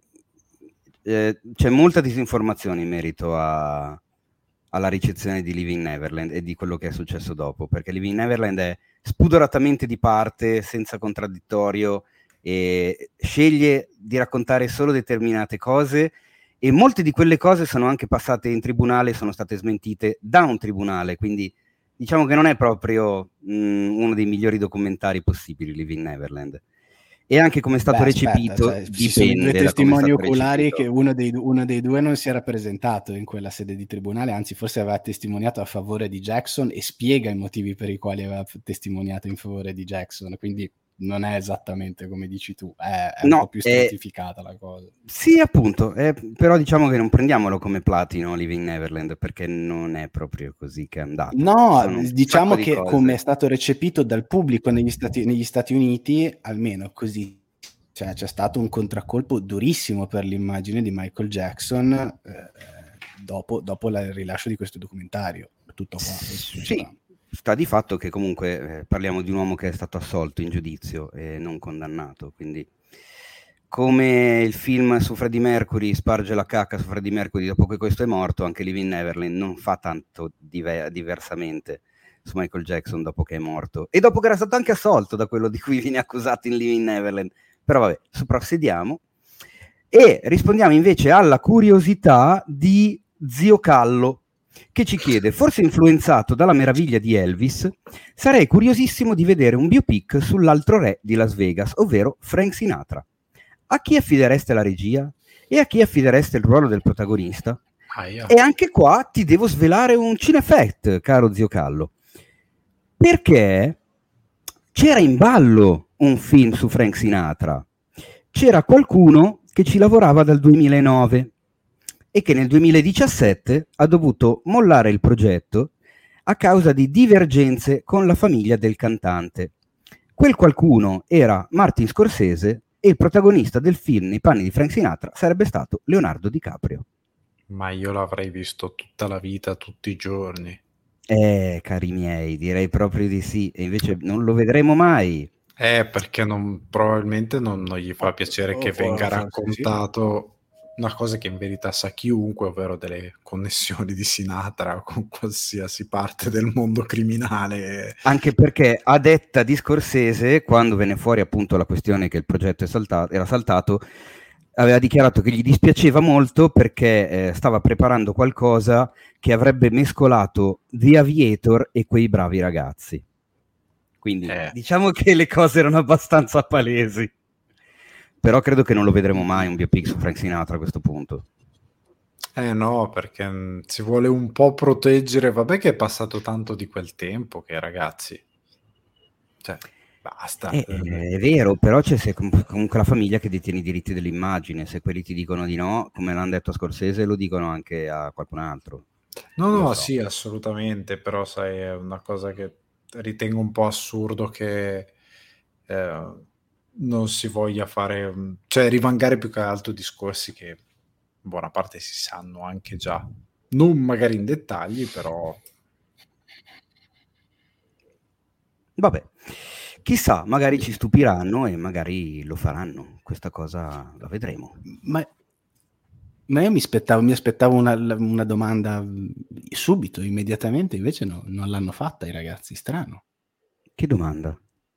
c'è molta disinformazione in merito alla ricezione di Living Neverland e di quello che è successo dopo, perché Living Neverland è spudoratamente di parte, senza contraddittorio, e sceglie di raccontare solo determinate cose, e molte di quelle cose sono anche passate in tribunale, sono state smentite da un tribunale, quindi diciamo che non è proprio uno dei migliori documentari possibili Living Neverland. E anche come è stato recepito, dipende. Ci sono 2 testimoni oculari che uno dei 2 non si era presentato in quella sede di tribunale, anzi forse aveva testimoniato a favore di Jackson, e spiega i motivi per i quali aveva testimoniato in favore di Jackson, quindi non è esattamente come dici tu, è un po' più stratificata la cosa. Sì, appunto, però diciamo che non prendiamolo come platino Living Neverland, perché non è proprio così che è andato. No, diciamo che come è stato recepito dal pubblico negli Stati Uniti, almeno così, cioè c'è stato un contraccolpo durissimo per l'immagine di Michael Jackson dopo il rilascio di questo documentario. Tutto qua. Sì. Sta di fatto che comunque parliamo di un uomo che è stato assolto in giudizio e non condannato, quindi come il film su Freddie Mercury sparge la cacca su Freddie Mercury dopo che questo è morto, anche Living Neverland non fa tanto diversamente su Michael Jackson dopo che è morto, e dopo che era stato anche assolto da quello di cui viene accusato in Living Neverland. Però vabbè, soprassediamo e rispondiamo invece alla curiosità di Zio Callo, che ci chiede: forse influenzato dalla meraviglia di Elvis, sarei curiosissimo di vedere un biopic sull'altro re di Las Vegas, ovvero Frank Sinatra. A chi affidereste la regia? E a chi affidereste il ruolo del protagonista? E anche qua ti devo svelare un cinefact, caro Zio Callo, perché c'era in ballo un film su Frank Sinatra. C'era qualcuno che ci lavorava dal 2009 e che nel 2017 ha dovuto mollare il progetto a causa di divergenze con la famiglia del cantante. Quel qualcuno era Martin Scorsese e il protagonista del film nei panni di Frank Sinatra sarebbe stato Leonardo DiCaprio. Ma io l'avrei visto tutta la vita, tutti i giorni. Cari miei, direi proprio di sì, e invece non lo vedremo mai. Perché probabilmente non gli fa piacere che venga raccontato una cosa che in verità sa chiunque, ovvero delle connessioni di Sinatra con qualsiasi parte del mondo criminale. Anche perché, a detta di Scorsese, quando venne fuori appunto la questione che il progetto era saltato, aveva dichiarato che gli dispiaceva molto perché stava preparando qualcosa che avrebbe mescolato The Aviator e Quei bravi ragazzi. Quindi diciamo che le cose erano abbastanza palesi. Però credo che non lo vedremo mai un biopic su Frank Sinatra a questo punto. No, perché si vuole un po' proteggere, vabbè che è passato tanto di quel tempo che ragazzi, cioè basta. È vero, però c'è comunque la famiglia che detiene i diritti dell'immagine, se quelli ti dicono di no, come l'hanno detto a Scorsese, lo dicono anche a qualcun altro. No, sì, assolutamente, però sai, è una cosa che ritengo un po' assurdo che non si voglia fare, cioè rivangare più che altro discorsi che in buona parte si sanno anche già, non magari in dettagli, però vabbè, chissà, magari ci stupiranno e magari lo faranno, questa cosa la vedremo. Ma io mi aspettavo una domanda subito, immediatamente, invece non l'hanno fatta i ragazzi, strano. Che domanda?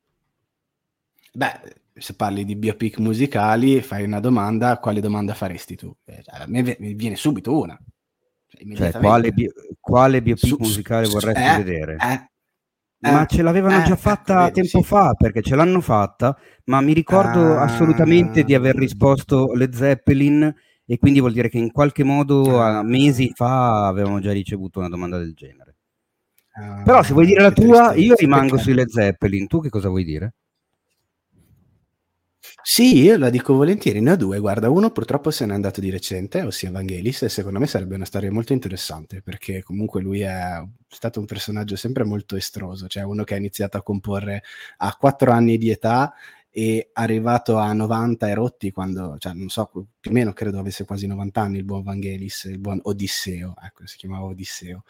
Beh, se parli di biopic musicali, fai una domanda, quale domanda faresti tu? A me viene subito una. Cioè, quale biopic musicale vorresti vedere? Ma ce l'avevano già fatta tempo fa, perché ce l'hanno fatta, ma mi ricordo assolutamente di aver risposto Led Zeppelin, e quindi vuol dire che in qualche modo mesi fa avevamo già ricevuto una domanda del genere. Però se vuoi dire la tua, io rimango sui Led Zeppelin. Tu che cosa vuoi dire? Sì, io la dico volentieri, ne ho due. Guarda, uno purtroppo se n'è andato di recente, ossia Vangelis, e secondo me sarebbe una storia molto interessante, perché comunque lui è stato un personaggio sempre molto estroso, cioè uno che ha iniziato a comporre a 4 anni di età e arrivato a 90 e rotti quando, cioè non so, più o meno credo avesse quasi 90 anni il buon Vangelis, il buon Odisseo, ecco, si chiamava Odisseo.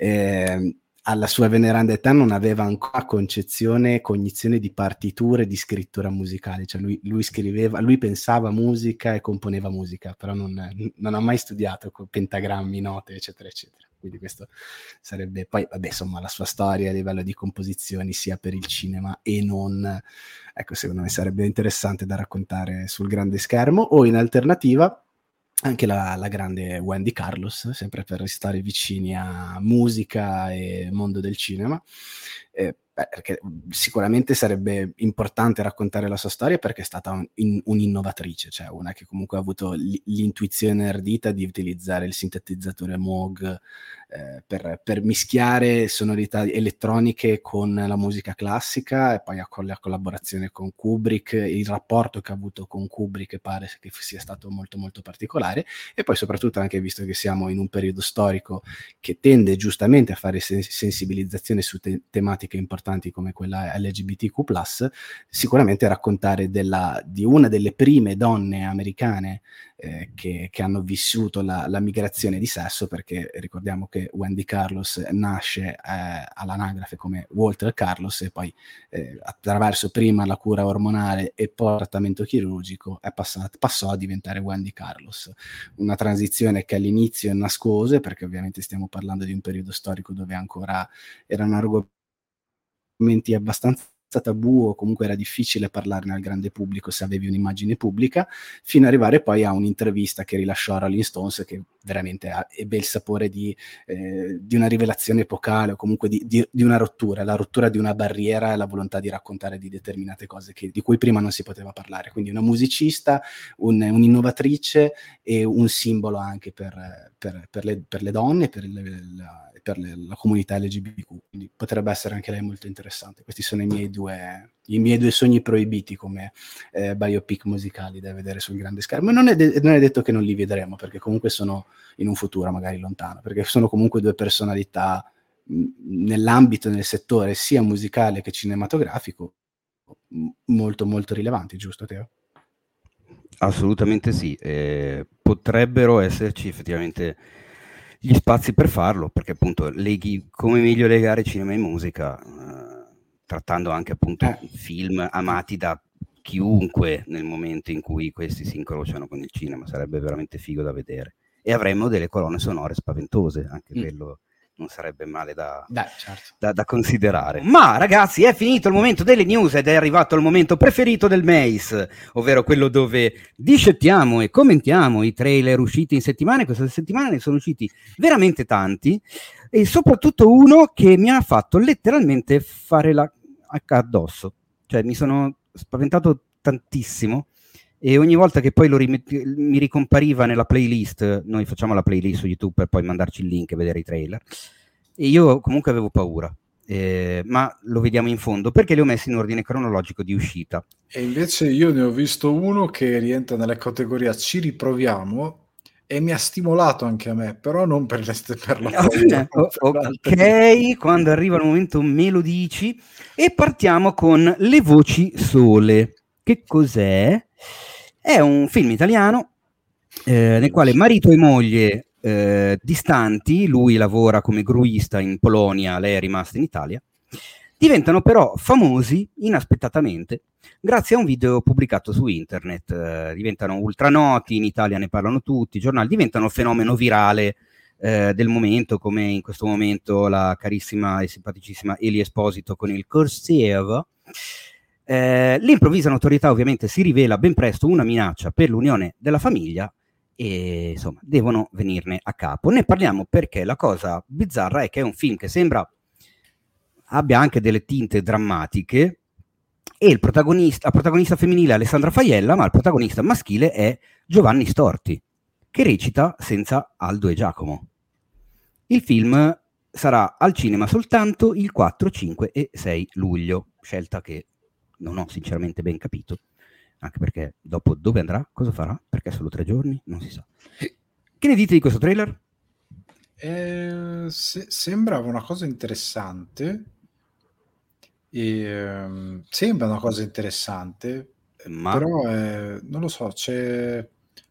Alla sua veneranda età non aveva ancora cognizione di partiture, di scrittura musicale, cioè lui scriveva, lui pensava musica e componeva musica, però non ha mai studiato con pentagrammi, note, eccetera, eccetera. Quindi questo sarebbe, poi vabbè, insomma, la sua storia a livello di composizioni sia per il cinema e non, ecco, secondo me sarebbe interessante da raccontare sul grande schermo, o in alternativa anche la grande Wendy Carlos, sempre per restare vicini a musica e mondo del cinema, perché sicuramente sarebbe importante raccontare la sua storia, perché è stata un'innovatrice, cioè una che comunque ha avuto l'intuizione ardita di utilizzare il sintetizzatore Moog per mischiare sonorità elettroniche con la musica classica, e poi con la collaborazione con Kubrick, il rapporto che ha avuto con Kubrick pare che sia stato molto molto particolare, e poi soprattutto anche visto che siamo in un periodo storico che tende giustamente a fare sensibilizzazione su tematiche importanti come quella LGBTQ+, sicuramente raccontare di una delle prime donne americane che hanno vissuto la migrazione di sesso, perché ricordiamo che Wendy Carlos nasce all'anagrafe come Walter Carlos, e poi attraverso prima la cura ormonale e poi il trattamento chirurgico passò a diventare Wendy Carlos. Una transizione che all'inizio è nascose, perché ovviamente stiamo parlando di un periodo storico dove ancora erano argomenti abbastanza tabù, o comunque era difficile parlarne al grande pubblico se avevi un'immagine pubblica, fino ad arrivare poi a un'intervista che rilasciò a Rolling Stones, che veramente ebbe il sapore di una rivelazione epocale, o comunque di una rottura, la rottura di una barriera e la volontà di raccontare di determinate cose di cui prima non si poteva parlare. Quindi una musicista, un'innovatrice e un simbolo anche per le donne, per la comunità LGBTQ, quindi potrebbe essere anche lei molto interessante. Questi sono i miei due sogni proibiti come biopic musicali da vedere sul grande schermo. Non è detto che non li vedremo, perché comunque sono in un futuro magari lontano, perché sono comunque due personalità nell'ambito, nel settore sia musicale che cinematografico molto molto rilevanti, giusto Teo? Assolutamente sì, potrebbero esserci effettivamente gli spazi per farlo, perché appunto come meglio legare cinema e musica, trattando anche appunto film amati da chiunque nel momento in cui questi si incrociano con il cinema. Sarebbe veramente figo da vedere, e avremmo delle colonne sonore spaventose, anche quello non sarebbe male da considerare. Ma ragazzi, è finito il momento delle news ed è arrivato il momento preferito del Mace, ovvero quello dove discettiamo e commentiamo i trailer usciti in settimana. Questa settimana ne sono usciti veramente tanti, e soprattutto uno che mi ha fatto letteralmente fare addosso. Cioè mi sono spaventato tantissimo e ogni volta che poi mi ricompariva nella playlist, noi facciamo la playlist su YouTube per poi mandarci il link e vedere i trailer, e io comunque avevo paura. Ma lo vediamo in fondo perché li ho messi in ordine cronologico di uscita. E invece io ne ho visto uno che rientra nella categoria ci riproviamo e mi ha stimolato anche a me, però non per la paura. Ok, quando arriva il momento me lo dici, e partiamo con Le voci sole. Che cos'è? È un film italiano nel quale marito e moglie distanti, lui lavora come gruista in Polonia, lei è rimasta in Italia, diventano però famosi inaspettatamente grazie a un video pubblicato su internet. Diventano ultranoti, in Italia ne parlano tutti, i giornali, diventano fenomeno virale del momento, come in questo momento la carissima e simpaticissima Eli Esposito con il Corsivo. L'improvvisa notorietà ovviamente si rivela ben presto una minaccia per l'unione della famiglia e insomma devono venirne a capo. Ne parliamo perché la cosa bizzarra è che è un film che sembra abbia anche delle tinte drammatiche e la protagonista femminile è Alessandra Faiella, ma il protagonista maschile è Giovanni Storti, che recita senza Aldo e Giacomo. Il film sarà al cinema soltanto il 4, 5 e 6 luglio, scelta che non ho sinceramente ben capito, anche perché dopo dove andrà, cosa farà, perché solo 3 giorni, non si sa. Che ne dite di questo trailer? Sembrava una cosa interessante. Sembra una cosa interessante, però non lo so, c'era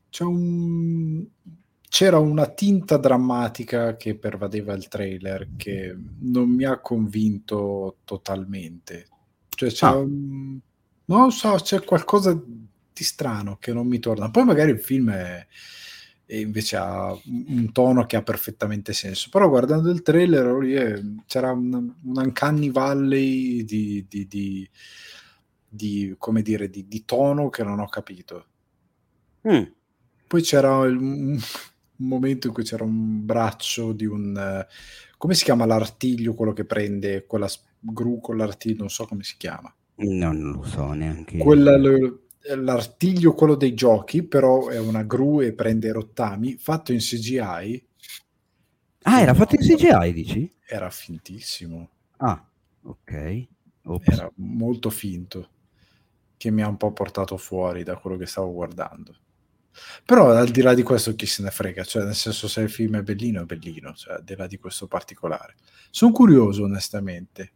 una tinta drammatica che pervadeva il trailer che non mi ha convinto totalmente. Cioè non lo so, c'è qualcosa di strano che non mi torna. Poi magari il film invece ha un tono che ha perfettamente senso, però guardando il trailer c'era un uncanny valley di come dire di tono che non ho capito. Poi c'era un momento in cui c'era un braccio di un come si chiama l'artiglio, quello che prende quella gru con l'artiglio, non so come si chiama. No, non lo so neanche. L'artiglio, quello dei giochi, però è una gru e prende rottami, fatto in CGI. Era fatto in CGI, dici? Era fintissimo. Ah, ok. Ops. Era molto finto, che mi ha un po' portato fuori da quello che stavo guardando. Però al di là di questo chi se ne frega, cioè nel senso, se il film è bellino, cioè al di là di questo particolare. Sono curioso onestamente.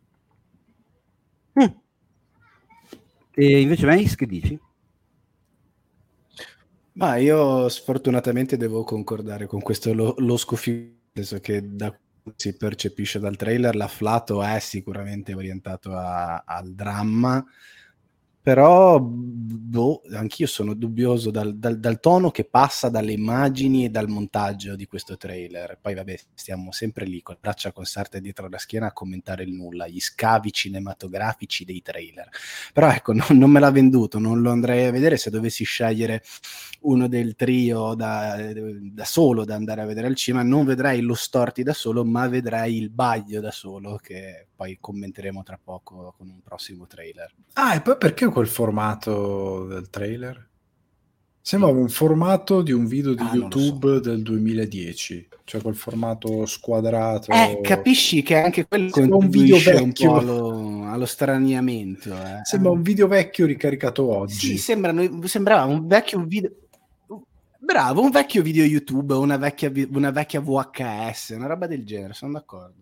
E invece Mace, che dici? Ma io sfortunatamente devo concordare con questo losco film, nel senso che da si percepisce dal trailer l'afflato è sicuramente orientato al dramma, però anch'io sono dubbioso dal tono che passa dalle immagini e dal montaggio di questo trailer. Poi vabbè, stiamo sempre lì con le braccia conserte dietro la schiena a commentare il nulla, gli scavi cinematografici dei trailer. Però ecco, non me l'ha venduto, non lo andrei a vedere. Se dovessi scegliere uno del trio da solo da andare a vedere al cinema, non vedrei lo Storti da solo, ma vedrei il Baglio da solo, che poi commenteremo tra poco con un prossimo trailer. E poi perché quel formato del trailer? Sembrava un formato di un video di YouTube del 2010, cioè quel formato squadrato. Capisci che anche quello contribuisce un po' allo straniamento. Sembra un video vecchio ricaricato oggi. Sì, sembrava un vecchio video. Bravo, un vecchio video YouTube, una vecchia VHS, una roba del genere, sono d'accordo.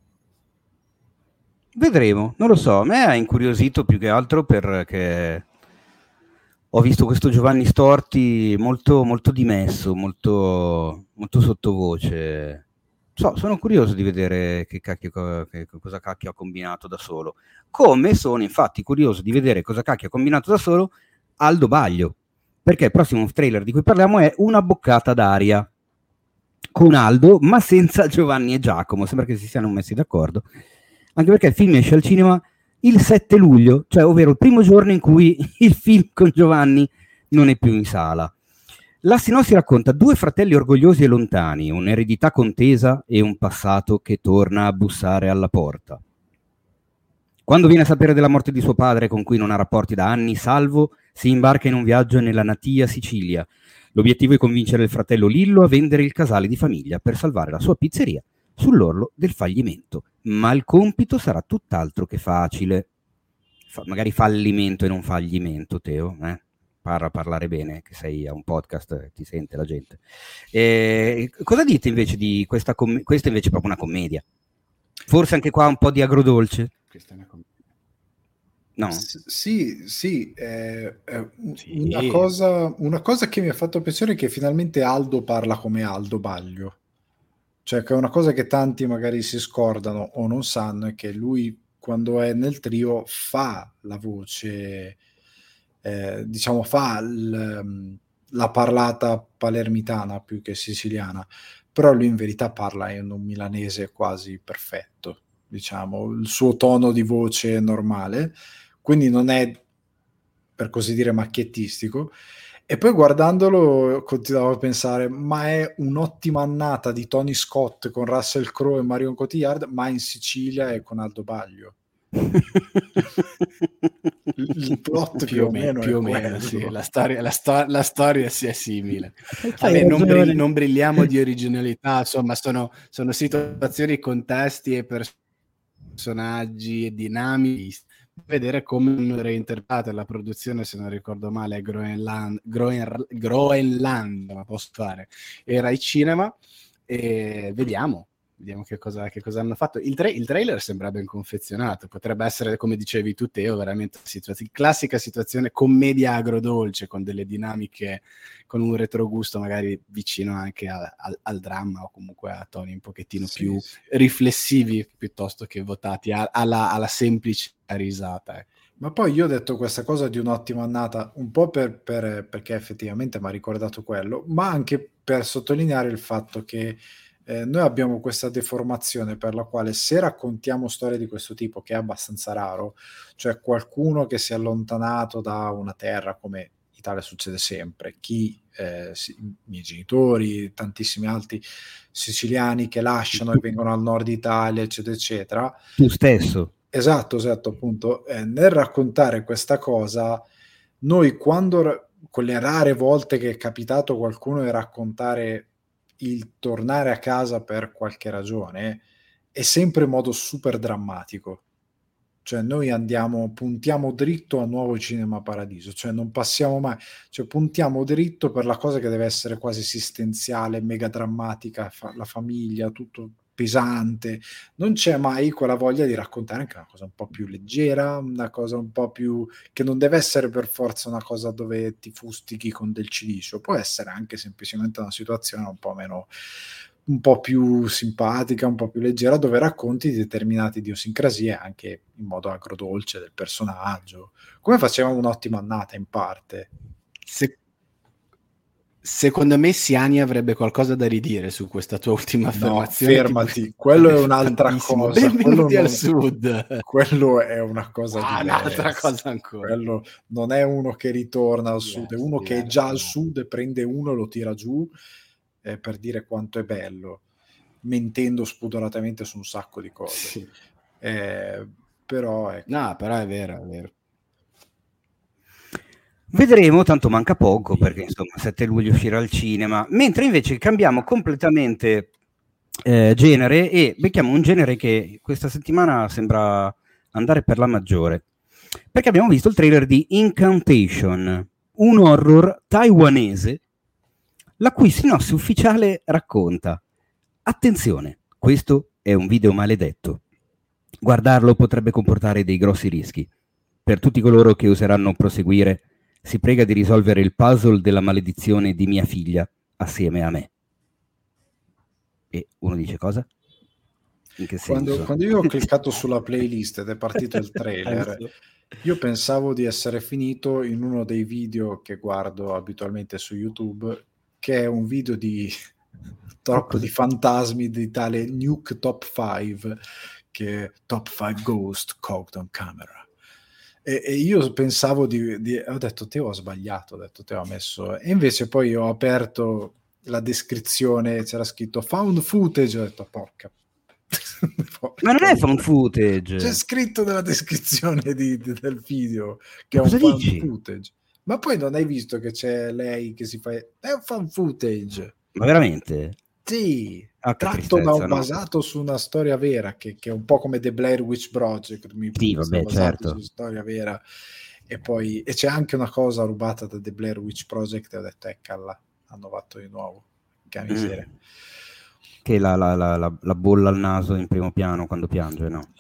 Vedremo, non lo so, a me ha incuriosito più che altro perché ho visto questo Giovanni Storti molto, molto dimesso, molto, molto sottovoce. Sono curioso di vedere cosa cacchio ha combinato da solo. Come sono infatti curioso di vedere cosa cacchio ha combinato da solo Aldo Baglio, perché il prossimo trailer di cui parliamo è Una boccata d'aria, con Aldo ma senza Giovanni e Giacomo. Sembra che si siano messi d'accordo, anche perché il film esce al cinema il 7 luglio, cioè ovvero il primo giorno in cui il film con Giovanni non è più in sala. La sinossi racconta 2 fratelli orgogliosi e lontani, un'eredità contesa e un passato che torna a bussare alla porta. Quando viene a sapere della morte di suo padre, con cui non ha rapporti da anni, Salvo si imbarca in un viaggio nella natia Sicilia. L'obiettivo è convincere il fratello Lillo a vendere il casale di famiglia per salvare la sua pizzeria sull'orlo del fallimento. Ma il compito sarà tutt'altro che facile. Magari fallimento e non fallimento, Teo, parlare bene, che sei a un podcast, ti sente la gente. Cosa dite invece di questa questa invece è proprio una commedia? Forse anche qua un po' di agrodolce? Questa è una commedia. No? Sì. Una cosa che mi ha fatto piacere è che finalmente Aldo parla come Aldo Baglio. Cioè che è una cosa che tanti magari si scordano o non sanno, è che lui quando è nel trio fa la voce, diciamo fa la parlata palermitana più che siciliana, però lui in verità parla in un milanese quasi perfetto, diciamo, il suo tono di voce è normale, quindi non è, per così dire, macchiettistico. E poi guardandolo continuavo a pensare, ma è un'ottima annata di Tony Scott con Russell Crowe e Marion Cotillard, ma in Sicilia e con Aldo Baglio. Il plot più o meno sì. La storia sia simile. Vabbè, non brilliamo di originalità, insomma sono situazioni, contesti e personaggi e dinamici. Vedere come reinterpreta la produzione, se non ricordo male, Groenland, ma posso fare, era il cinema, e vediamo che cosa hanno fatto. Il trailer sembra ben confezionato, potrebbe essere, come dicevi tu Teo, veramente classica situazione commedia agrodolce, con delle dinamiche, con un retrogusto magari vicino anche al dramma, o comunque a toni un pochettino più riflessivi piuttosto che votati alla semplice risata. Ma poi io ho detto questa cosa di un'ottima annata un po' perché effettivamente mi ha ricordato quello, ma anche per sottolineare il fatto che noi abbiamo questa deformazione per la quale, se raccontiamo storie di questo tipo, che è abbastanza raro, cioè qualcuno che si è allontanato da una terra, come in Italia succede sempre, i miei genitori, tantissimi altri siciliani che lasciano e vengono al nord Italia, eccetera, eccetera. Tu stesso. Esatto, appunto. Nel raccontare questa cosa, noi quando, con le rare volte che è capitato qualcuno di raccontare il tornare a casa per qualche ragione, è sempre in modo super drammatico. Cioè noi puntiamo dritto a Nuovo Cinema Paradiso, cioè non passiamo mai, cioè puntiamo dritto per la cosa che deve essere quasi esistenziale, mega drammatica, la famiglia, tutto pesante. Non c'è mai quella voglia di raccontare anche una cosa un po' più leggera, una cosa un po' più, che non deve essere per forza una cosa dove ti fustichi con del cilicio, può essere anche semplicemente una situazione un po' meno, un po' più simpatica, un po' più leggera, dove racconti determinate idiosincrasie anche in modo agrodolce del personaggio, come faceva un'ottima annata in parte. Secondo me Siani avrebbe qualcosa da ridire su questa tua ultima affermazione. No, fermati, quello è un'altra cosa. Benvenuti al sud. Quello è una cosa diversa. Un'altra cosa ancora. Quello non è uno che ritorna al sud, è uno che è già al sud e prende uno e lo tira giù, per dire quanto è bello, mentendo spudoratamente su un sacco di cose. Sì. Però ecco. No, però è vero. Vedremo, tanto manca poco, perché insomma 7 luglio uscirà al cinema, mentre invece cambiamo completamente genere e becchiamo un genere che questa settimana sembra andare per la maggiore, perché abbiamo visto il trailer di Incantation, un horror taiwanese la cui sinossi ufficiale racconta: attenzione, questo è un video maledetto, guardarlo potrebbe comportare dei grossi rischi. Per tutti coloro che oseranno proseguire, si prega di risolvere il puzzle della maledizione di mia figlia assieme a me. E uno dice: cosa? In che senso? Quando io ho cliccato sulla playlist ed è partito il trailer, io pensavo di essere finito in uno dei video che guardo abitualmente su YouTube, che è un video di fantasmi di tale Nuke Top 5, che è Top 5 Ghost Caught on Camera. E io pensavo ho detto Teo ho sbagliato, ho detto Teo ha messo, e invece poi ho aperto la descrizione, c'era scritto found footage, ho detto porca Ma non è found footage. C'è scritto nella descrizione del video che è Cosa un found dici? footage. Ma poi non hai visto che c'è lei che si fa... È un found footage. Ma veramente? Sì, Ah, che tratto tristezza, no? basato su una storia vera, che è un po' come The Blair Witch Project, Sì, vabbè, basato certo. su storia vera. E c'è anche una cosa rubata da The Blair Witch Project, e ho detto, eccala, hanno fatto di nuovo. Che miseria. Che la bolla al naso in primo piano quando piange, no?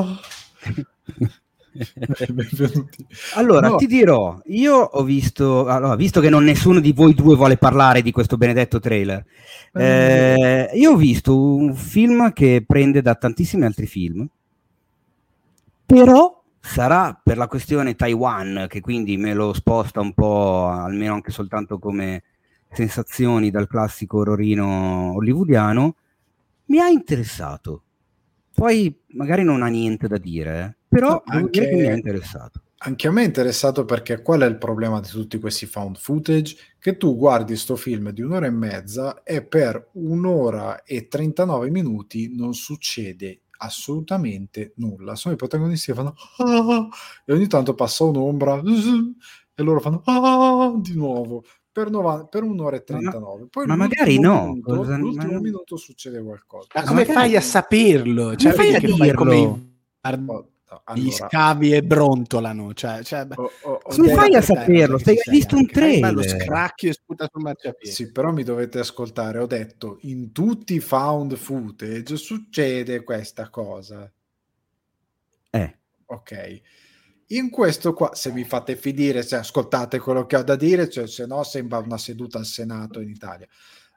Benvenuti. Allora, No. ti dirò, io ho visto, allora, visto che non nessuno di voi due vuole parlare di questo benedetto trailer, io ho visto un film che prende da tantissimi altri film, però sarà per la questione Taiwan, che quindi me lo sposta un po', almeno anche soltanto come sensazioni dal classico orrorino hollywoodiano, mi ha interessato. Poi magari non ha niente da dire, però No, devo dire che mi ha interessato. Anche a me è interessato, perché qual è il problema di tutti questi found footage? Che tu guardi sto film di 1 ora e mezza e per 1 ora e 39 minuti non succede assolutamente nulla. Sono i protagonisti che fanno e ogni tanto passa un'ombra e loro fanno di nuovo per 1 ora e 39. Poi Ma magari no. l'ultimo minuto succede qualcosa. Ma come fai a saperlo? Come fai a dirlo? Gli scavi e brontolano, come fai a saperlo? Hai visto un trailer? Lo scracchio e sputa sul marciapiede. Sì, però mi dovete ascoltare. Ho detto, in tutti i found footage succede questa cosa. Ok. In questo qua, se mi fate finire, se ascoltate quello che ho da dire, se no sembra una seduta al Senato in Italia.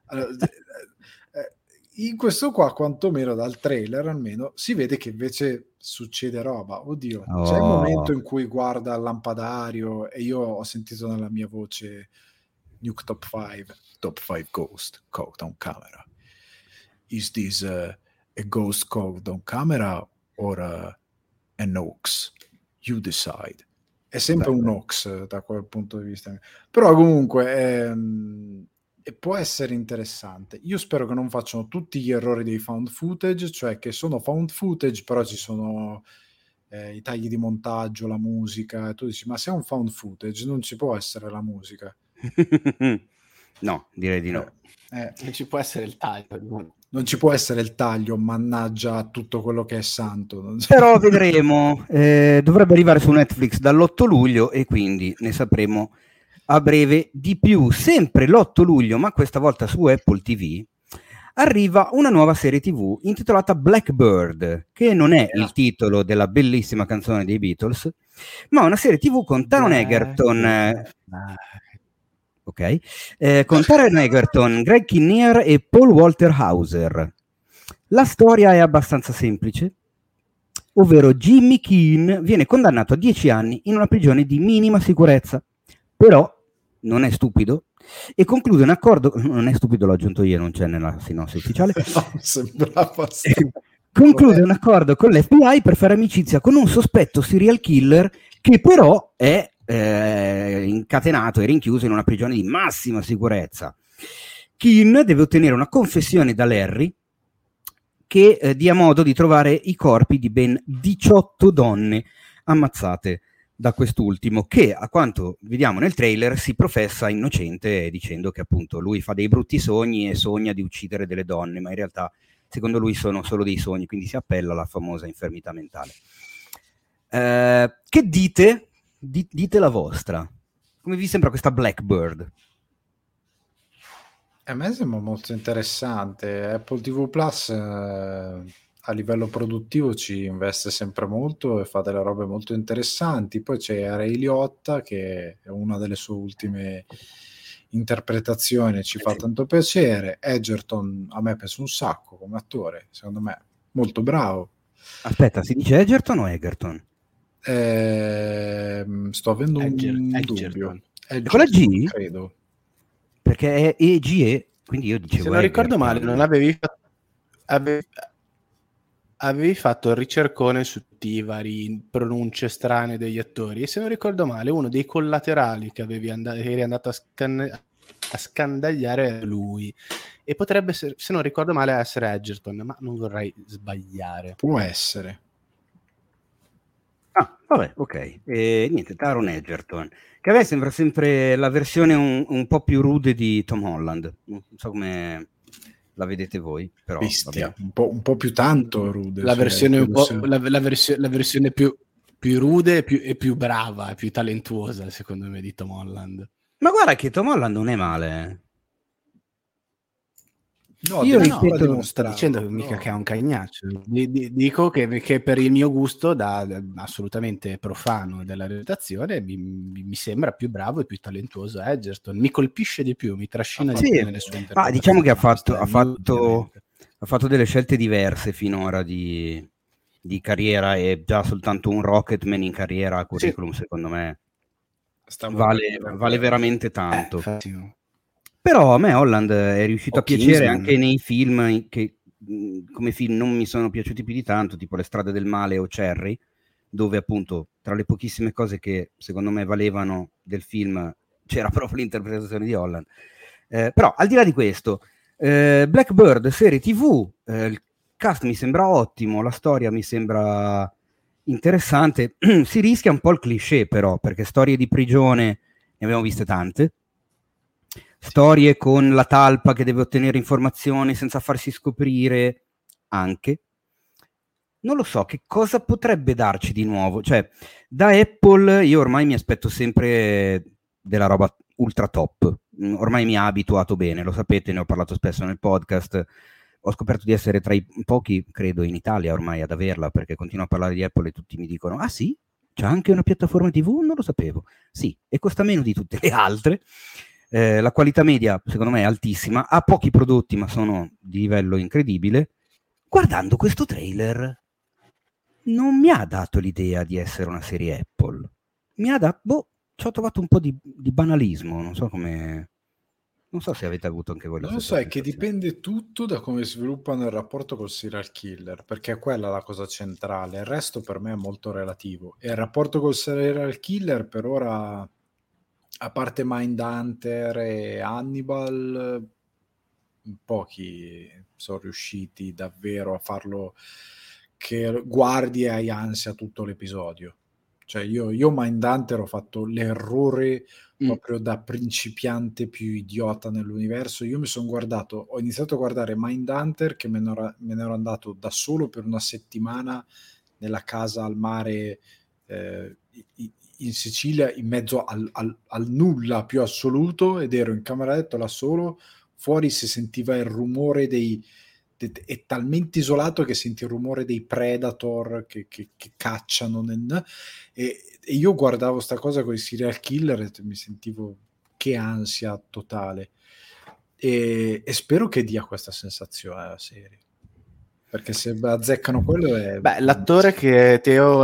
In questo qua, quantomeno dal trailer, almeno si vede che invece succede roba. Oddio, c'è il momento in cui guarda il lampadario e io ho sentito nella mia voce Nuke Top 5 Ghost caught on camera. Is this a ghost caught on camera or an hoax? You decide. È sempre un hoax da quel punto di vista. Però comunque può essere interessante. Io spero che non facciano tutti gli errori dei found footage, cioè che sono found footage, però ci sono i tagli di montaggio, la musica, e tu dici, ma se è un found footage non ci può essere la musica. No, direi di no. Non ci può essere il taglio. Non ci può essere il taglio, mannaggia tutto quello che è santo. Però vedremo. Dovrebbe arrivare su Netflix dall'8 luglio e quindi ne sapremo a breve di più. Sempre l'8 luglio, ma questa volta su Apple TV, arriva una nuova serie TV intitolata Blackbird, che non è il titolo della bellissima canzone dei Beatles, ma una serie TV con Taron Egerton, con Taron Egerton, Greg Kinnear e Paul Walter Hauser. La storia è abbastanza semplice, ovvero Jimmy Keane viene condannato a 10 anni in una prigione di minima sicurezza, però non è stupido e conclude un accordo, non è stupido, l'ho aggiunto io, non c'è nella sinossi ufficiale, conclude un accordo con l'FBI per fare amicizia con un sospetto serial killer che però è incatenato e rinchiuso in una prigione di massima sicurezza. Keane deve ottenere una confessione da Larry che dia modo di trovare i corpi di ben 18 donne ammazzate da quest'ultimo, che a quanto vediamo nel trailer si professa innocente dicendo che appunto lui fa dei brutti sogni e sogna di uccidere delle donne, ma in realtà secondo lui sono solo dei sogni, quindi si appella alla famosa infermità mentale. Che dite? Dite la vostra. Come vi sembra questa Blackbird? A me sembra molto interessante. Apple TV Plus a livello produttivo ci investe sempre molto e fa delle robe molto interessanti. Poi c'è Ray Liotta, che è una delle sue ultime interpretazioni, ci fa tanto piacere. Egerton a me piace un sacco come attore, secondo me molto bravo. Aspetta, si dice Egerton o Egerton? Sto avendo un dubbio. Con la G? Credo. Perché è EGE, quindi io dicevo... Se non ricordo male, non avevi fatto il ricercone su tutti i vari pronunce strane degli attori, e se non ricordo male uno dei collaterali che eri andato a scandagliare lui, e potrebbe, se non ricordo male, essere Edgerton, ma non vorrei sbagliare. Può essere. Ah, vabbè, ok. E niente, Taron Egerton, che a me sembra sempre la versione un po' più rude di Tom Holland. Non so come la vedete voi, però Bestia, vabbè. un po' più tanto rude. La cioè, versione un credo po', sia- la versione più rude e più brava, più talentuosa, secondo me, di Tom Holland. Ma guarda che Tom Holland non è male. No, Io deve No, ancora ripeto, sto dimostrarlo, dicendo però- mica che è un cagnaccio. Dico che per il mio gusto, da assolutamente profano della recitazione, mi sembra più bravo e più talentuoso Edgerton. Mi colpisce di più, mi trascina di sì, più nelle sue ma interpretazioni. diciamo che Ma questo è il mio, ovviamente. ha fatto delle scelte diverse finora di carriera, e già soltanto un Rocketman in carriera a curriculum, secondo me, vale veramente tanto. Infatti, Però a me Holland è riuscito O a piacere Kingsman. anche nei film che come film non mi sono piaciuti più di tanto, tipo Le strade del male o Cherry, dove appunto tra le pochissime cose che secondo me valevano del film c'era proprio l'interpretazione di Holland. Però al di là di questo, Blackbird, serie TV, il cast mi sembra ottimo, la storia mi sembra interessante, si rischia un po' il cliché però, perché storie di prigione ne abbiamo viste tante, storie con la talpa che deve ottenere informazioni senza farsi scoprire anche. Non lo so, che cosa potrebbe darci di nuovo? Cioè, da Apple io ormai mi aspetto sempre della roba ultra top. Ormai mi ha abituato bene, lo sapete, ne ho parlato spesso nel podcast. Ho scoperto di essere tra i pochi, credo, in Italia ormai ad averla, perché continuo a parlare di Apple e tutti mi dicono: ah sì? C'è anche una piattaforma TV? Non lo sapevo. Sì, e costa meno di tutte le altre. La qualità media, secondo me, è altissima. Ha pochi prodotti, ma sono di livello incredibile. Guardando questo trailer, non mi ha dato l'idea di essere una serie Apple. Mi ha dato, ci ho trovato un po' di banalismo. Non so come. Non so se avete avuto anche voi la Non lo stessa so, è che sensazione. dipende tutto da come sviluppano il rapporto col serial killer, perché è quella la cosa centrale. Il resto per me è molto relativo. E il rapporto col serial killer per ora, a parte Mindhunter e Hannibal, pochi sono riusciti davvero a farlo che guardi e hai ansia tutto l'episodio. Cioè io Mindhunter ho fatto l'errore proprio da principiante più idiota nell'universo. Io mi sono guardato, ho iniziato a guardare Mindhunter che me ne ero andato da solo per una settimana nella casa al mare in Sicilia, in mezzo al nulla più assoluto, ed ero in camera letto da solo. Fuori si sentiva il rumore è talmente isolato che senti il rumore dei predator che cacciano e io guardavo sta cosa con i serial killer e mi sentivo che ansia totale, e spero che dia questa sensazione alla serie, perché se azzeccano quello è... Beh, l'attore che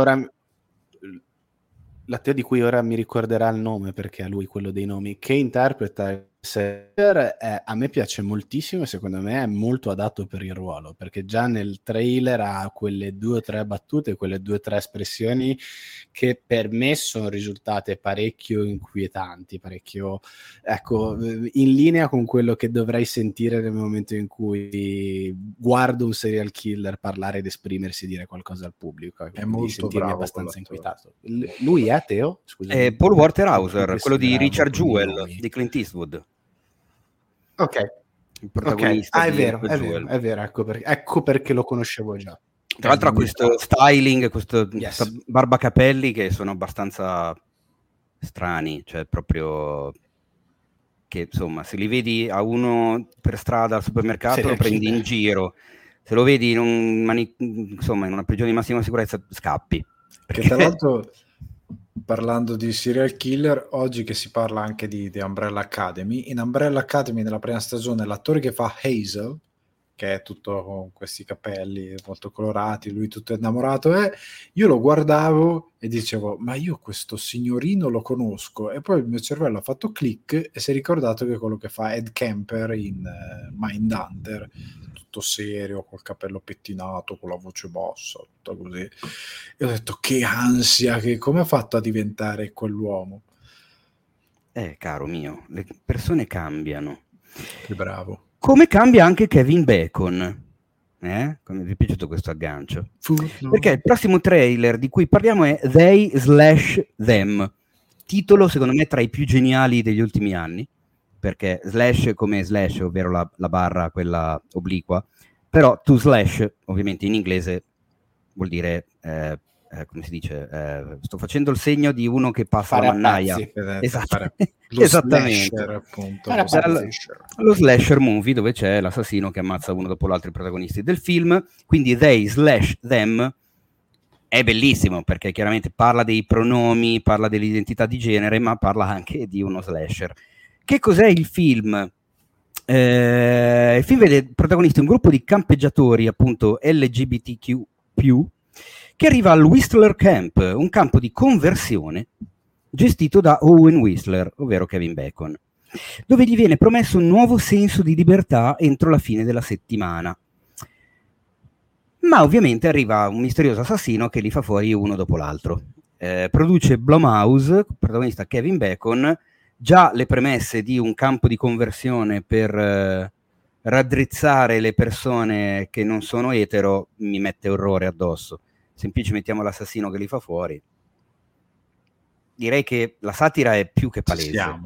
l'attore di cui ora mi ricorderà il nome, perché è lui quello dei nomi, che interpreta a me piace moltissimo e secondo me è molto adatto per il ruolo, perché già nel trailer ha quelle 2 o 3 battute, quelle 2 o 3 espressioni che per me sono risultate parecchio inquietanti, parecchio, ecco, in linea con quello che dovrei sentire nel momento in cui guardo un serial killer parlare ed esprimersi, dire qualcosa al pubblico, È molto sentirmi bravo abbastanza quell'attore. inquietato. Lui è Teo? Scusami. Paul Walter Hauser, quello di Bravo Richard con i Jewell, nomi. di Clint Eastwood, Ok, il protagonista è di vero, Richard Jewell. è vero, ecco perché lo conoscevo già. Tra l'altro ha questo styling, questa Yes. barbacapelli che sono abbastanza strani, cioè proprio che insomma se li vedi a uno per strada al supermercato Serial lo prendi killer. in giro, se lo vedi insomma in una prigione di massima sicurezza scappi. Che tra l'altro, parlando di serial killer, oggi che si parla anche di Umbrella Academy, in Umbrella Academy nella prima stagione l'attore che fa Hazel, che è tutto con questi capelli molto colorati, lui tutto innamorato, io lo guardavo e dicevo, ma io questo signorino lo conosco, e poi il mio cervello ha fatto click e si è ricordato che è quello che fa Ed Kemper in Mindhunter, tutto serio, col capello pettinato, con la voce bassa, tutto così, e ho detto che ansia, che come ha fatto a diventare quell'uomo? Caro mio, le persone cambiano. Che bravo. Come cambia anche Kevin Bacon. Come vi è piaciuto questo aggancio? Perché il prossimo trailer di cui parliamo è They/Them, titolo secondo me tra i più geniali degli ultimi anni, perché slash come slash, ovvero la barra, quella obliqua, però to slash ovviamente in inglese vuol dire come si dice, sto facendo il segno di uno che passa la mannaia. Esatto. Esattamente. Slasher, appunto, lo slasher movie dove c'è l'assassino che ammazza uno dopo l'altro i protagonisti del film, quindi They/Them è bellissimo perché chiaramente parla dei pronomi, parla dell'identità di genere, ma parla anche di uno slasher. Che cos'è il film? Il film vede protagonisti un gruppo di campeggiatori appunto LGBTQ+, che arriva al Whistler Camp, un campo di conversione gestito da Owen Whistler, ovvero Kevin Bacon, dove gli viene promesso un nuovo senso di libertà entro la fine della settimana. Ma ovviamente arriva un misterioso assassino che li fa fuori uno dopo l'altro. Produce Blumhouse, protagonista Kevin Bacon, già le premesse di un campo di conversione per raddrizzare le persone che non sono etero mi mette orrore addosso. Se in più ci mettiamo l'assassino che li fa fuori, direi che la satira è più che palese.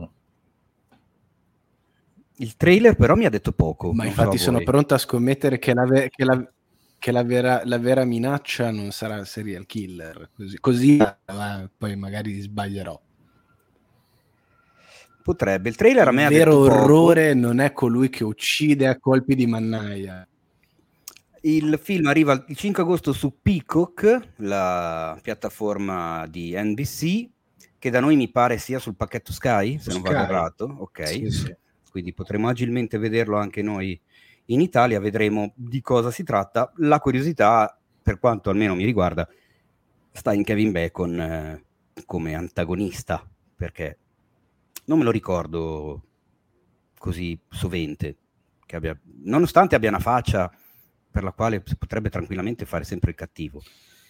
Il trailer però mi ha detto poco. Ma infatti sono pronto a scommettere che la vera minaccia non sarà il serial killer. Così poi magari sbaglierò. Potrebbe. Il trailer a me ha detto poco. Il vero orrore poco. Non è colui che uccide a colpi di mannaia. Il film arriva il 5 agosto su Peacock, la piattaforma di NBC, che da noi mi pare sia sul pacchetto Sky, se non vado errato. Ok, sì. Quindi potremo agilmente vederlo anche noi in Italia, vedremo di cosa si tratta. La curiosità, per quanto almeno mi riguarda, sta in Kevin Bacon come antagonista, perché non me lo ricordo così sovente, nonostante abbia una faccia per la quale si potrebbe tranquillamente fare sempre il cattivo.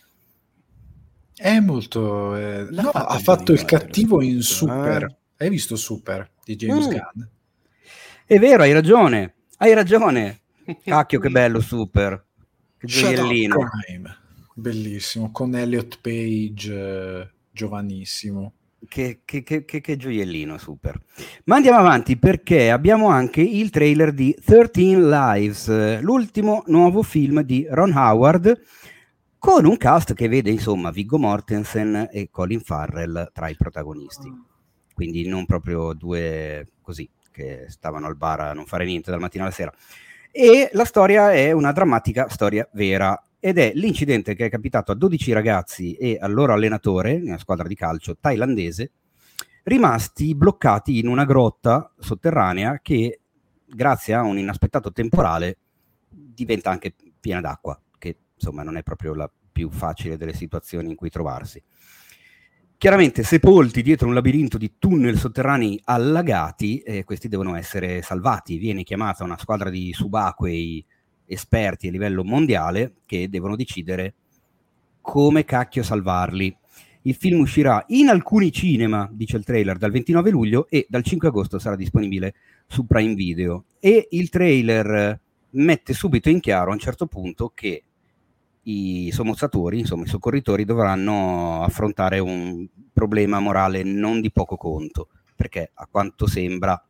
È molto... ha fatto il cattivo in Super. Hai visto Super di James Gunn? È vero, hai ragione. Cacchio, che bello Super. Che gioiellino. Bellissimo, con Elliot Page, giovanissimo. Che gioiellino Super. Ma andiamo avanti perché abbiamo anche il trailer di 13 Lives, l'ultimo nuovo film di Ron Howard, con un cast che vede insomma Viggo Mortensen e Colin Farrell tra i protagonisti, quindi non proprio due così che stavano al bar a non fare niente dal mattino alla sera. E la storia è una drammatica storia vera, ed è l'incidente che è capitato a 12 ragazzi e al loro allenatore, una squadra di calcio thailandese, rimasti bloccati in una grotta sotterranea che, grazie a un inaspettato temporale, diventa anche piena d'acqua, che insomma non è proprio la più facile delle situazioni in cui trovarsi. Chiaramente sepolti dietro un labirinto di tunnel sotterranei allagati, questi devono essere salvati. Viene chiamata una squadra di subacquei esperti a livello mondiale che devono decidere come cacchio salvarli. Il film uscirà in alcuni cinema, dice il trailer, dal 29 luglio e dal 5 agosto sarà disponibile su Prime Video. E il trailer mette subito in chiaro a un certo punto che i sommozzatori, insomma i soccorritori, dovranno affrontare un problema morale non di poco conto, perché a quanto sembra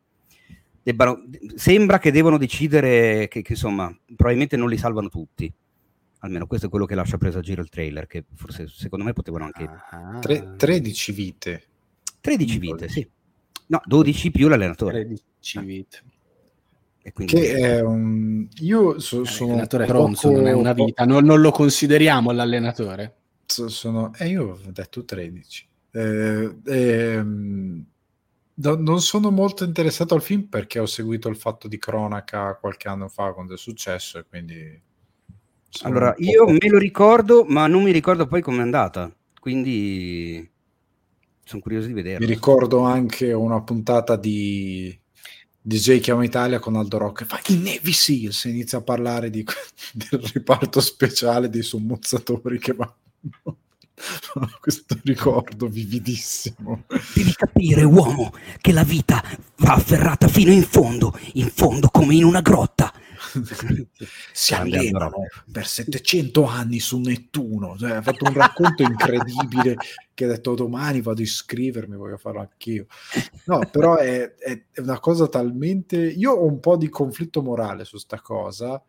che devono decidere che insomma probabilmente non li salvano tutti. Almeno questo è quello che lascia presagire il trailer, che forse secondo me potevano anche 13 vite. 13 vite, sì. No, 12 più l'allenatore. 13 vite. E quindi che è io sono l'allenatore Tronzo, non è una vita, non lo consideriamo l'allenatore. Io ho detto 13. Non sono molto interessato al film perché ho seguito il fatto di cronaca qualche anno fa quando è successo, e quindi allora io me lo ricordo, ma non mi ricordo poi com'è andata, quindi sono curioso di vederlo. Mi ricordo anche una puntata di DJ Chiama Italia con Aldo Rock, fa i Navy Seals, inizia a parlare del riparto speciale dei sommozzatori che vanno Questo ricordo vividissimo. Devi capire, uomo, che la vita va afferrata fino in fondo come in una grotta. Si allenano per 700 anni su Nettuno, cioè, ha fatto un racconto incredibile che ha detto domani vado a iscrivermi, voglio farlo anch'io. No, però è una cosa talmente... Io ho un po' di conflitto morale su sta cosa,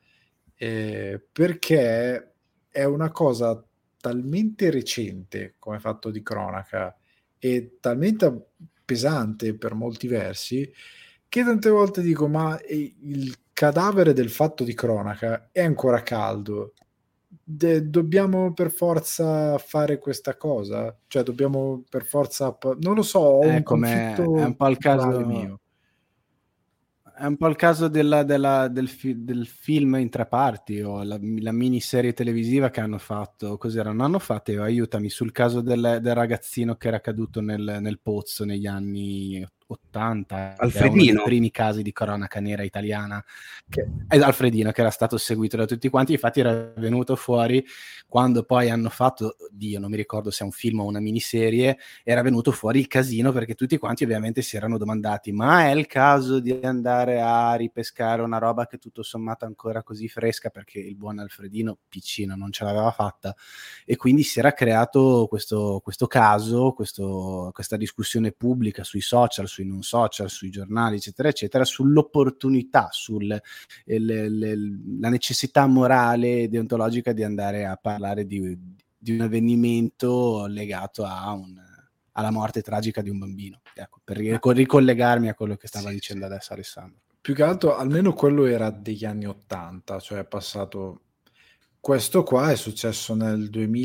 perché è una cosa talmente recente come fatto di cronaca e talmente pesante per molti versi che tante volte dico ma il cadavere del fatto di cronaca è ancora caldo, dobbiamo per forza fare questa cosa, cioè dobbiamo per forza, non lo so, ho un conflitto è un po' il caso mio. È un po' il caso del film in tre parti o la miniserie televisiva che hanno fatto. Cos'era? Non hanno fatto, aiutami, sul caso del ragazzino che era caduto nel pozzo negli anni 80. È uno dei primi casi di cronaca nera italiana. Alfredino, che era stato seguito da tutti quanti. Infatti era venuto fuori quando poi hanno fatto, Dio, non mi ricordo se è un film o una miniserie, era venuto fuori il casino perché tutti quanti ovviamente si erano domandati ma è il caso di andare a ripescare una roba che tutto sommato ancora così fresca, perché il buon Alfredino piccino non ce l'aveva fatta, e quindi si era creato questo caso, questa discussione pubblica sui social, sui non social, sui giornali eccetera eccetera, sull'opportunità, la necessità morale e deontologica di andare a parlare di un avvenimento legato alla morte tragica di un bambino, ecco, per ricollegarmi a quello che stava dicendo adesso Alessandro. Più che altro, almeno quello era degli anni 80, cioè è passato... Questo qua è successo nel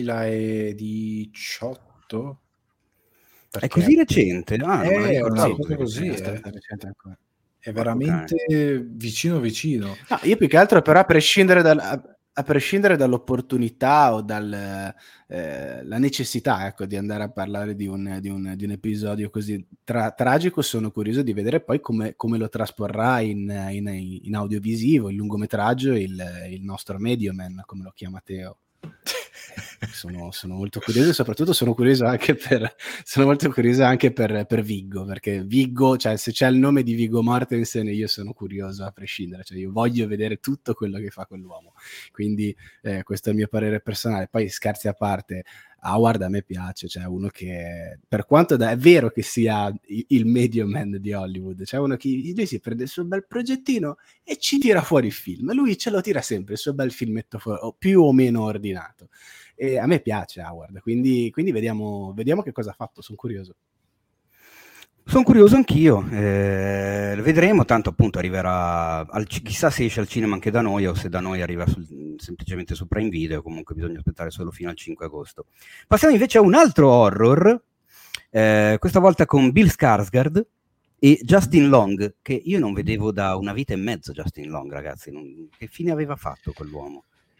2018? È così recente? Non me lo è una ricordavo. cosa così, recente ancora. È veramente vicino. No, io più che altro però a prescindere dall'opportunità o dalla necessità, ecco, di andare a parlare di un episodio così tragico, sono curioso di vedere poi come lo trasporrà in audiovisivo, in lungometraggio il nostro Medioman, come lo chiama Teo. Sono molto curioso, e soprattutto sono molto curioso anche per Viggo, perché Viggo, cioè se c'è il nome di Viggo Mortensen io sono curioso a prescindere, cioè io voglio vedere tutto quello che fa quell'uomo, quindi questo è il mio parere personale. Poi scherzi a parte, Howard a me piace, cioè uno che, per quanto è vero che sia il medio man di Hollywood, cioè uno che lui si prende il suo bel progettino e ci tira fuori il film, lui ce lo tira sempre, il suo bel filmetto più o meno ordinato, e a me piace Howard, quindi vediamo che cosa ha fatto, sono curioso. Sono curioso anch'io, vedremo, tanto appunto arriverà, chissà se esce al cinema anche da noi o se da noi arriva semplicemente su Prime Video, comunque bisogna aspettare solo fino al 5 agosto. Passiamo invece a un altro horror, questa volta con Bill Skarsgård e Justin Long, che io non vedevo da una vita e mezzo. Justin Long, ragazzi, che fine aveva fatto quell'uomo?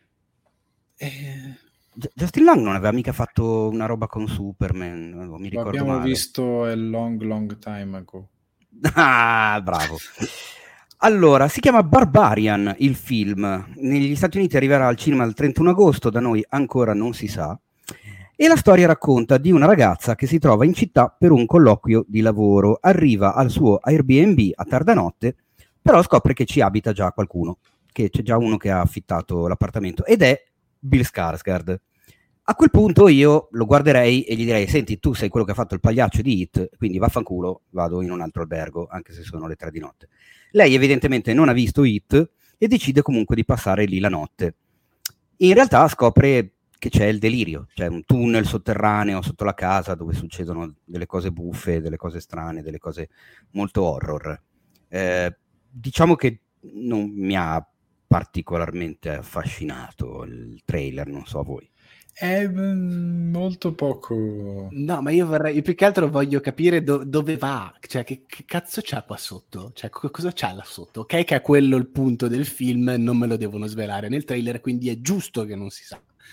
Justin Long non aveva mica fatto una roba con Superman, non mi ricordo L'abbiamo male. visto a long time ago. Ah, bravo. Allora, si chiama Barbarian il film, negli Stati Uniti arriverà al cinema il 31 agosto, da noi ancora non si sa, e la storia racconta di una ragazza che si trova in città per un colloquio di lavoro, arriva al suo Airbnb a tarda notte, però scopre che ci abita già qualcuno, che c'è già uno che ha affittato l'appartamento, ed è Bill Skarsgård. A quel punto io lo guarderei e gli direi: senti, tu sei quello che ha fatto il pagliaccio di It, quindi vaffanculo, vado in un altro albergo, anche se sono le 3 di notte. Lei evidentemente non ha visto It e decide comunque di passare lì la notte. In realtà scopre che c'è il delirio, c'è un tunnel sotterraneo sotto la casa dove succedono delle cose buffe, delle cose strane, delle cose molto horror. Diciamo che non mi ha particolarmente affascinato il trailer, non so a voi. È molto poco. No, ma io più che altro voglio capire dove va, cioè che cazzo c'ha qua sotto, cioè cosa c'ha là sotto. Ok, che è quello il punto del film, non me lo devono svelare nel trailer, quindi è giusto che non si sa,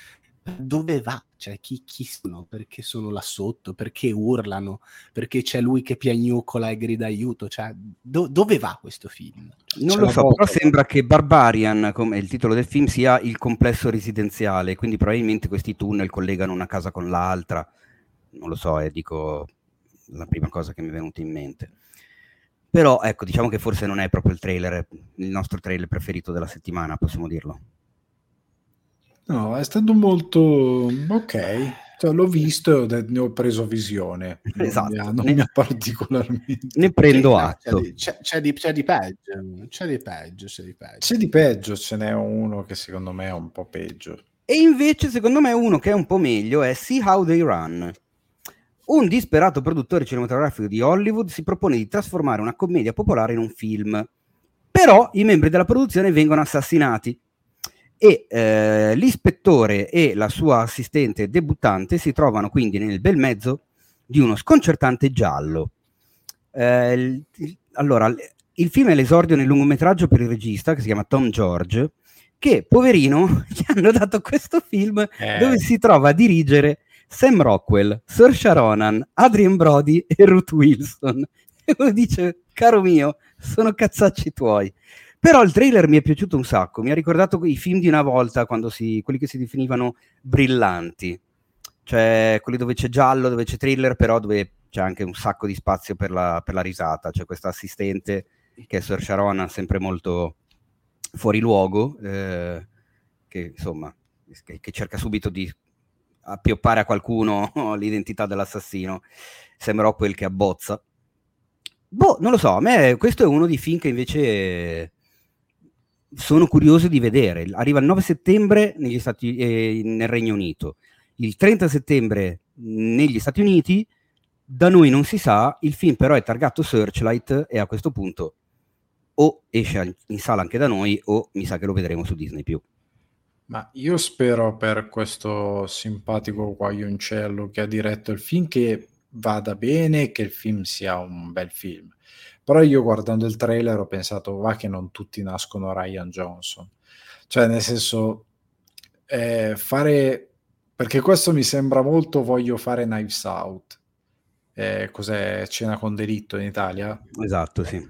dove va? Cioè, chi sono? Perché sono là sotto? Perché urlano? Perché c'è lui che piagnucola e grida aiuto? Cioè, dove va questo film? Non C'è lo la so, però botola. sembra che Barbarian, come il titolo del film, sia il complesso residenziale, quindi probabilmente questi tunnel collegano una casa con l'altra. Non lo so, dico la prima cosa che mi è venuta in mente. Però ecco, diciamo che forse non è proprio il nostro trailer preferito della settimana, possiamo dirlo. No, è stato molto ok. Cioè, l'ho visto e ne ho preso visione. Esatto, Non mi ha particolarmente. ne prendo No, atto. c'è di peggio, c'è di peggio. C'è di peggio, ce n'è uno che secondo me è un po' peggio. E invece, secondo me, uno che è un po' meglio è See How They Run. Un disperato produttore cinematografico di Hollywood si propone di trasformare una commedia popolare in un film, però i membri della produzione vengono assassinati e l'ispettore e la sua assistente debuttante si trovano quindi nel bel mezzo di uno sconcertante giallo. Allora, il film è l'esordio nel lungometraggio per il regista che si chiama Tom George, che poverino gli hanno dato questo film dove si trova a dirigere Sam Rockwell, Saoirse Ronan, Adrien Brody e Ruth Wilson. E uno dice, caro mio, sono cazzacci tuoi. Però il trailer mi è piaciuto un sacco, mi ha ricordato i film di una volta, quelli che si definivano brillanti, cioè quelli dove c'è giallo, dove c'è thriller, però dove c'è anche un sacco di spazio per la risata. C'è questa assistente che è Saoirse Ronan, sempre molto fuori luogo, che insomma che cerca subito di appioppare a qualcuno l'identità dell'assassino. Sembra quel che abbozza. Boh, non lo so, a me questo è uno dei film che invece sono curioso di vedere. Arriva il 9 settembre nel Regno Unito, il 30 settembre negli Stati Uniti, da noi non si sa, il film però è targato Searchlight e a questo punto o esce in sala anche da noi o mi sa che lo vedremo su Disney+. Ma io spero per questo simpatico guaioncello che ha diretto il film che vada bene, che il film sia un bel film. Però io guardando il trailer ho pensato, va che non tutti nascono Ryan Johnson. Cioè, nel senso, fare... Perché questo mi sembra molto voglio fare Knives Out. Cos'è? Cena con delitto in Italia? Esatto, sì.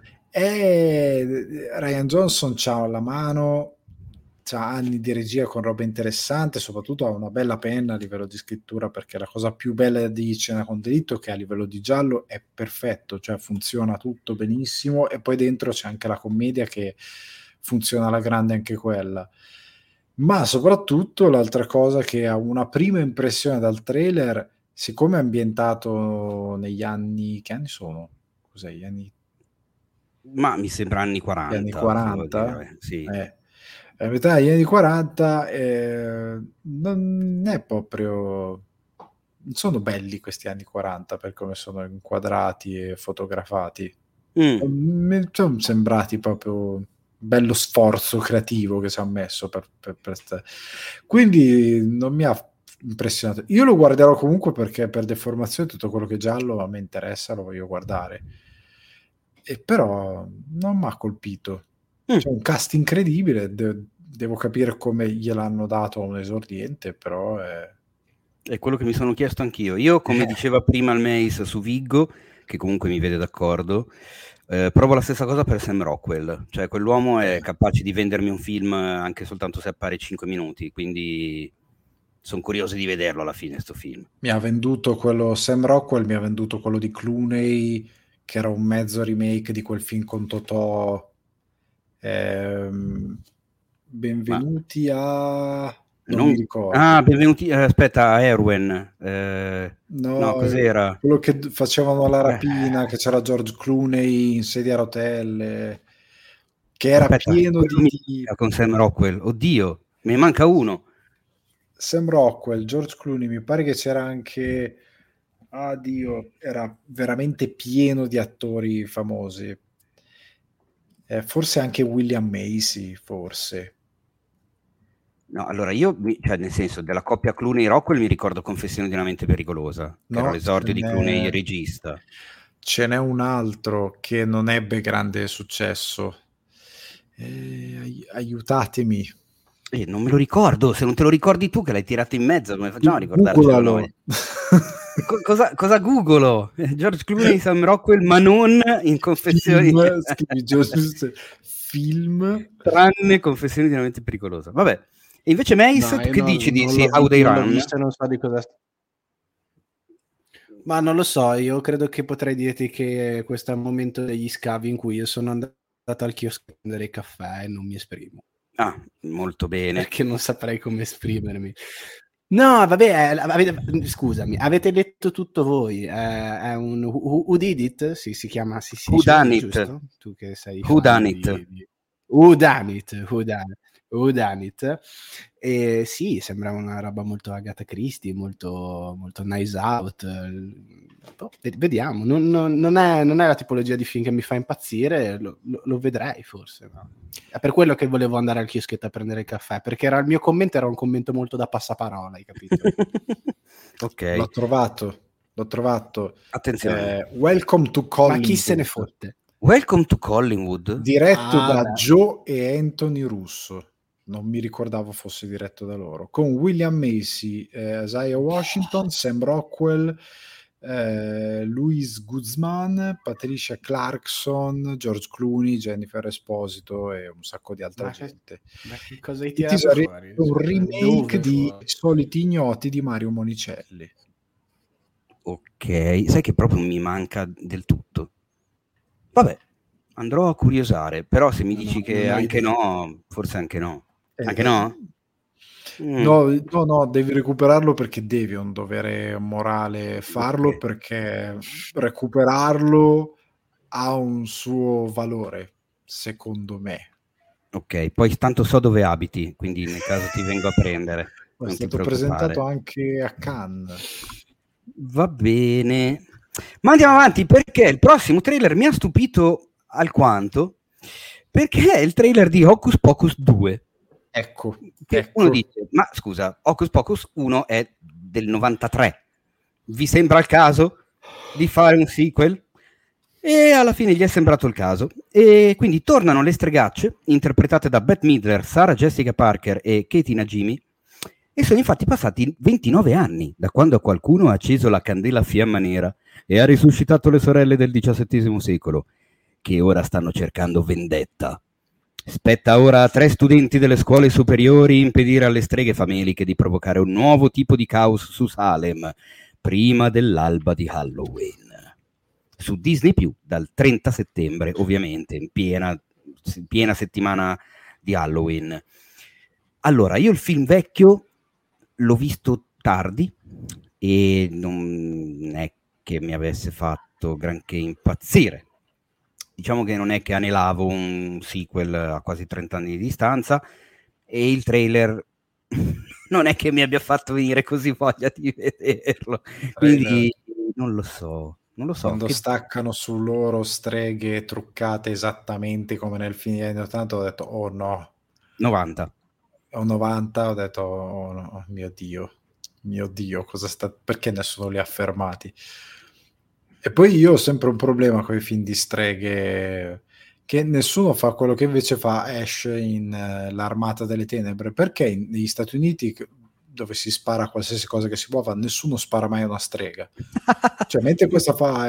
Ryan Johnson c'ha la mano, c'ha anni di regia con roba interessante, soprattutto ha una bella penna a livello di scrittura, perché la cosa più bella di Cena con delitto è che a livello di giallo è perfetto, cioè funziona tutto benissimo e poi dentro c'è anche la commedia che funziona alla grande anche quella. Ma soprattutto l'altra cosa che ha una prima impressione dal trailer, siccome è ambientato negli anni, che anni sono? Cos'è? Gli anni Ma mi sembra anni 40. Gli anni 40? Dire, sì. A metà degli anni 40 non è proprio... Non sono belli questi anni 40 per come sono inquadrati e fotografati. Mi sono sembrati proprio bello sforzo creativo che ci ha messo quindi non mi ha impressionato. Io lo guarderò comunque perché per deformazione tutto quello che è giallo a me interessa, lo voglio guardare. E però non mi ha colpito. C'è un cast incredibile, devo capire come gliel'hanno dato a un esordiente, però è quello che mi sono chiesto anch'io. Io, come diceva prima il Mace su Viggo, che comunque mi vede d'accordo, provo la stessa cosa per Sam Rockwell, cioè quell'uomo è capace di vendermi un film anche soltanto se appare 5 minuti, quindi sono curioso di vederlo alla fine sto film. Mi ha venduto quello Sam Rockwell, mi ha venduto quello di Clooney, che era un mezzo remake di quel film con Totò. Benvenuti a... Non mi ricordo. Benvenuti, aspetta, a Erwen. No, cos'era? Quello che facevano la rapina, che c'era George Clooney in sedia a rotelle, che era pieno di... Con Sam Rockwell, oddio, me ne manca uno. Sam Rockwell, George Clooney, mi pare che c'era anche... Dio, era veramente pieno di attori famosi. Forse anche William Macy, forse. No, allora io, cioè nel senso, della coppia Clooney-Rockwell mi ricordo Confessione di una mente pericolosa, che era l'esordio di Clooney regista. Ce n'è un altro che non ebbe grande successo. Aiutatemi. Non me lo ricordo, se non te lo ricordi tu che l'hai tirato in mezzo, come facciamo a ricordarcelo noi? Cosa googolo? George Clooney, Sam Rockwell, ma non in confessioni... Film. Tranne confessioni di una mente pericolosa. Vabbè. E invece Mace, tu che dici di How They Run? Non so di cosa... Ma non lo so, io credo che potrei dirti che questo è il momento degli scavi in cui io sono andato al chiosco a prendere il caffè e non mi esprimo. Ah, molto bene. Perché non saprei come esprimermi. No, vabbè, scusami, avete detto tutto voi. È un Who Did It? Sì, si chiama Who Done It. Giusto? Tu che sei Who Done It. Who Done It. E sì, sembra una roba molto Agatha Christie, molto, molto Nice Out. Vediamo, non è la tipologia di film che mi fa impazzire, lo vedrei forse. No? È per quello che volevo andare al chioschetto a prendere il caffè, perché il mio commento era un commento molto da passaparola, hai capito? Ok. L'ho trovato. Attenzione. Welcome to Collingwood. Ma chi se ne fotte? Welcome to Collingwood. Diretto da Joe e Anthony Russo. Non mi ricordavo fosse diretto da loro. Con William Macy, Isaiah Washington, Sam Rockwell, Luis Guzman, Patricia Clarkson, George Clooney, Jennifer Esposito e un sacco di altra gente. Ma che cosa hai tirato fuori? Un remake di I soliti ignoti di Mario Monicelli. Ok, sai che proprio mi manca del tutto. Vabbè, andrò a curiosare, però se mi dici che anche no, forse anche no. Anche no? No, devi recuperarlo perché devi, è un dovere morale farlo, okay. Perché recuperarlo ha un suo valore, secondo me. Ok, poi tanto so dove abiti, quindi nel caso ti vengo a prendere. È stato presentato anche a Cannes. Va bene. Ma andiamo avanti, perché il prossimo trailer mi ha stupito alquanto, perché è il trailer di Hocus Pocus 2. Ecco. Uno dice, ma scusa, Hocus Pocus 1 è del 93. Vi sembra il caso di fare un sequel? E alla fine gli è sembrato il caso. E quindi tornano le stregacce, interpretate da Bette Midler, Sarah Jessica Parker e Katie Najimy, e sono infatti passati 29 anni da quando qualcuno ha acceso la candela a fiamma nera e ha risuscitato le sorelle del XVII secolo, che ora stanno cercando vendetta. Spetta ora a 3 studenti delle scuole superiori impedire alle streghe fameliche di provocare un nuovo tipo di caos su Salem, prima dell'alba di Halloween. Su Disney+, dal 30 settembre, ovviamente, in piena settimana di Halloween. Allora, io il film vecchio l'ho visto tardi e non è che mi avesse fatto granché impazzire. Diciamo che non è che anelavo un sequel a quasi 30 anni di distanza, e il trailer non è che mi abbia fatto venire così voglia di vederlo, quindi non lo so. Quando staccano su loro streghe truccate esattamente come nel film degli anni 80 ho detto oh no, 90 ho detto oh no, mio Dio, cosa sta, perché nessuno li ha fermati? E poi io ho sempre un problema con i film di streghe, che nessuno fa quello che invece fa Ash in L'Armata delle Tenebre, perché negli Stati Uniti, dove si spara qualsiasi cosa che si muova, nessuno spara mai a una strega. Cioè, mentre questa fa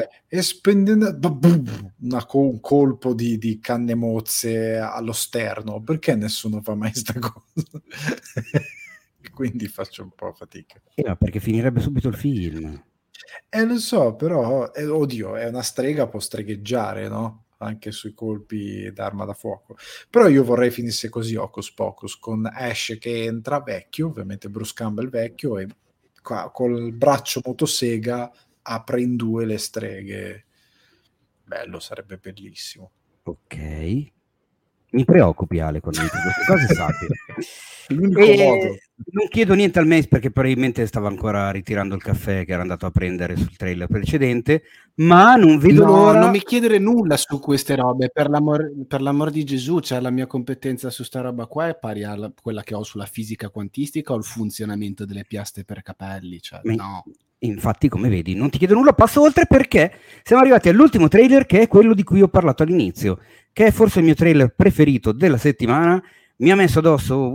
un colpo di canne mozze allo sterno, perché nessuno fa mai sta cosa? Quindi faccio un po' fatica. Ma perché finirebbe subito il film. Lo so, però, oddio, è una strega, può stregheggiare, no? Anche sui colpi d'arma da fuoco. Però io vorrei finisse così Hocus Pocus, con Ash che entra vecchio, ovviamente Bruce Campbell vecchio, e qua, col braccio motosega apre in due le streghe. Bello, sarebbe bellissimo. Ok. Mi preoccupi, Ale, quando dici queste cose, sappi. L'unico modo. Non chiedo niente al Mace perché probabilmente stava ancora ritirando il caffè che era andato a prendere sul trailer precedente, ma non vedo l'ora. Non mi chiedere nulla su queste robe, per l'amor di Gesù, cioè la mia competenza su sta roba qua è pari a quella che ho sulla fisica quantistica o il funzionamento delle piaste per capelli, cioè no. Infatti, come vedi, non ti chiedo nulla, passo oltre perché siamo arrivati all'ultimo trailer, che è quello di cui ho parlato all'inizio, che è forse il mio trailer preferito della settimana. mi ha messo addosso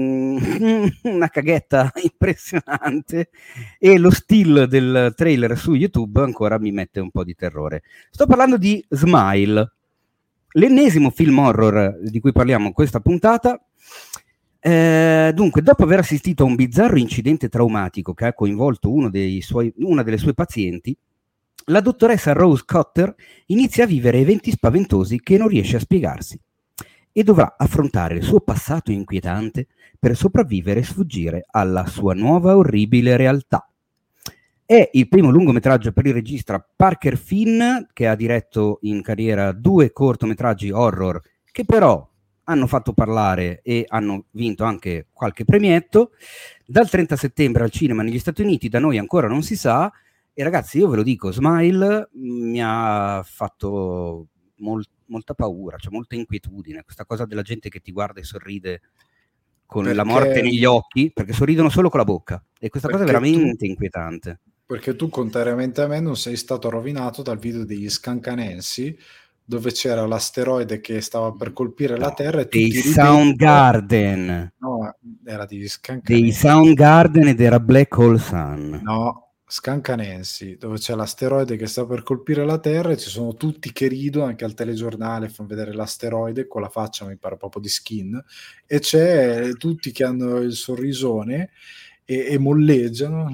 una caghetta impressionante e lo still del trailer su YouTube ancora mi mette un po' di terrore. Sto parlando di Smile, l'ennesimo film horror di cui parliamo in questa puntata. Dunque, dopo aver assistito a un bizzarro incidente traumatico che ha coinvolto una delle sue pazienti, la dottoressa Rose Cotter inizia a vivere eventi spaventosi che non riesce a spiegarsi e dovrà affrontare il suo passato inquietante per sopravvivere e sfuggire alla sua nuova orribile realtà. È il primo lungometraggio per il regista Parker Finn, che ha diretto in carriera 2 cortometraggi horror che però hanno fatto parlare e hanno vinto anche qualche premietto. Dal 30 settembre al cinema negli Stati Uniti, da noi ancora non si sa. E ragazzi, io ve lo dico, Smile mi ha fatto molta paura, cioè molta inquietudine, questa cosa della gente che ti guarda e sorride con la morte negli occhi, perché sorridono solo con la bocca, e questa cosa è veramente inquietante. Perché tu, contrariamente a me, non sei stato rovinato dal video degli Scancanensi, dove c'era l'asteroide che stava per colpire la Terra e dei Soundgarden. No, era degli Scancanensi. Dei Soundgarden ed era Black Hole Sun. No, Scancanensi, dove c'è l'asteroide che sta per colpire la Terra e ci sono tutti che ridono, anche al telegiornale fanno vedere l'asteroide con la faccia, mi pare proprio di Skin, e c'è tutti che hanno il sorrisone e molleggiano.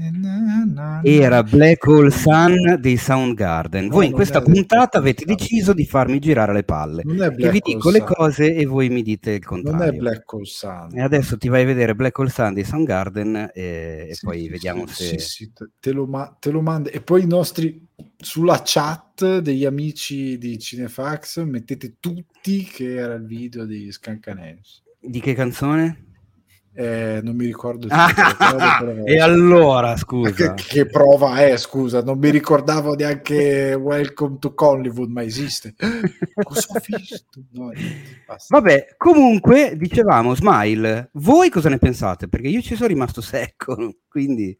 Era Black Hole Sun dei Soundgarden. Voi in questa puntata avete deciso di farmi girare le palle, che vi dico le cose e voi mi dite il contrario. Non è Black Hole Sun. E adesso ti vai a vedere Black Hole Sun dei Soundgarden e poi vediamo se... Sì, te lo mando. E poi i nostri, sulla chat degli amici di Cinefax, mettete tutti che era il video di Scancanensi. Di che canzone? Non mi ricordo il titolo, e allora scusa che prova è, scusa, non mi ricordavo neanche Welcome to Hollywood, ma esiste. Cosa ho visto? No, vabbè, comunque dicevamo Smile, voi cosa ne pensate? Perché io ci sono rimasto secco, quindi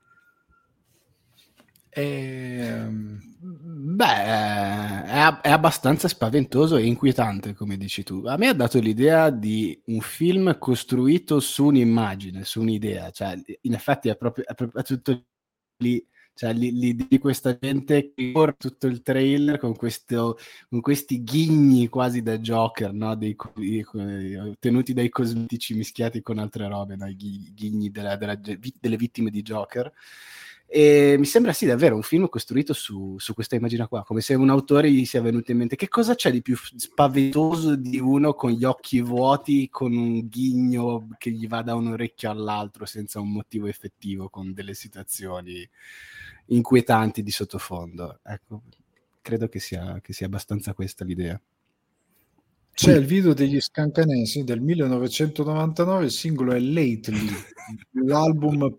è abbastanza spaventoso e inquietante, come dici tu. A me ha dato l'idea di un film costruito su un'immagine, su un'idea, cioè in effetti è proprio tutto lì, cioè l'idea di questa gente che corre tutto il trailer con questi ghigni quasi da Joker, no? Tenuti dai cosmetici mischiati con altre robe, no? I ghigni delle vittime di Joker. E mi sembra sì davvero un film costruito su questa immagine qua, come se un autore gli sia venuto in mente che cosa c'è di più spaventoso di uno con gli occhi vuoti, con un ghigno che gli va da un orecchio all'altro senza un motivo effettivo, con delle situazioni inquietanti di sottofondo. Ecco, credo che sia abbastanza questa l'idea. C'è il video degli Scancanensi del 1999, il singolo è Lately, l'album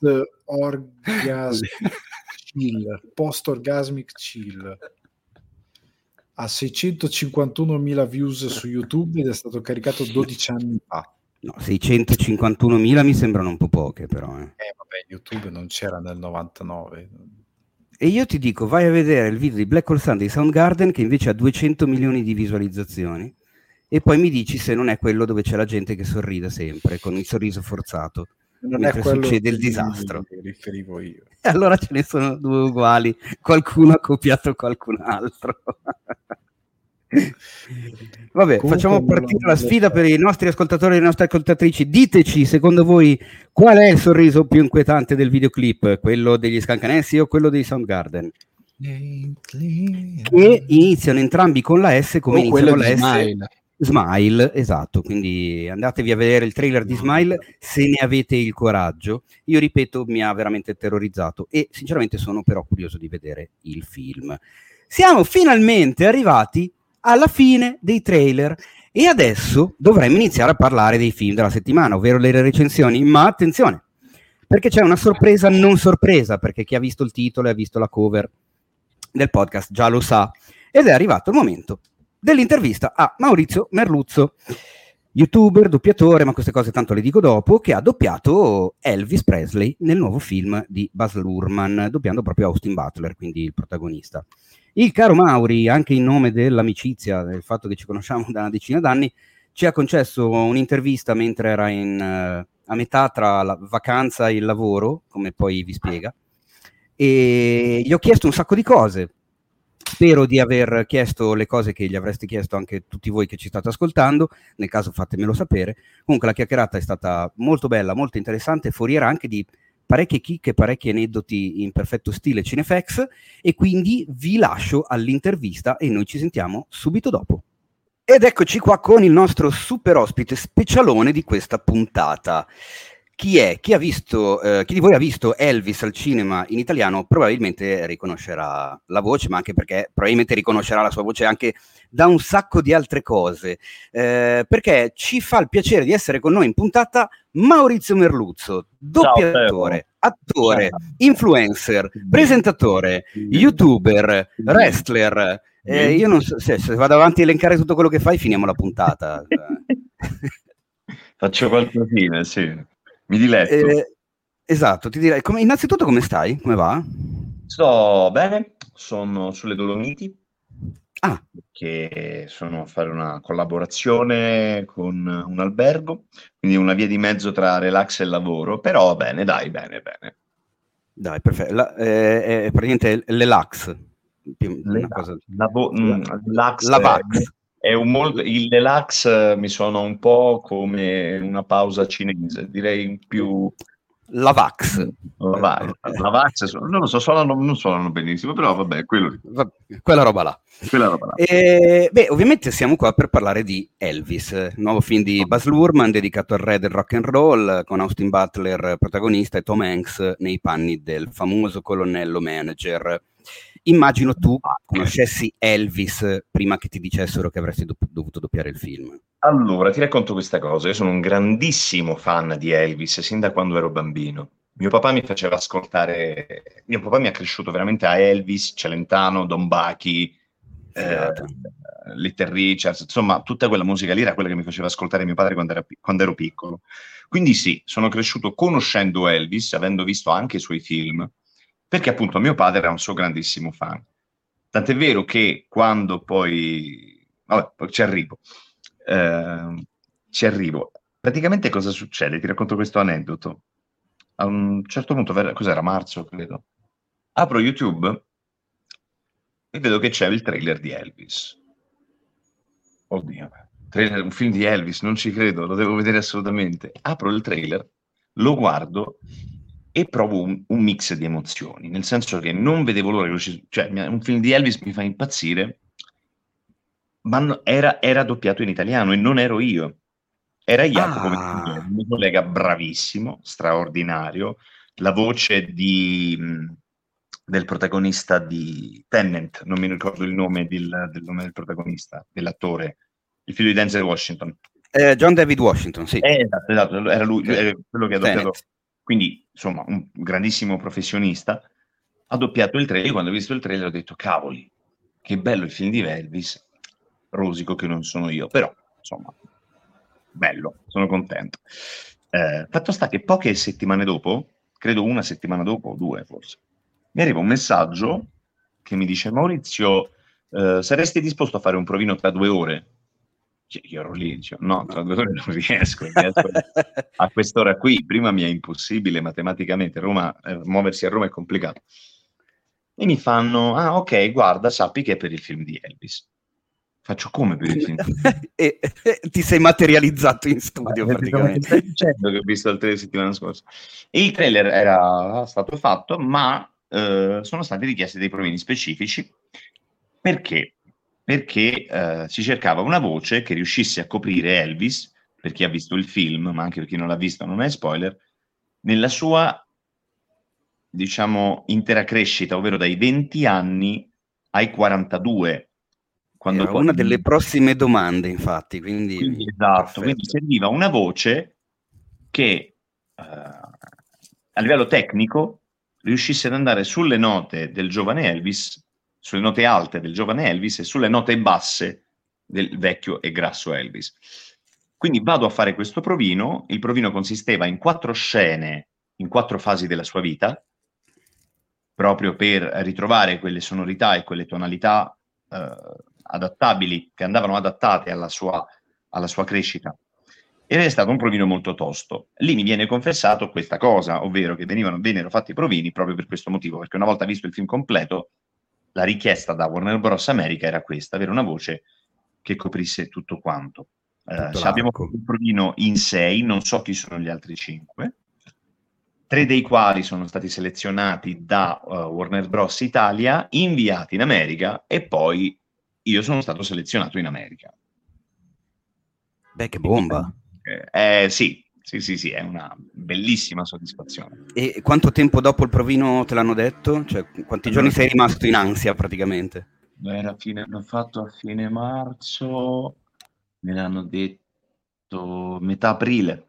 post-orgasmic chill. Ha 651.000 views su YouTube ed è stato caricato 12 anni fa. No, 651.000 mi sembrano un po' poche, però. Vabbè, YouTube non c'era nel 99. E io ti dico, vai a vedere il video di Black Hole Sun dei Soundgarden, che invece ha 200 milioni di visualizzazioni, e poi mi dici se non è quello dove c'è la gente che sorride sempre, con il sorriso forzato, non è quello succede il disastro. Che riferivo io. E allora ce ne sono 2 uguali, qualcuno ha copiato qualcun altro. Vabbè, comunque facciamo partire la sfida per i nostri ascoltatori e le nostre ascoltatrici. Diteci, secondo voi, qual è il sorriso più inquietante del videoclip? Quello degli Scancanensi o quello dei Soundgarden? Che iniziano entrambi con la S, come iniziano la S. Smile, esatto, quindi andatevi a vedere il trailer di Smile se ne avete il coraggio. Io ripeto, mi ha veramente terrorizzato e sinceramente sono però curioso di vedere il film. Siamo finalmente arrivati alla fine dei trailer e adesso dovremmo iniziare a parlare dei film della settimana, ovvero le recensioni, ma attenzione, perché c'è una sorpresa non sorpresa, perché chi ha visto il titolo e ha visto la cover del podcast già lo sa, ed è arrivato il momento dell'intervista a Maurizio Merluzzo, youtuber, doppiatore, ma queste cose tanto le dico dopo, che ha doppiato Elvis Presley nel nuovo film di Baz Luhrmann, doppiando proprio Austin Butler, quindi il protagonista. Il caro Mauri, anche in nome dell'amicizia, del fatto che ci conosciamo da una decina d'anni, ci ha concesso un'intervista mentre era a metà tra la vacanza e il lavoro, come poi vi spiega, e gli ho chiesto un sacco di cose. Spero di aver chiesto le cose che gli avreste chiesto anche tutti voi che ci state ascoltando, nel caso fatemelo sapere. Comunque la chiacchierata è stata molto bella, molto interessante, foriera anche di parecchie chicche, parecchi aneddoti in perfetto stile Cinefax, e quindi vi lascio all'intervista e noi ci sentiamo subito dopo. Ed eccoci qua con il nostro super ospite specialone di questa puntata. Chi è? Chi di voi ha visto Elvis al cinema in italiano probabilmente riconoscerà la voce, ma anche perché probabilmente riconoscerà la sua voce anche da un sacco di altre cose, perché ci fa il piacere di essere con noi in puntata Maurizio Merluzzo, doppiatore, attore, influencer, presentatore, youtuber, wrestler. Io non so se vado avanti a elencare tutto quello che fai, finiamo la puntata. Faccio qualcosina, sì. Mi diletto. Esatto, ti direi. Innanzitutto come stai? Come va? Sto bene, sono sulle Dolomiti, che sono a fare una collaborazione con un albergo, quindi una via di mezzo tra relax e lavoro, però bene, dai, bene. Dai, perfetto. È praticamente l'elax. Il relax mi suona un po' come una pausa cinese, direi più Lavax. Lavax, non lo so, non suonano benissimo, però vabbè, quella roba là. Ovviamente siamo qua per parlare di Elvis, nuovo film di Baz Luhrmann dedicato al re del rock and roll, con Austin Butler protagonista e Tom Hanks nei panni del famoso colonnello manager. Immagino tu conoscessi Elvis prima che ti dicessero che avresti dovuto doppiare il film. Allora, ti racconto questa cosa. Io sono un grandissimo fan di Elvis sin da quando ero bambino. Mio papà mi faceva ascoltare... Mio papà mi ha cresciuto veramente a Elvis, Celentano, Don Bachi, Little Richards, insomma, tutta quella musica lì era quella che mi faceva ascoltare mio padre quando ero piccolo. Quindi sì, sono cresciuto conoscendo Elvis, avendo visto anche i suoi film, perché appunto mio padre era un suo grandissimo fan. Tant'è vero che quando poi... Vabbè, poi ci arrivo. Praticamente cosa succede? Ti racconto questo aneddoto. A un certo punto, cos'era? Marzo, credo. Apro YouTube e vedo che c'è il trailer di Elvis. Oddio, un film di Elvis, non ci credo, lo devo vedere assolutamente. Apro il trailer, lo guardo e provo un mix di emozioni, nel senso che non vedevo l'ora che un film di Elvis mi fa impazzire, ma era doppiato in italiano e non ero io, era Jacopo, un mio collega bravissimo, straordinario, la voce del protagonista di Tenet, non mi ricordo il nome del protagonista, dell'attore, il figlio di Denzel Washington. John David Washington, sì. Esatto, era lui, quello che ha doppiato. Tenet. Quindi, insomma, un grandissimo professionista. Ha doppiato il trailer. Quando ho visto il trailer ho detto, cavoli, che bello il film di Elvis, rosico che non sono io, però, insomma, bello, sono contento. Fatto sta che poche settimane dopo, credo una settimana dopo, o due forse, mi arriva un messaggio che mi dice, Maurizio, saresti disposto a fare un provino tra 2 ore? Io ero lì, dicevo, no, tra 2 ore non riesco a quest'ora qui, prima mi è impossibile matematicamente, muoversi a Roma è complicato. E mi fanno, ok, guarda, sappi che è per il film di Elvis. Faccio come per il film? e ti sei materializzato in studio praticamente. Stai dicendo che ho visto il trailer settimana scorsa. E il trailer era stato fatto, ma sono stati richiesti dei provini specifici. Perché? Perché si cercava una voce che riuscisse a coprire Elvis, per chi ha visto il film, ma anche per chi non l'ha visto, non è spoiler, nella sua, diciamo, intera crescita, ovvero dai 20 anni ai 42. Era una delle prossime domande, infatti. Quindi esatto, quindi serviva una voce che a livello tecnico riuscisse ad andare sulle note del giovane Elvis, sulle note alte del giovane Elvis e sulle note basse del vecchio e grasso Elvis. Quindi vado a fare questo provino. Il provino consisteva in 4 scene, in 4 fasi della sua vita, proprio per ritrovare quelle sonorità e quelle tonalità adattabili, che andavano adattate alla sua alla sua crescita. Ed è stato un provino molto tosto. Lì mi viene confessato questa cosa, ovvero che vennero fatti i provini proprio per questo motivo, perché una volta visto il film completo, la richiesta da Warner Bros. America era questa, avere una voce che coprisse tutto quanto. Abbiamo fatto il provino in 6, non so chi sono gli altri 5, 3 dei quali sono stati selezionati da Warner Bros. Italia, inviati in America, e poi io sono stato selezionato in America. Beh, che bomba! Sì, è una bellissima soddisfazione. E quanto tempo dopo il provino te l'hanno detto? Cioè, quanti giorni sei rimasto in ansia praticamente? L'ho fatto a fine marzo, me l'hanno detto metà aprile.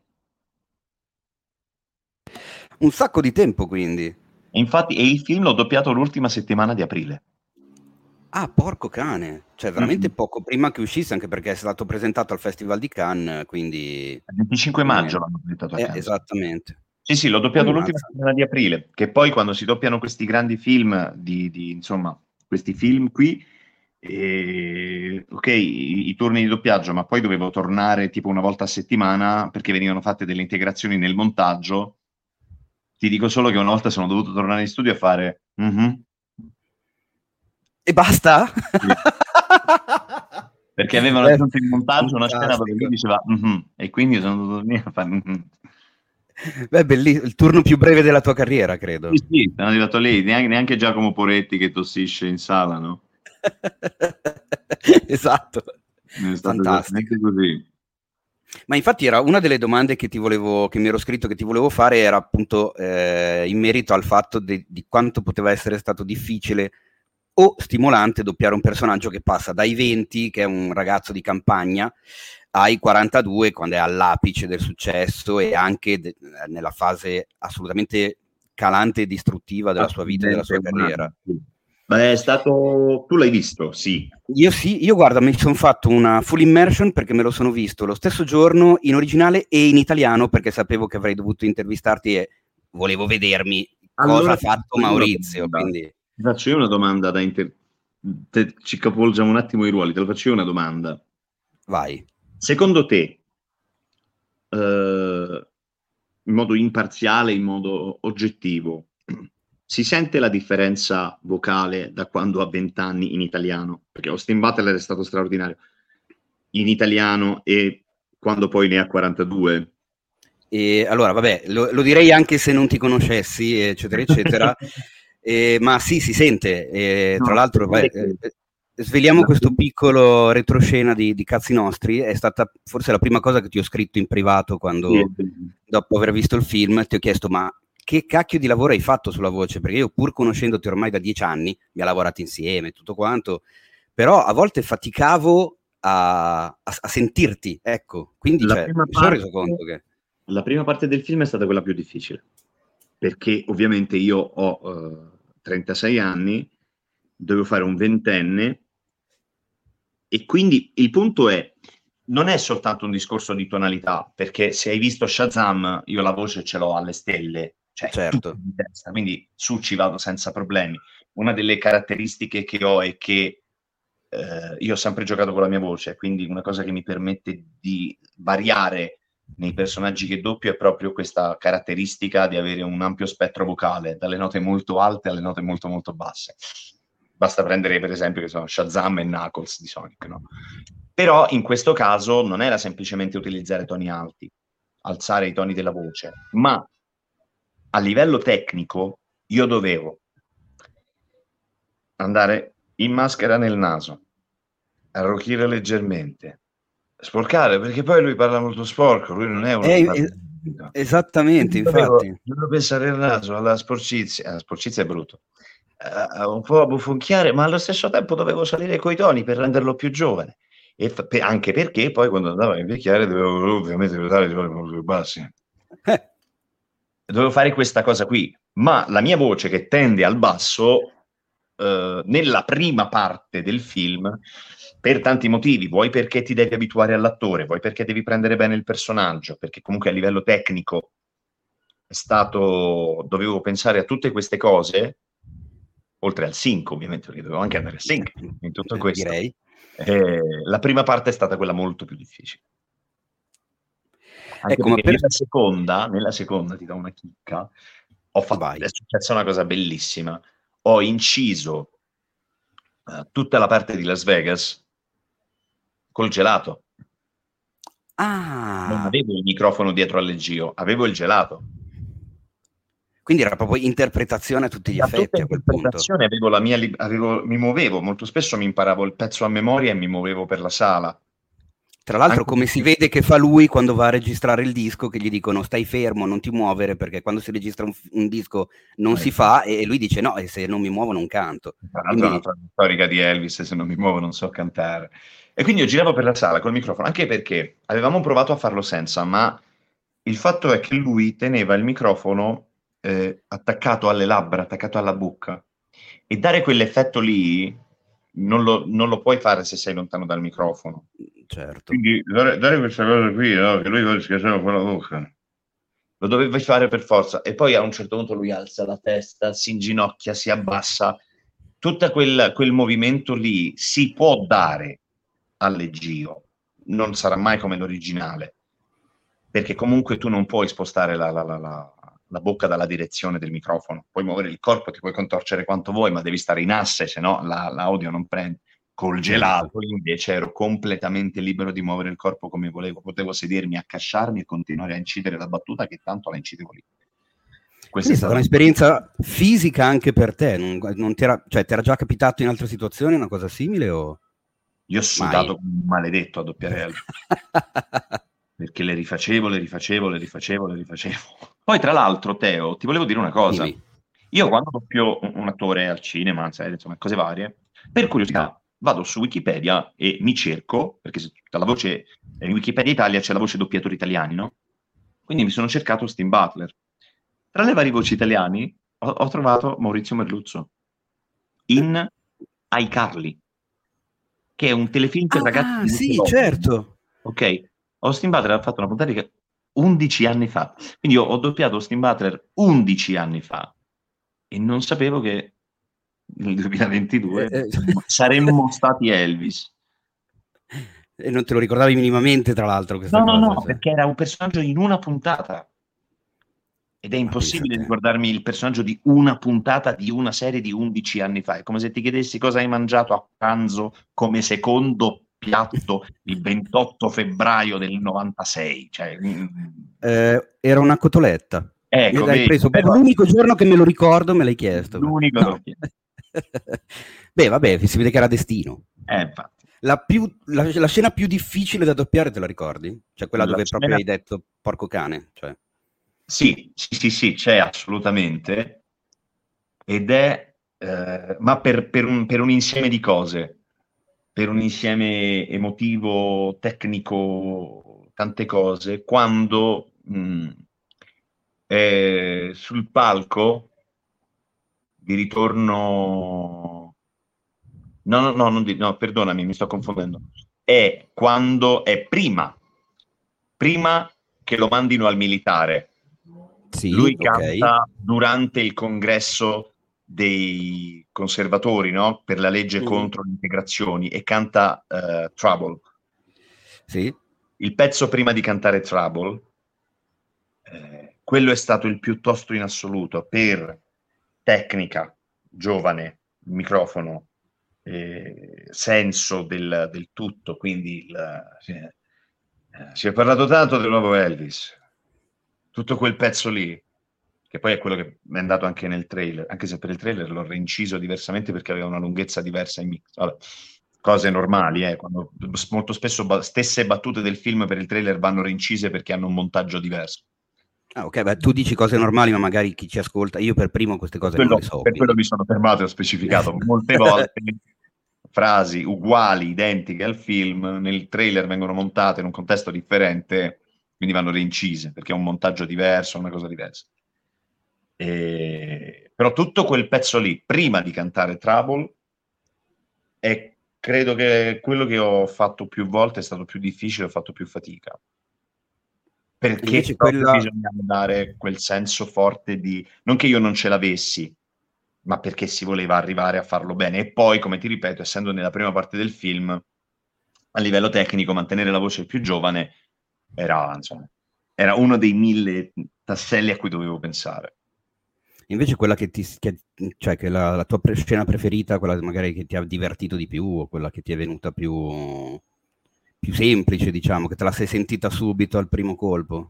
Un sacco di tempo, quindi. E infatti, il film l'ho doppiato l'ultima settimana di aprile. Ah, porco cane! Cioè, veramente poco prima che uscisse, anche perché è stato presentato al Festival di Cannes, quindi... Il 25 maggio l'hanno presentato a Cannes. Esattamente. Sì, l'ho doppiato l'ultima settimana di aprile, che poi quando si doppiano questi grandi film, insomma, questi film qui, ok, i turni di doppiaggio, ma poi dovevo tornare tipo una volta a settimana perché venivano fatte delle integrazioni nel montaggio. Ti dico solo che una volta sono dovuto tornare in studio a fare E basta? Sì. Perché avevano aggiunto in montaggio una scena dove lui diceva e quindi sono dovuto venire a fare Beh, bellissimo, il turno più breve della tua carriera, credo. Sì, sono arrivato lì, neanche Giacomo Poretti che tossisce in sala, no? Esatto. Fantastico. Così. Ma infatti era una delle domande che mi ero scritto che ti volevo fare, era appunto in merito al fatto di quanto poteva essere stato difficile o stimolante doppiare un personaggio che passa dai 20, che è un ragazzo di campagna, ai 42, quando è all'apice del successo e anche nella fase assolutamente calante e distruttiva della sua vita e della sua carriera. Beh, è stato... Tu l'hai visto? Sì. Io guarda, mi sono fatto una full immersion perché me lo sono visto lo stesso giorno in originale e in italiano, perché sapevo che avrei dovuto intervistarti e volevo vedermi cosa ha fatto Maurizio. Quindi... Ti faccio io una domanda ci capovolgiamo un attimo i ruoli, te lo faccio io una domanda. Vai. Secondo te, in modo imparziale, in modo oggettivo, si sente la differenza vocale da quando ha 20 anni in italiano? Perché Austin Butler è stato straordinario in italiano e quando poi ne ha 42. E allora, vabbè, lo direi anche se non ti conoscessi, eccetera, eccetera. Ma sì, si sente. Tra l'altro, sveliamo questo piccolo retroscena di cazzi nostri. È stata forse la prima cosa che ti ho scritto in privato quando, dopo aver visto il film, ti ho chiesto: ma che cacchio di lavoro hai fatto sulla voce? Perché io, pur conoscendoti ormai da 10 anni, mi ha lavorato insieme, tutto quanto, però a volte faticavo a sentirti, ecco. Quindi mi sono reso conto che... La prima parte del film è stata quella più difficile, perché ovviamente io ho 36 anni, dovevo fare un ventenne, e quindi il punto non è soltanto un discorso di tonalità, perché se hai visto Shazam, io la voce ce l'ho alle stelle, cioè certo, in testa, quindi su ci vado senza problemi. Una delle caratteristiche che ho è che io ho sempre giocato con la mia voce, quindi una cosa che mi permette di variare nei personaggi che doppio è proprio questa caratteristica di avere un ampio spettro vocale, dalle note molto alte alle note molto molto basse. Basta prendere per esempio che sono Shazam e Knuckles di Sonic, no? Però in questo caso non era semplicemente utilizzare toni alti, alzare i toni della voce, ma a livello tecnico io dovevo andare in maschera nel naso, arrochire leggermente, sporcare, perché poi lui parla molto sporco, lui non è uno esattamente, infatti. Dovevo pensare il naso alla sporcizia, la sporcizia è brutto, un po' a bufonchiare, ma allo stesso tempo dovevo salire coi toni per renderlo più giovane, e anche perché poi quando andavo a invecchiare dovevo ovviamente usare i toni molto più bassi. Dovevo fare questa cosa qui, ma la mia voce che tende al basso nella prima parte del film, per tanti motivi, vuoi perché ti devi abituare all'attore, vuoi perché devi prendere bene il personaggio, perché comunque a livello tecnico dovevo pensare a tutte queste cose, oltre al sync ovviamente, perché dovevo anche andare a sync in tutto questo. Direi. La prima parte è stata quella molto più difficile. Anche Ecco, ma perché per... nella seconda ti do una chicca, è Vai. successa una cosa bellissima. Ho inciso tutta la parte di Las Vegas col gelato. Non Ah, avevo il microfono dietro al leggio, avevo il gelato. quindi era proprio interpretazione a tutti gli Da tutta effetti a quel punto. interpretazione avevo la mia, mi muovevo, molto spesso mi imparavo il pezzo a memoria e mi muovevo per la sala. Tra l'altro, Anche come si perché vede che fa lui quando va a registrare il disco, che gli dicono stai fermo, non ti muovere, perché quando si registra un disco non si fa, e lui dice no, e se non mi muovo non canto. tra l'altro è una Quindi, frase storica di Elvis, se non mi muovo non so cantare. E quindi io giravo per la sala col microfono, anche perché avevamo provato a farlo senza, ma il fatto è che lui teneva il microfono attaccato alle labbra, attaccato alla bocca, e dare quell'effetto lì non lo puoi fare se sei lontano dal microfono. certo. Quindi dare questa cosa qui, no? Che lui si faceva con la bocca. Lo dovevi fare per forza. E poi a un certo punto lui alza la testa, si inginocchia, si abbassa. Tutto quel movimento lì si può dare al leggio, non sarà mai come l'originale, perché comunque tu non puoi spostare la bocca dalla direzione del microfono. Puoi muovere il corpo, ti puoi contorcere quanto vuoi, ma devi stare in asse, se no l'audio non prende. Col Certo. gelato invece ero completamente libero di muovere il corpo come volevo, potevo sedermi, accasciarmi e continuare a incidere la battuta che tanto la incidevo lì. Quindi è stata un'esperienza fisica anche per te, non ti era, cioè, ti era già capitato in altre situazioni una cosa simile o Io ho sudato come un maledetto a doppiare Elvis, perché le rifacevo. Poi tra l'altro, Teo, ti volevo dire una cosa. Dimmi. Io quando doppio un attore al cinema, insomma, cose varie, per curiosità vado su Wikipedia e mi cerco, perché se tutta la voce in Wikipedia Italia c'è la voce doppiatori italiani, no? Quindi mi sono cercato Austin Butler. Tra le varie voci italiani ho trovato Maurizio Merluzzo in iCarly, che è un telefilm per ragazzi Ah, di sì, Nickelodeon. certo. Ok, Austin Butler ha fatto una puntata che 11 anni fa. Quindi io ho doppiato Austin Butler 11 anni fa e non sapevo che nel 2022 saremmo stati Elvis. E non te lo ricordavi minimamente, tra l'altro, questa No, cosa. Cioè. perché era un personaggio in una puntata. Ed è Ma pensa impossibile te. ricordarmi il personaggio di una puntata di una serie di 11 anni fa. È come se ti chiedessi cosa hai mangiato a pranzo come secondo piatto il 28 febbraio del 96. Cioè, Era una cotoletta. ecco, L'hai preso per però l'unico giorno che me lo ricordo, me l'hai chiesto. l'unico No. Beh, vabbè, si vede che era destino. infatti. La scena più difficile da doppiare, te la ricordi? Cioè quella La dove scena- proprio hai detto porco cane. Cioè. Sì, c'è assolutamente. Ed è, ma per un insieme di cose, per un insieme emotivo, tecnico, tante cose, quando è sul palco di ritorno. No, perdonami, mi sto confondendo. È quando è prima che lo mandino al militare. Sì, Lui ok. canta durante il congresso dei conservatori, no? Per la legge contro le integrazioni, e canta Trouble. Sì. Il pezzo prima di cantare Trouble, quello è stato il più tosto in assoluto per tecnica, giovane, microfono, senso del tutto. Quindi si è parlato tanto del nuovo Elvis, tutto quel pezzo lì, che poi è quello che è andato anche nel trailer, anche se per il trailer l'ho reinciso diversamente perché aveva una lunghezza diversa in mix. Vabbè, cose normali, quando molto spesso stesse battute del film per il trailer vanno reincise perché hanno un montaggio diverso. Ah, ok, beh, tu dici cose normali, ma magari chi ci ascolta, io per primo queste cose non le so. Per quello mi sono fermato e ho specificato molte volte frasi uguali, identiche al film, nel trailer vengono montate in un contesto differente, quindi vanno reincise perché è un montaggio diverso, una cosa diversa. Però tutto quel pezzo lì, prima di cantare Trouble, è credo che quello che ho fatto più volte è stato più difficile, ho fatto più fatica. Perché Invece proprio bisognava dare quel senso forte di, non che io non ce l'avessi, ma perché si voleva arrivare a farlo bene. E poi, come ti ripeto, essendo nella prima parte del film, a livello tecnico, mantenere la voce più giovane era, insomma, era uno dei 1000 tasselli a cui dovevo pensare. Invece quella che cioè che la tua scena preferita, quella magari che ti ha divertito di più, o quella che ti è venuta più semplice, diciamo, che te la sei sentita subito al primo colpo?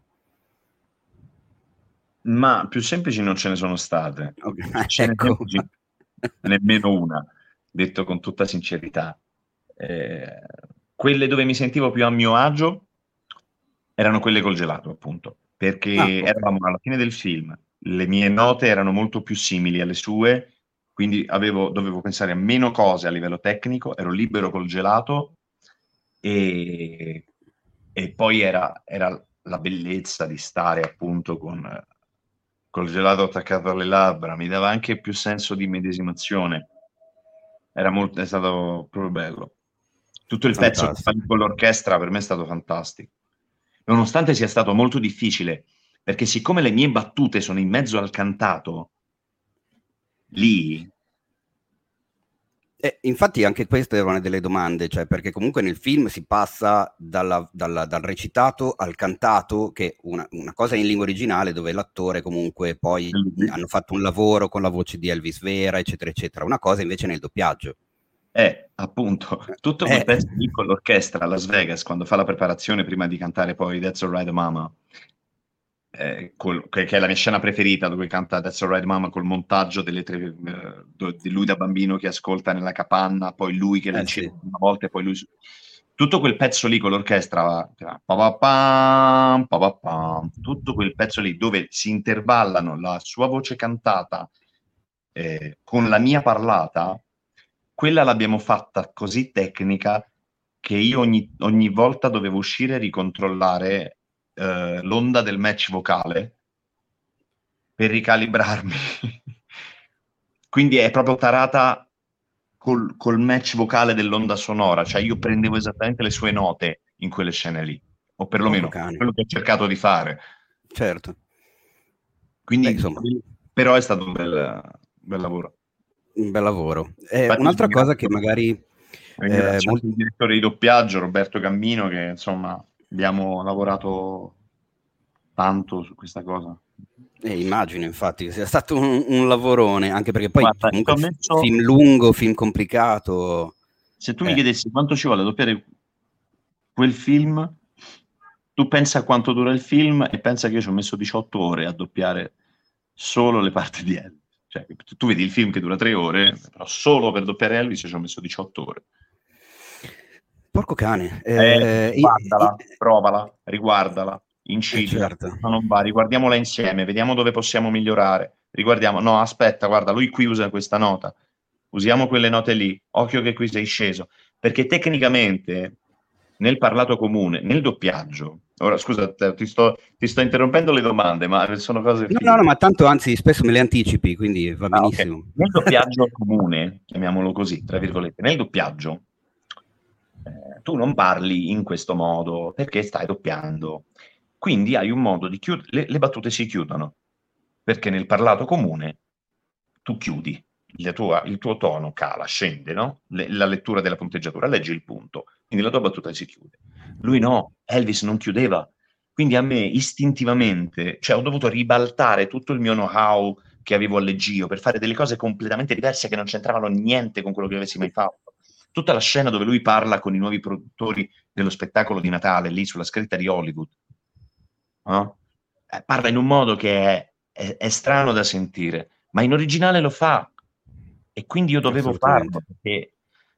Ma più semplici non ce ne sono state. Okay, Scene ecco. semplici nemmeno una, detto con tutta sincerità. Quelle dove mi sentivo più a mio agio erano quelle col gelato, appunto, perché Okay. eravamo alla fine del film, le mie note erano molto più simili alle sue, quindi dovevo pensare a meno cose a livello tecnico, ero libero col gelato e poi era la bellezza di stare appunto col gelato attaccato alle labbra, mi dava anche più senso di medesimazione. È stato proprio bello. Tutto il pezzo Fantastico. con l'orchestra per me è stato fantastico. Nonostante sia stato molto difficile, perché siccome le mie battute sono in mezzo al cantato, lì... Infatti anche questa era una delle domande, cioè perché comunque nel film si passa dal recitato al cantato, che una cosa in lingua originale dove l'attore comunque poi hanno fatto un lavoro con la voce di Elvis vera, eccetera, eccetera. Una cosa invece nel doppiaggio. Appunto, tutto quel pezzo lì con l'orchestra a Las Vegas, quando fa la preparazione prima di cantare poi That's Alright Mama, che è la mia scena preferita, dove canta That's Alright Mama col montaggio di lui da bambino che ascolta nella capanna, poi lui che lo incide una volta e poi lui... Tutto quel pezzo lì con l'orchestra, tutto quel pezzo lì dove si intervallano la sua voce cantata con la mia parlata, quella l'abbiamo fatta così tecnica che io ogni volta dovevo uscire e ricontrollare l'onda del match vocale per ricalibrarmi. Quindi è proprio tarata col match vocale dell'onda sonora, cioè io prendevo esattamente le sue note in quelle scene lì, o perlomeno quello che ho cercato di fare. Certo. Quindi, insomma, però è stato un bel lavoro. Un bel lavoro. Un'altra cosa che magari... Ringrazio il direttore di doppiaggio, Roberto Gambino, che insomma abbiamo lavorato tanto su questa cosa. Immagino infatti che sia stato un lavorone, anche perché poi comunque film lungo, film complicato. Se tu mi chiedessi quanto ci vuole a doppiare quel film, tu pensa a quanto dura il film e pensa che io ci ho messo 18 ore a doppiare solo le parti di Elvis. Cioè, tu vedi il film che dura 3 ore, però solo per doppiare Elvis ci ho messo 18 ore. Porco cane. Guardala, provala, riguardala, incidila. Certo. Non va, riguardiamola insieme, vediamo dove possiamo migliorare. Riguardiamo, no, aspetta, guarda, lui qui usa questa nota. Usiamo quelle note lì. Occhio che qui sei sceso. Perché tecnicamente, nel parlato comune, nel doppiaggio... Ora, scusa, ti sto interrompendo le domande, ma sono cose... No, ma tanto, anzi, spesso me le anticipi, quindi va benissimo. Okay. Nel doppiaggio comune, chiamiamolo così, tra virgolette, nel doppiaggio, tu non parli in questo modo perché stai doppiando. Quindi hai un modo di chiudere, le battute si chiudono, perché nel parlato comune tu chiudi, il tuo tono cala, scende, no? La lettura della punteggiatura, leggi il punto, quindi la tua battuta si chiude. Lui no, Elvis non chiudeva, quindi a me istintivamente, cioè ho dovuto ribaltare tutto il mio know-how che avevo al leggio per fare delle cose completamente diverse che non c'entravano niente con quello che avessi mai fatto. Tutta la scena dove lui parla con i nuovi produttori dello spettacolo di Natale, lì sulla scritta di Hollywood, no? Parla in un modo che è strano da sentire, ma in originale lo fa, e quindi io dovevo farlo, perché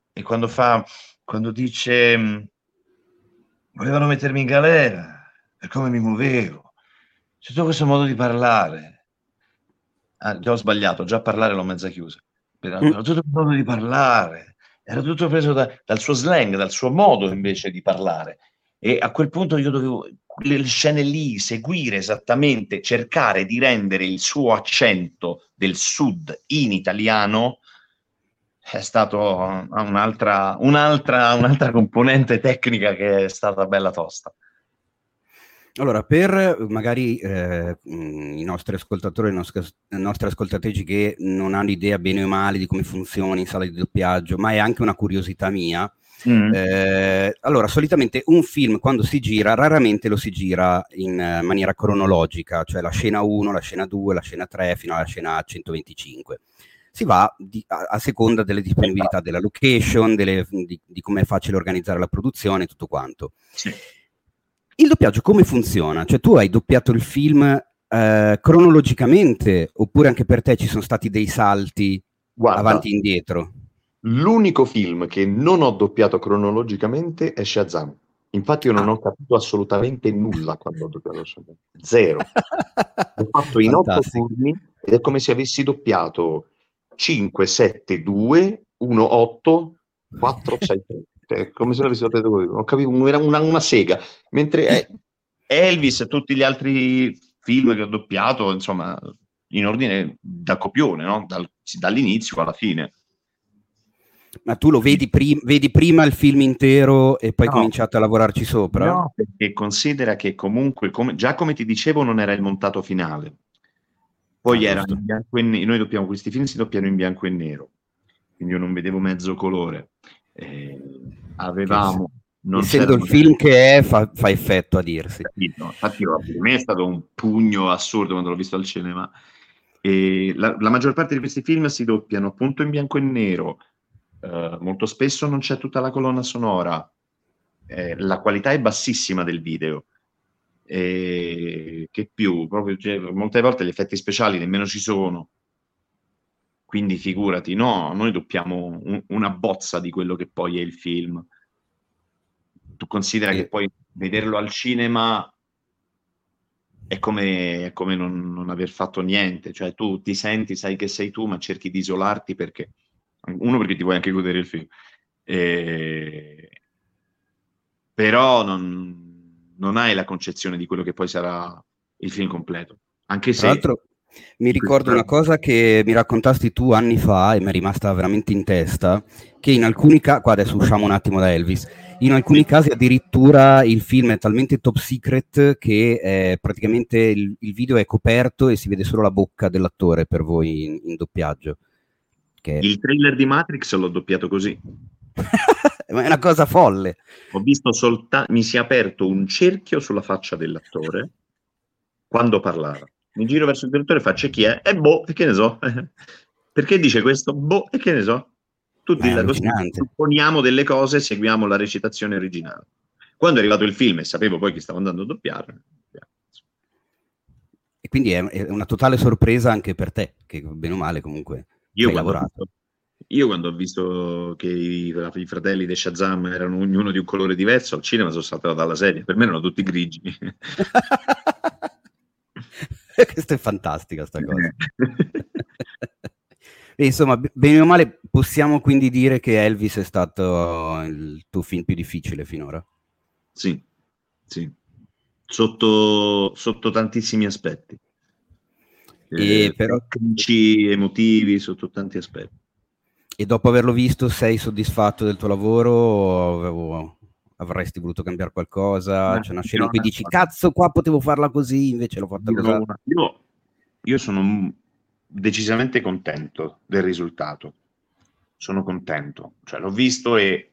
quando dice volevano mettermi in galera per come mi muovevo, c'è tutto questo modo di parlare. Già ho sbagliato, già a parlare l'ho mezza chiusa. Era tutto il modo di parlare, era tutto preso dal suo slang, dal suo modo invece di parlare. E a quel punto io dovevo le scene lì seguire esattamente, cercare di rendere il suo accento del sud in italiano. È stato un'altra componente tecnica che è stata bella tosta. Allora, per magari i nostri ascoltatori, le nostre ascoltatrici che non hanno idea bene o male di come funziona in sala di doppiaggio, ma è anche una curiosità mia, Allora, solitamente un film quando si gira, raramente lo si gira in maniera cronologica, cioè la scena 1, la scena 2, la scena 3 fino alla scena 125. Si va a seconda delle disponibilità della location, di come è facile organizzare la produzione, tutto quanto. Sì. Il doppiaggio come funziona? Cioè tu hai doppiato il film cronologicamente, oppure anche per te ci sono stati dei salti avanti e indietro? L'unico film che non ho doppiato cronologicamente è Shazam. Infatti io non ho capito assolutamente nulla quando ho doppiato Shazam. Zero. L'ho fatto in 8 turni ed è come se avessi doppiato 5, 7, 2, 1, 8, 4, 6, 3. È come se l'avessi doppiato così. Non capivo, era una sega. Mentre Elvis e tutti gli altri film che ho doppiato, insomma, in ordine da copione, no? Dall'inizio alla fine. Ma tu lo vedi prima il film intero e poi cominciate a lavorarci sopra? No, perché considera che comunque, già come ti dicevo, non era il montato finale. Poi era in bianco e nero. Noi doppiamo questi film, si doppiano in bianco e nero. Quindi io non vedevo mezzo colore. Avevamo... essendo il film che è, fa effetto a dirsi. Infatti per me è stato un pugno assurdo quando l'ho visto al cinema. E la maggior parte di questi film si doppiano appunto in bianco e nero. Molto spesso non c'è tutta la colonna sonora, la qualità è bassissima del video, che più, proprio, cioè, molte volte gli effetti speciali nemmeno ci sono, quindi figurati, no, noi doppiamo una bozza di quello che poi è il film. Tu considera che poi vederlo al cinema è come non aver fatto niente, cioè tu ti senti, sai che sei tu, ma cerchi di isolarti perché ti vuoi anche godere il film, però non hai la concezione di quello che poi sarà il film completo, anche se... Tra l'altro mi ricordo una cosa che mi raccontasti tu anni fa e mi è rimasta veramente in testa, che in alcuni casi, qua adesso usciamo un attimo da Elvis, in alcuni casi addirittura il film è talmente top secret che praticamente il video è coperto e si vede solo la bocca dell'attore per voi in doppiaggio. Il trailer di Matrix l'ho doppiato così. Ma è una cosa folle. Ho visto mi si è aperto un cerchio sulla faccia dell'attore quando parlava. Mi giro verso il direttore e faccio chi è? E boh, che ne so. Perché dice questo? Boh, e che ne so. Tu dilla così, supponiamo delle cose, seguiamo la recitazione originale. Quando è arrivato il film e sapevo poi che stavo andando a doppiare. E quindi è una totale sorpresa anche per te, che bene o male comunque hai lavorato. Io quando ho visto che i fratelli di Shazam erano ognuno di un colore diverso, al cinema sono saltato dalla sedia. Per me erano tutti grigi. Questa è fantastica sta cosa. E insomma, bene o male possiamo quindi dire che Elvis è stato il tuo film più difficile finora? Sì. Sotto tantissimi aspetti. Però tecnici, emotivi, sotto tanti aspetti. E dopo averlo visto sei soddisfatto del tuo lavoro o avresti voluto cambiare qualcosa? C'è una scena in cui dici cazzo qua potevo farla così, invece l'ho fatta così. Io sono decisamente contento del risultato, sono contento, cioè l'ho visto e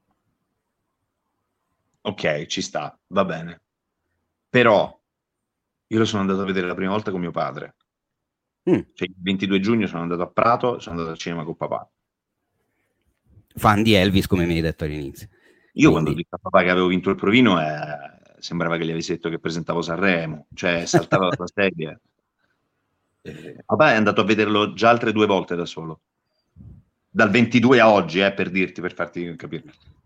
ok, ci sta, va bene, però io lo sono andato a vedere la prima volta con mio padre. Cioè, il 22 giugno sono andato a Prato, sono andato al cinema con papà. Fan di Elvis, come mi hai detto all'inizio. Io quando ho visto a papà che avevo vinto il provino sembrava che gli avessi detto che presentavo Sanremo, cioè saltava dalla sedia. Papà è andato a vederlo già altre 2 volte da solo, dal 22 a oggi, per dirti, per farti capire.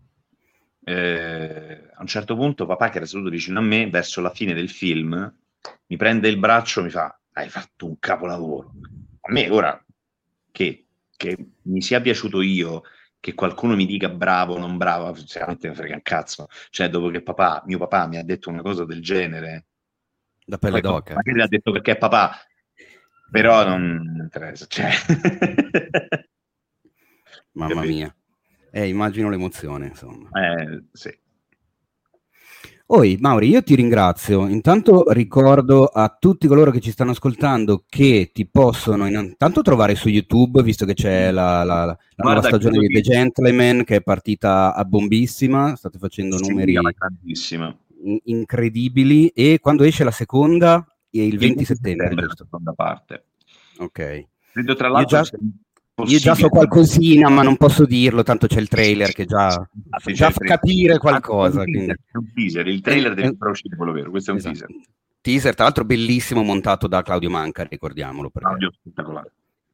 A un certo punto papà, che era seduto vicino a me, verso la fine del film, mi prende il braccio e mi fa: hai fatto un capolavoro. A me ora che mi sia piaciuto io, che qualcuno mi dica bravo o non bravo, sinceramente mi frega un cazzo. Cioè, dopo che mio papà mi ha detto una cosa del genere, da pelle d'oca, magari l'ha detto perché è papà, però non interessa, cioè. Mamma mia, immagino l'emozione, insomma. Sì. Oi, Mauri, io ti ringrazio. Intanto ricordo a tutti coloro che ci stanno ascoltando che ti possono intanto trovare su YouTube, visto che c'è la nuova stagione di The Gentleman che è partita a bombissima, state facendo numeri incredibili, e quando esce la seconda? Il 20 settembre, giusto? La seconda parte. Ok. Credo, tra l'altro, io già so qualcosina, ma non posso dirlo, tanto c'è il trailer che già fa capire qualcosa. Quindi. È un teaser, il trailer deve ancora uscire quello vero, questo è un teaser. Teaser, tra l'altro bellissimo, montato da Claudio Manca, ricordiamolo. Claudio, spettacolare.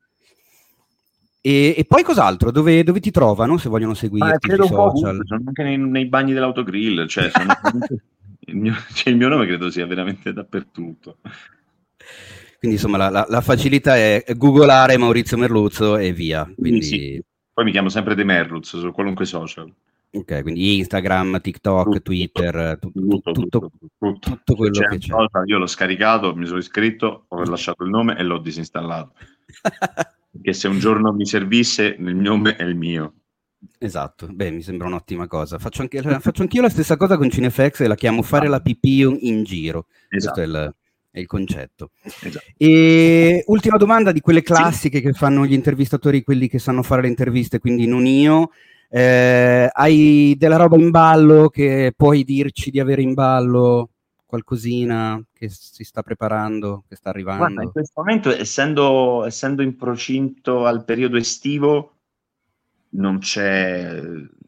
E poi cos'altro? Dove ti trovano se vogliono seguirti sui social? Sono anche nei bagni dell'autogrill, cioè il mio nome credo sia veramente dappertutto. Quindi insomma la facilità è googolare Maurizio Merluzzo e via. Quindi... Sì. Poi mi chiamo sempre De Merluz su qualunque social. Ok, quindi Instagram, TikTok, Twitter, tutto quello che c'è. Io l'ho scaricato, mi sono iscritto, ho lasciato il nome e l'ho disinstallato. Perché se un giorno mi servisse, il nome è il mio. Esatto, beh, mi sembra un'ottima cosa. Faccio anch'io la stessa cosa con Cinefx e la chiamo fare la pipì in giro. Esatto. Questo è il concetto. Esatto. E ultima domanda di quelle classiche che fanno gli intervistatori, quelli che sanno fare le interviste, quindi non io. Hai della roba in ballo che puoi dirci di avere in ballo? Qualcosina che si sta preparando, che sta arrivando? Guarda, in questo momento, essendo in procinto al periodo estivo, non c'è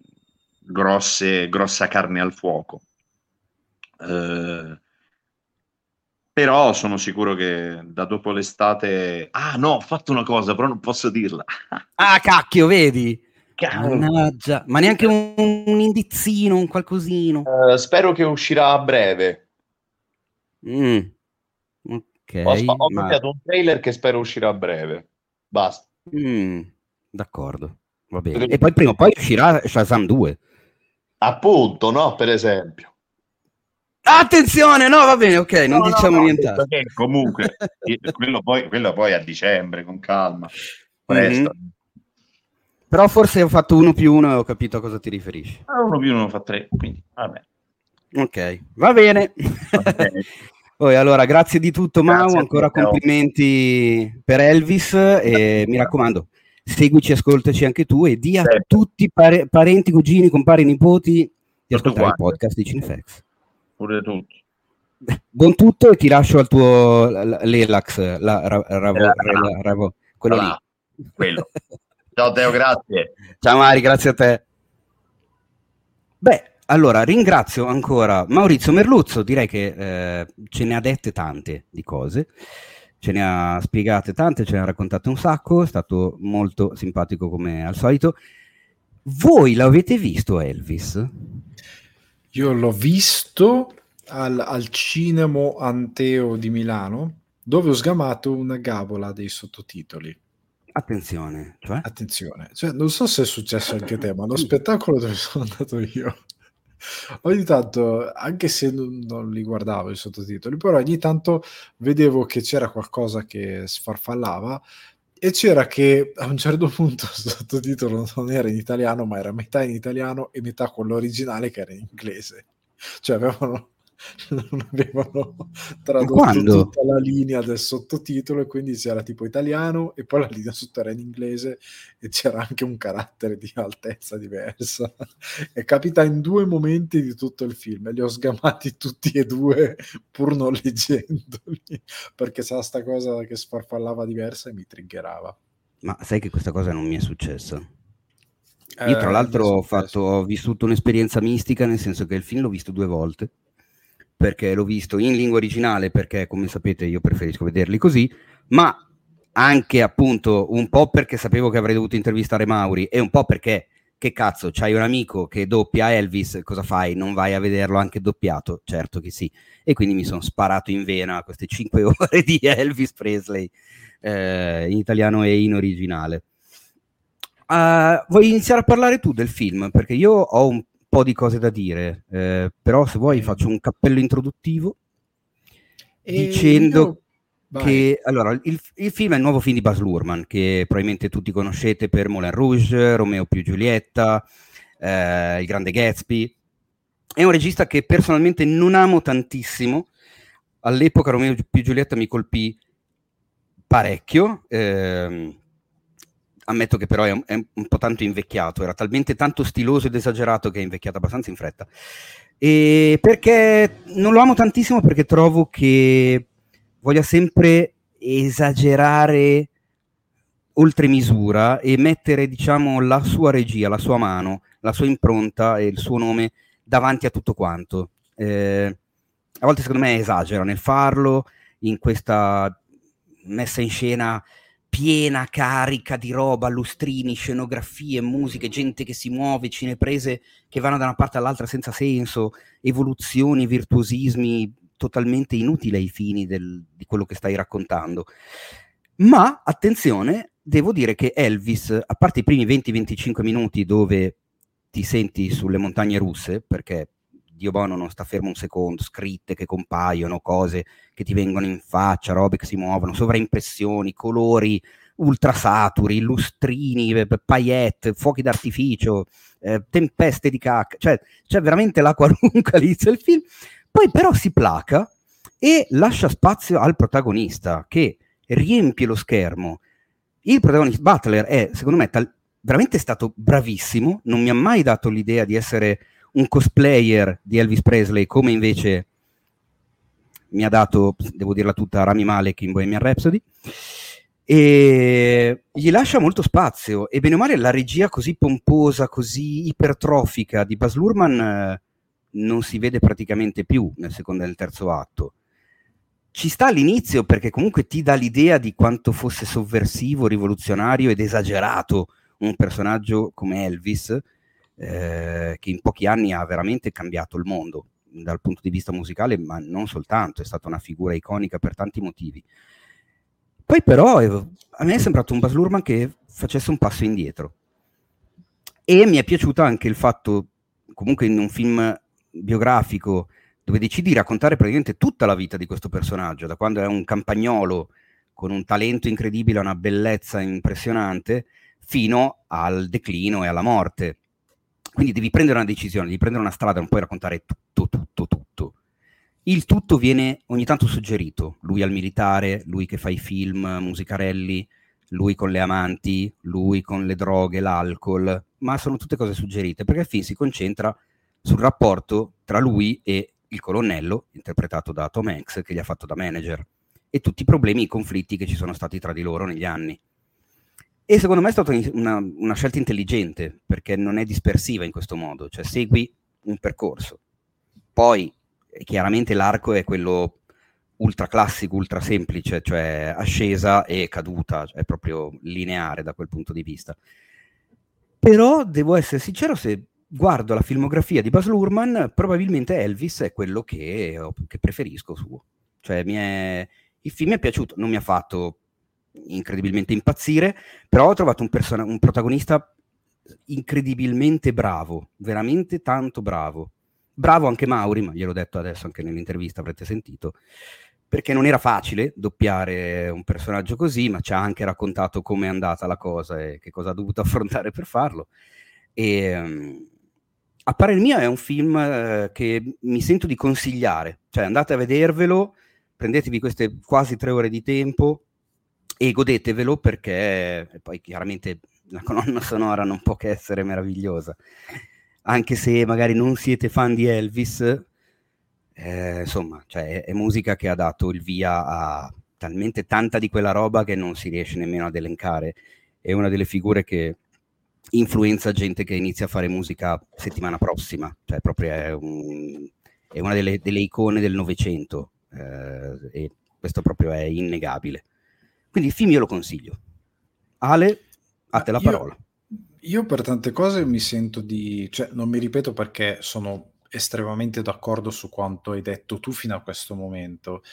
grossa carne al fuoco. Però sono sicuro che da dopo l'estate... Ah no, ho fatto una cosa, però non posso dirla. Ah, cacchio, vedi? Mannaggia. Ma neanche un indizino, un qualcosino? Spero che uscirà a breve. Ok. Ho copiato un trailer che spero uscirà a breve. Basta. D'accordo, va bene. E poi prima o poi uscirà Shazam 2. Appunto, no? Per esempio. Attenzione, no, va bene, ok, non diciamo nient'altro. Comunque, quello poi a dicembre, con calma. Presto. Però forse ho fatto 1+1 e ho capito a cosa ti riferisci. 1+1 fa 3, quindi vabbè. Ok, va bene. Poi allora, grazie di tutto, Mau, ancora complimenti per Elvis e mi raccomando, seguici, ascoltaci anche tu e di a tutti parenti, cugini, compari, nipoti di ascoltare il podcast di Cinefx. Pure tutti. Buon tutto e ti lascio al tuo l'Elax, quello lì. Quello. Ciao Teo, grazie. Ciao Mari, grazie a te. Beh, allora ringrazio ancora Maurizio Merluzzo, direi che ce ne ha dette tante di cose, ce ne ha spiegate tante, ce ne ha raccontate un sacco, è stato molto simpatico come al solito. Voi l'avete visto Elvis? Io l'ho visto al Cinema Anteo di Milano, dove ho sgamato una gabola dei sottotitoli. Attenzione, cioè, non so se è successo anche a te, ma lo spettacolo dove sono andato io, ogni tanto, anche se non li guardavo i sottotitoli, però ogni tanto vedevo che c'era qualcosa che sfarfallava e c'era che a un certo punto il sottotitolo non era in italiano, ma era metà in italiano e metà quello originale che era in inglese. Cioè non avevano tradotto tutta la linea del sottotitolo e quindi c'era tipo italiano e poi la linea sotto era in inglese e c'era anche un carattere di altezza diversa e capita in 2 momenti di tutto il film e li ho sgamati tutti e 2 pur non leggendoli perché c'era sta cosa che sfarfallava diversa e mi triggerava. Ma sai che questa cosa non mi è successa? Io tra l'altro ho vissuto un'esperienza mistica, nel senso che il film l'ho visto 2 volte, perché l'ho visto in lingua originale, perché come sapete io preferisco vederli così, ma anche appunto un po' perché sapevo che avrei dovuto intervistare Mauri e un po' perché, che cazzo, c'hai un amico che doppia Elvis, cosa fai? Non vai a vederlo anche doppiato? Certo che sì. E quindi mi sono sparato in vena queste 5 ore di Elvis Presley in italiano e in originale. Vuoi iniziare a parlare tu del film? Perché io ho un po' di cose da dire, però se vuoi faccio un cappello introduttivo dicendo che allora il film è il nuovo film di Baz Luhrmann, che probabilmente tutti conoscete per Moulin Rouge, Romeo più Giulietta, Il Grande Gatsby. È un regista che personalmente non amo tantissimo. All'epoca Romeo più Giulietta mi colpì parecchio, ammetto che però è un po' tanto invecchiato, era talmente tanto stiloso ed esagerato che è invecchiato abbastanza in fretta. E perché non lo amo tantissimo, perché trovo che voglia sempre esagerare oltre misura e mettere, diciamo, la sua regia, la sua mano, la sua impronta e il suo nome davanti a tutto quanto. A volte secondo me esagera nel farlo, in questa messa in scena piena, carica di roba, lustrini, scenografie, musiche, gente che si muove, cineprese che vanno da una parte all'altra senza senso, evoluzioni, virtuosismi totalmente inutili ai fini di quello che stai raccontando. Ma, attenzione, devo dire che Elvis, a parte i primi 20-25 minuti dove ti senti sulle montagne russe, perché Dio buono non sta fermo un secondo, scritte che compaiono, cose che ti vengono in faccia, robe che si muovono, sovraimpressioni, colori ultrasaturi, lustrini, paillette, fuochi d'artificio, tempeste di cacca, cioè c'è veramente la qualunque all'inizio del film. Poi però si placa e lascia spazio al protagonista che riempie lo schermo. Il protagonista Butler è, secondo me, veramente stato bravissimo, non mi ha mai dato l'idea di essere un cosplayer di Elvis Presley, come invece mi ha dato, devo dirla tutta, Rami Malek in Bohemian Rhapsody, e gli lascia molto spazio, e bene o male la regia così pomposa, così ipertrofica di Baz Luhrmann non si vede praticamente più nel secondo e nel terzo atto. Ci sta all'inizio perché comunque ti dà l'idea di quanto fosse sovversivo, rivoluzionario ed esagerato un personaggio come Elvis, che in pochi anni ha veramente cambiato il mondo dal punto di vista musicale, ma non soltanto, è stata una figura iconica per tanti motivi. Poi però a me è sembrato un Baz Luhrmann che facesse un passo indietro, e mi è piaciuto anche il fatto, comunque in un film biografico dove decidi di raccontare praticamente tutta la vita di questo personaggio, da quando è un campagnolo con un talento incredibile, una bellezza impressionante, fino al declino e alla morte. Quindi devi prendere una decisione, devi prendere una strada, non puoi raccontare tutto. Il tutto viene ogni tanto suggerito, lui al militare, lui che fa i film musicarelli, lui con le amanti, lui con le droghe, l'alcol, ma sono tutte cose suggerite, perché il film si concentra sul rapporto tra lui e il colonnello, interpretato da Tom Hanks, che gli ha fatto da manager, e tutti i problemi e i conflitti che ci sono stati tra di loro negli anni. E secondo me è stata una scelta intelligente, perché non è dispersiva in questo modo, cioè segui un percorso. Poi chiaramente l'arco è quello ultra classico, ultra semplice, cioè ascesa e caduta, cioè è proprio lineare da quel punto di vista. Però devo essere sincero, se guardo la filmografia di Baz Luhrmann, probabilmente Elvis è quello che preferisco suo. Cioè il film mi è piaciuto, non mi ha fatto incredibilmente impazzire, però ho trovato un protagonista incredibilmente bravo, veramente tanto bravo. Bravo anche Mauri, ma gliel'ho detto adesso anche nell'intervista, avrete sentito, perché non era facile doppiare un personaggio così, ma ci ha anche raccontato come è andata la cosa e che cosa ha dovuto affrontare per farlo. E a parer mio è un film che mi sento di consigliare, cioè andate a vedervelo, prendetevi queste quasi 3 ore di tempo e godetevelo, perché poi chiaramente la colonna sonora non può che essere meravigliosa, anche se magari non siete fan di Elvis, insomma, cioè è musica che ha dato il via a talmente tanta di quella roba che non si riesce nemmeno ad elencare. È una delle figure che influenza gente che inizia a fare musica settimana prossima, cioè proprio è una delle icone del Novecento, e questo proprio è innegabile. Quindi il film io lo consiglio. Ale, a te la parola. Io per tante cose mi sento cioè non mi ripeto, perché sono estremamente d'accordo su quanto hai detto tu fino a questo momento.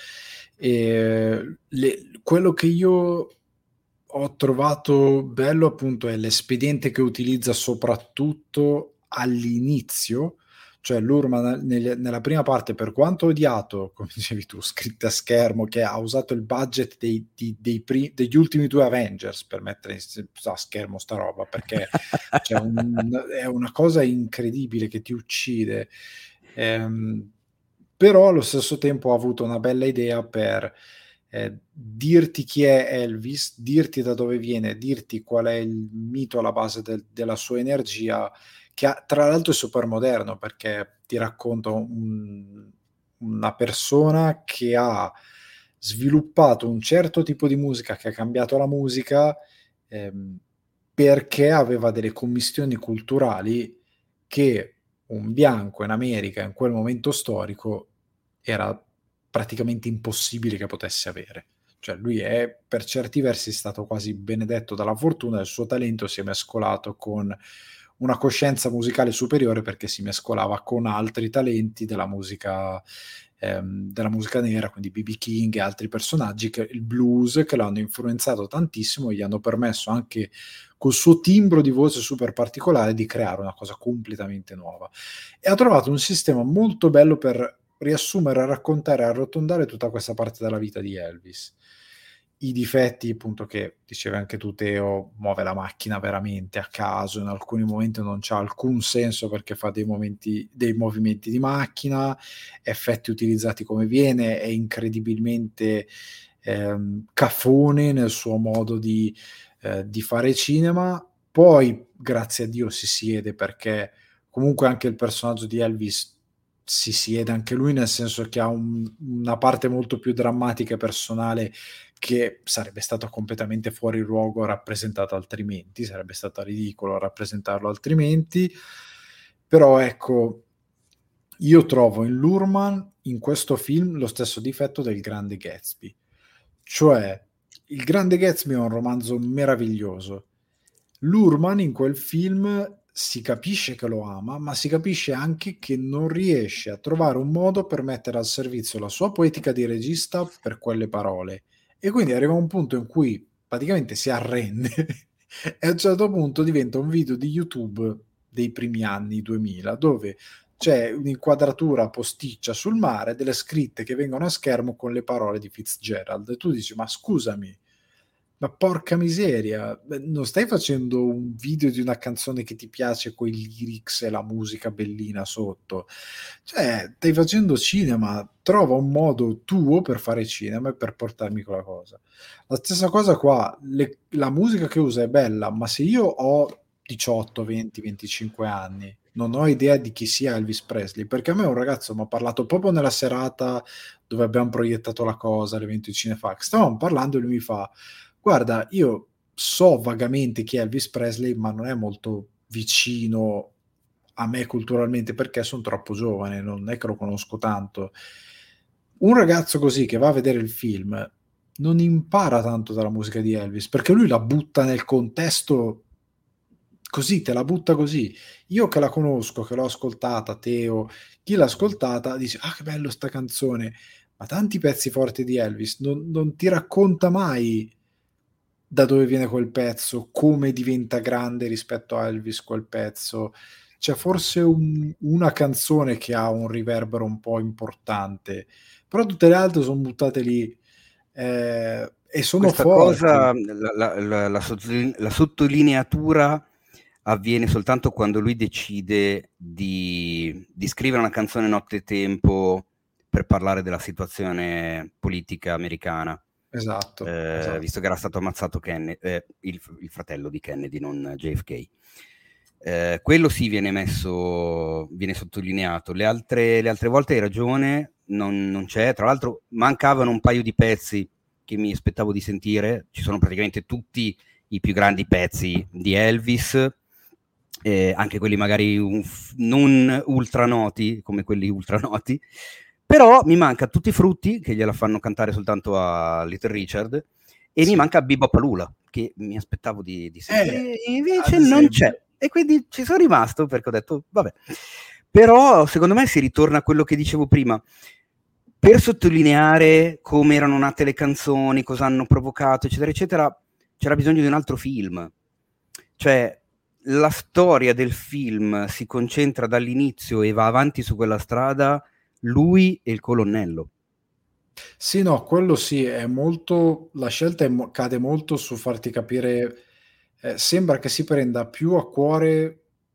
Quello che io ho trovato bello appunto è l'espediente che utilizza soprattutto all'inizio, cioè Luhrmann nella prima parte, per quanto odiato, come dicevi tu, scritte a schermo, che ha usato il budget degli ultimi 2 Avengers per mettere a schermo sta roba, perché è una cosa incredibile che ti uccide. Però allo stesso tempo ha avuto una bella idea per dirti chi è Elvis, dirti da dove viene, dirti qual è il mito alla base della sua energia, che tra l'altro è super moderno, perché ti racconta una persona che ha sviluppato un certo tipo di musica, che ha cambiato la musica perché aveva delle commistioni culturali che un bianco in America in quel momento storico era praticamente impossibile che potesse avere. Cioè lui è per certi versi stato quasi benedetto dalla fortuna, e il suo talento si è mescolato con una coscienza musicale superiore, perché si mescolava con altri talenti della musica nera, quindi B.B. King e altri personaggi, il blues, che l'hanno influenzato tantissimo e gli hanno permesso anche col suo timbro di voce super particolare di creare una cosa completamente nuova. E ha trovato un sistema molto bello per riassumere, raccontare, arrotondare tutta questa parte della vita di Elvis. I difetti, appunto, che dicevi anche tu, Teo, muove la macchina veramente a caso, in alcuni momenti non c'ha alcun senso perché fa dei movimenti di macchina, effetti utilizzati come viene, è incredibilmente cafone nel suo modo di fare cinema. Poi, grazie a Dio, si siede, perché comunque anche il personaggio di Elvis si siede anche lui, nel senso che ha una parte molto più drammatica e personale che sarebbe stato completamente fuori luogo rappresentato altrimenti, sarebbe stato ridicolo rappresentarlo altrimenti. Però ecco, io trovo in Luhrmann, in questo film, lo stesso difetto del Grande Gatsby, cioè il Grande Gatsby è un romanzo meraviglioso. Luhrmann in quel film si capisce che lo ama, ma si capisce anche che non riesce a trovare un modo per mettere al servizio la sua poetica di regista per quelle parole. E quindi arriva un punto in cui praticamente si arrende e a un certo punto diventa un video di YouTube dei primi anni 2000, dove c'è un'inquadratura posticcia sul mare, delle scritte che vengono a schermo con le parole di Fitzgerald, e tu dici: ma scusami, ma porca miseria, non stai facendo un video di una canzone che ti piace con i lyrics e la musica bellina sotto, cioè stai facendo cinema, trova un modo tuo per fare cinema e per portarmi quella cosa. La stessa cosa qua, la musica che usa è bella, ma se io ho 18, 20, 25 anni, non ho idea di chi sia Elvis Presley, perché a me un ragazzo mi ha parlato proprio nella serata dove abbiamo proiettato la cosa, l'evento di Cinefax, stavamo parlando e lui mi fa: guarda, io so vagamente chi è Elvis Presley, ma non è molto vicino a me culturalmente, perché sono troppo giovane, non è che lo conosco tanto. Un ragazzo così che va a vedere il film non impara tanto dalla musica di Elvis, perché lui la butta nel contesto così, te la butta così. Io che la conosco, che l'ho ascoltata, Teo, chi l'ha ascoltata dice: ah, che bello sta canzone, ma tanti pezzi forti di Elvis non ti racconta mai da dove viene quel pezzo, come diventa grande rispetto a Elvis quel pezzo. C'è forse una canzone che ha un riverbero un po' importante, però tutte le altre sono buttate lì e sono Questa forti. cosa, la sottolineatura avviene soltanto quando lui decide di scrivere una canzone nottetempo per parlare della situazione politica americana. Esatto. Visto che era stato ammazzato il fratello di Kennedy, non JFK. Quello sì viene sottolineato. Le altre volte hai ragione, non c'è. Tra l'altro mancavano un paio di pezzi che mi aspettavo di sentire. Ci sono praticamente tutti i più grandi pezzi di Elvis, anche quelli magari non ultra noti come quelli ultra noti, però mi manca Tutti i frutti, che gliela fanno cantare soltanto a Little Richard, e sì, mi manca Bebop Palula, che mi aspettavo di sentire, e invece non c'è, e quindi ci sono rimasto perché ho detto vabbè. Però secondo me si ritorna a quello che dicevo prima, per sottolineare come erano nate le canzoni, cosa hanno provocato, eccetera eccetera. C'era bisogno di un altro film, cioè la storia del film si concentra dall'inizio e va avanti su quella strada lui e il colonnello. Sì, no, quello sì, è molto, la scelta cade molto su farti capire, sembra che si prenda più a cuore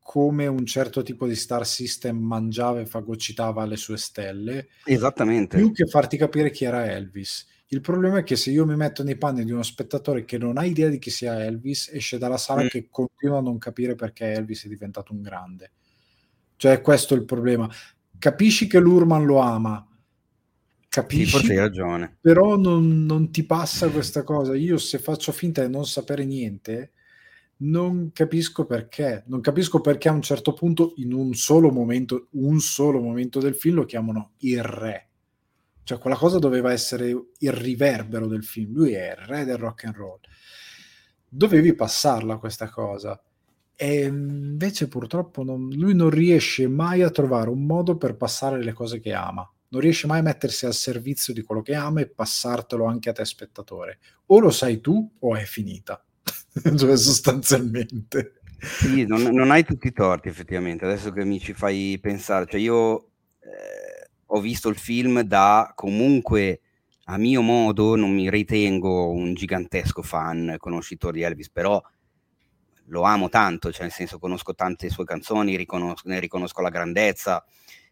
come un certo tipo di star system mangiava e fagocitava le sue stelle, Esattamente. più che farti capire chi era Elvis. Il problema è che se io mi metto nei panni di uno spettatore che non ha idea di chi sia Elvis, esce dalla sala che continua a non capire perché Elvis è diventato un grande. Cioè, questo è il problema. Capisci che Luhrmann lo ama, capisci, sì, forse hai ragione. però non ti passa questa cosa. Io, se faccio finta di non sapere niente, non capisco perché. Non capisco perché a un certo punto, in un solo momento del film, lo chiamano il re. Cioè, quella cosa doveva essere il riverbero del film. Lui è il re del rock and roll. Dovevi passarla questa cosa. E invece purtroppo lui non riesce mai a trovare un modo per passare le cose che ama. Non riesce mai a mettersi al servizio di quello che ama e passartelo anche a te spettatore. O lo sai tu o è finita. Cioè, sostanzialmente. Sì, non hai tutti i torti, effettivamente. Adesso che mi ci fai pensare, cioè io ho visto il film da, comunque, a mio modo, non mi ritengo un gigantesco fan, conoscitore di Elvis, però lo amo tanto, cioè nel senso, conosco tante sue canzoni, ne riconosco la grandezza.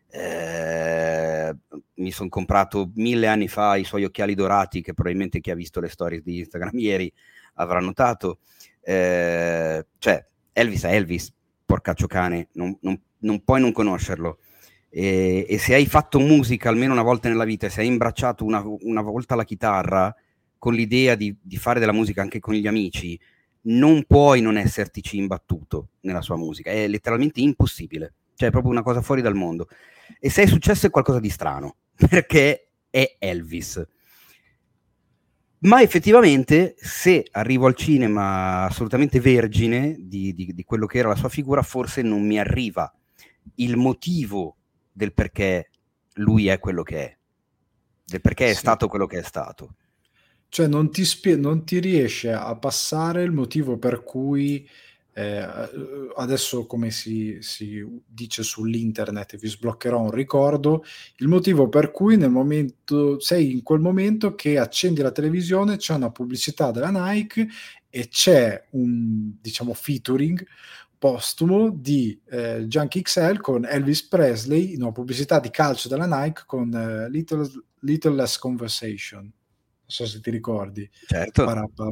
Mi sono comprato 1000 anni fa i suoi occhiali dorati, che probabilmente chi ha visto le stories di Instagram ieri avrà notato. Cioè, Elvis è Elvis, porcaccio cane, non puoi non conoscerlo. E se hai fatto musica almeno una volta nella vita, se hai imbracciato una volta la chitarra con l'idea di fare della musica anche con gli amici, non puoi non essertici imbattuto nella sua musica, è letteralmente impossibile, cioè è proprio una cosa fuori dal mondo. E se è successo è qualcosa di strano, perché è Elvis. Ma effettivamente, se arrivo al cinema assolutamente vergine di quello che era la sua figura, forse non mi arriva il motivo del perché lui è quello che è, del perché è stato quello che è stato. Cioè non ti riesce a passare il motivo per cui adesso, come si dice sull'internet, vi sbloccherò un ricordo, il motivo per cui sei in quel momento che accendi la televisione, c'è una pubblicità della Nike e c'è un, diciamo, featuring postumo di Junkie XL con Elvis Presley in una pubblicità di calcio della Nike con Little Less Conversation. Non so se ti ricordi. Certo.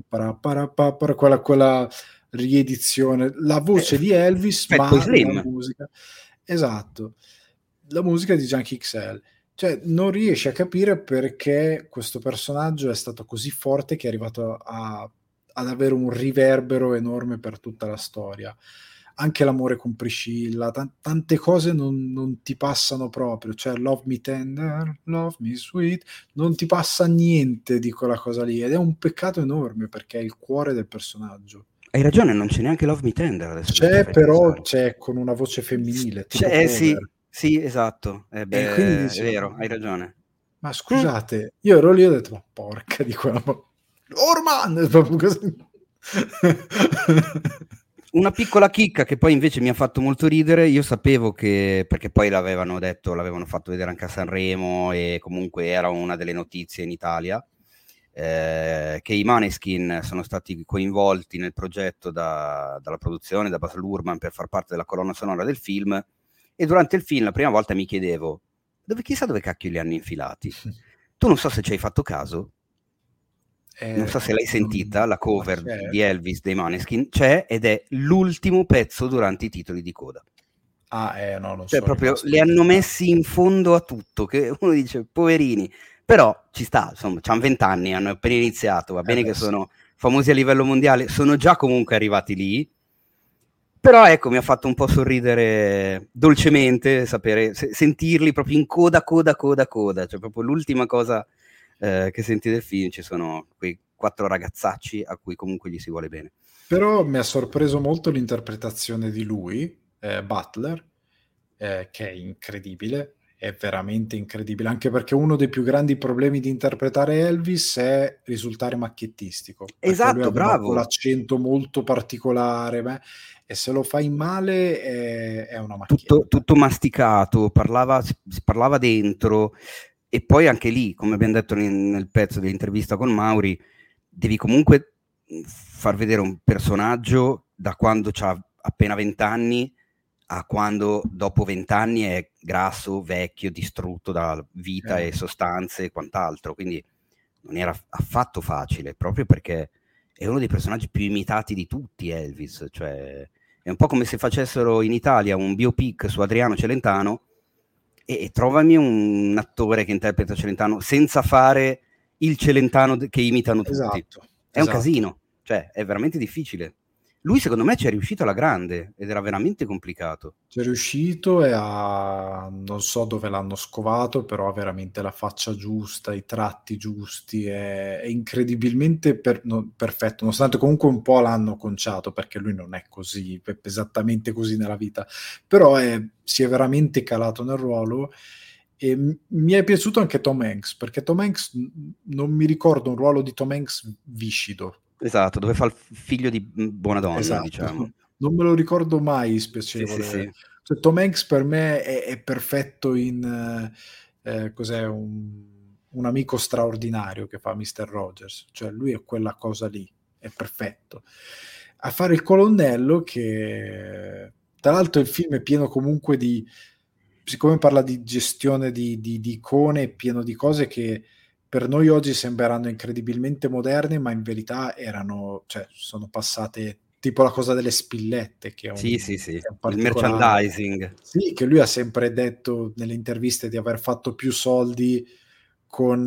Quella riedizione, la voce di Elvis, ma la musica. Esatto, la musica di Junkie XL. Cioè, non riesci a capire perché questo personaggio è stato così forte che è arrivato ad avere un riverbero enorme per tutta la storia. Anche l'amore con Priscilla, tante cose non ti passano proprio. Cioè, Love Me Tender, Love Me Sweet, non ti passa niente di quella cosa lì, ed è un peccato enorme perché è il cuore del personaggio. Hai ragione, non c'è neanche Love Me Tender adesso. C'è, però c'è con una voce femminile, tipo sì, esatto, quindi è vero, hai ragione. Ma scusate, io ero lì e ho detto, ma porca di quella Orman, proprio così. Una piccola chicca che poi invece mi ha fatto molto ridere, io sapevo che, perché poi l'avevano fatto vedere anche a Sanremo e comunque era una delle notizie in Italia, che i Måneskin sono stati coinvolti nel progetto dalla produzione, da Baz Luhrmann, per far parte della colonna sonora del film, e durante il film la prima volta mi chiedevo, chissà dove cacchio li hanno infilati? Tu non so se ci hai fatto caso, non so se l'hai sentita, la cover di Elvis dei Måneskin, c'è ed è l'ultimo pezzo durante i titoli di coda. No, non cioè so, proprio li hanno messi in fondo a tutto, che uno dice, poverini, però ci sta, insomma, c'hanno 20 anni, hanno appena iniziato, va bene che sono famosi a livello mondiale, sono già comunque arrivati lì, però ecco, mi ha fatto un po' sorridere dolcemente sapere, sentirli proprio in coda, cioè proprio l'ultima cosa che senti del film, ci sono quei 4 ragazzacci a cui comunque gli si vuole bene. Però mi ha sorpreso molto l'interpretazione di lui, Butler, che è incredibile, è veramente incredibile, anche perché uno dei più grandi problemi di interpretare Elvis è risultare macchiettistico. Esatto, lui bravo. Con l'accento molto particolare, e se lo fai male è una macchietta. Tutto masticato, si parlava dentro, e poi anche lì, come abbiamo detto nel pezzo dell'intervista con Mauri, devi comunque far vedere un personaggio da quando c'ha appena 20 anni, a quando dopo 20 anni è grasso, vecchio, distrutto da vita e sostanze e quant'altro, quindi non era affatto facile, proprio perché è uno dei personaggi più imitati di tutti, Elvis, cioè è un po' come se facessero in Italia un biopic su Adriano Celentano e trovami un attore che interpreta Celentano senza fare il Celentano che imitano tutti. Esatto, È un casino, cioè è veramente difficile. Lui secondo me ci è riuscito alla grande ed era veramente complicato. C'è riuscito e non so dove l'hanno scovato, però ha veramente la faccia giusta, i tratti giusti, è incredibilmente perfetto, nonostante comunque un po' l'hanno conciato, perché lui non è così, esattamente così nella vita, però si è veramente calato nel ruolo. E mi è piaciuto anche Tom Hanks, perché Tom Hanks non mi ricordo un ruolo di Tom Hanks viscido. Esatto, dove fa il figlio di buona donna, Esatto. diciamo. Non me lo ricordo mai spiacevole. Sì. Cioè, Tom Hanks per me è perfetto in cos'è un amico straordinario che fa Mr. Rogers, cioè lui è quella cosa lì, è perfetto. A fare il colonnello, che tra l'altro il film è pieno comunque di, siccome parla di gestione di icone, è pieno di cose che per noi oggi sembreranno incredibilmente moderne, ma in verità sono passate, tipo la cosa delle spillette, che è Sì. è un Il particolare. merchandising. Sì, che lui ha sempre detto nelle interviste di aver fatto più soldi con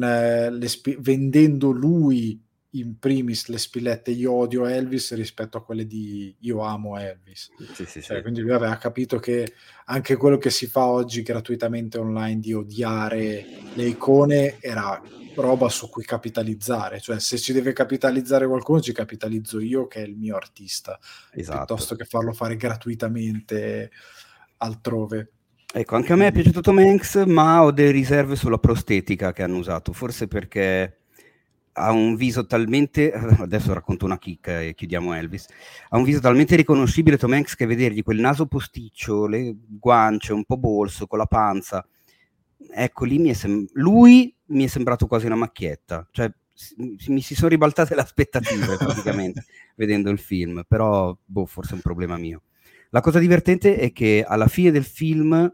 vendendo lui in primis le spillette Io odio Elvis rispetto a quelle di Io amo Elvis. Sì. Quindi lui aveva capito che anche quello che si fa oggi gratuitamente online di odiare le icone era roba su cui capitalizzare, cioè se ci deve capitalizzare qualcuno ci capitalizzo io che è il mio artista, piuttosto che farlo fare gratuitamente altrove. Ecco, anche a me è piaciuto Tom Hanks, ma ho delle riserve sulla prostetica che hanno usato, forse perché ha un viso talmente, adesso racconto una chicca e chiudiamo Elvis, ha un viso talmente riconoscibile Tom Hanks che vedergli quel naso posticcio, le guance un po' bolso, con la panza, ecco lì lui mi è sembrato quasi una macchietta, cioè mi si sono ribaltate le aspettative praticamente vedendo il film, però forse è un problema mio. La cosa divertente è che alla fine del film,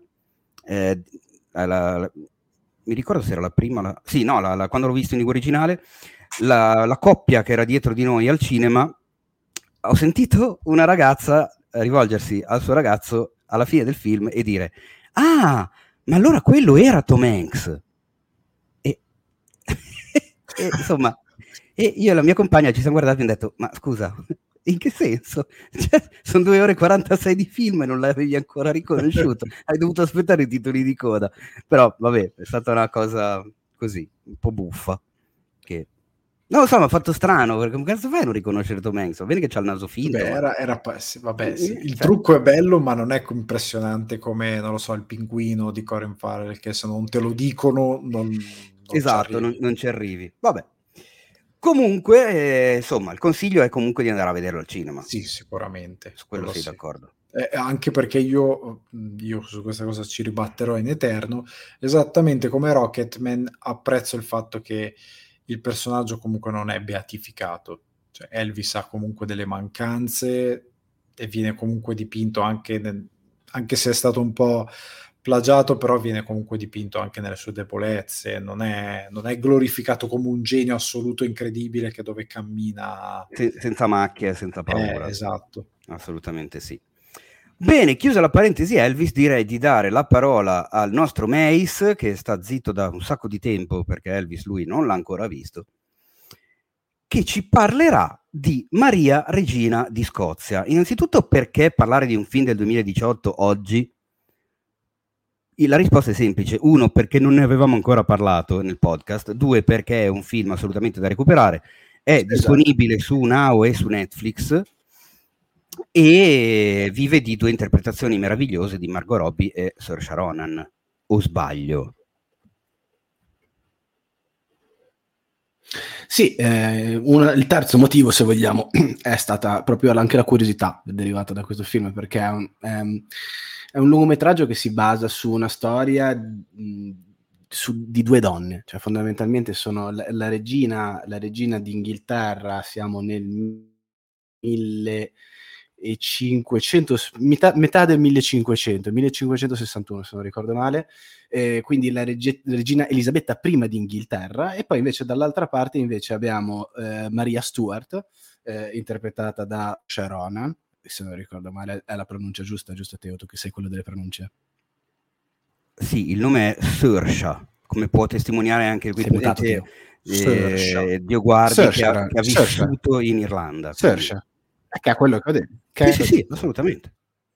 mi ricordo se era la prima, quando l'ho visto in lingua originale, la coppia che era dietro di noi al cinema, ho sentito una ragazza rivolgersi al suo ragazzo alla fine del film e dire: ah, ma allora quello era Tom Hanks. E insomma, e io e la mia compagna ci siamo guardati e abbiamo detto: ma scusa, in che senso? Cioè, sono 2 ore e 46 di film e non l'avevi ancora riconosciuto, hai dovuto aspettare i titoli di coda. Però vabbè, è stata una cosa così, un po' buffa, che non lo so, mi ha fatto strano, perché come cazzo fai a non riconoscere Tom Hanks? Va bene che c'ha il naso finto. Il trucco è bello, ma non è impressionante come, non lo so, il pinguino di Colin Farrell, che se non te lo dicono non esatto, non ci arrivi. Vabbè. Comunque, insomma, il consiglio è comunque di andare a vederlo al cinema. Sì, sicuramente. Su quello sei d'accordo. Anche perché io su questa cosa ci ribatterò in eterno. Esattamente come Rocketman, apprezzo il fatto che il personaggio comunque non è beatificato. Cioè, Elvis ha comunque delle mancanze e viene comunque dipinto anche se è stato un po' plagiato, però viene comunque dipinto anche nelle sue debolezze, non è glorificato come un genio assoluto incredibile che dove cammina senza macchie, senza paura. Esatto. Assolutamente sì. Bene, chiusa la parentesi Elvis, direi di dare la parola al nostro Mace, che sta zitto da un sacco di tempo perché Elvis lui non l'ha ancora visto, che ci parlerà di Maria Regina di Scozia. Innanzitutto, perché parlare di un film del 2018 oggi? La risposta è semplice: 1, perché non ne avevamo ancora parlato nel podcast; 2, perché è un film assolutamente da recuperare, è disponibile su Now e su Netflix e vive di 2 interpretazioni meravigliose di Margot Robbie e Saoirse Ronan, o sbaglio? Sì, il terzo motivo, se vogliamo, è stata proprio anche la curiosità derivata da questo film, perché è un lungometraggio che si basa su una storia di 2 donne, cioè fondamentalmente sono la regina d'Inghilterra, siamo nel metà del 1561 se non ricordo male, quindi la regina Elisabetta I d'Inghilterra, e poi invece dall'altra parte invece abbiamo Maria Stuart, interpretata da Sharon, se non ricordo male è la pronuncia giusta, giusto Teo, tu che sei quello delle pronunce? Sì, il nome è Saoirse, come può testimoniare anche qui presente Dio guardi che ha vissuto in Irlanda. Saoirse, che è quello che ho detto. Sì, assolutamente.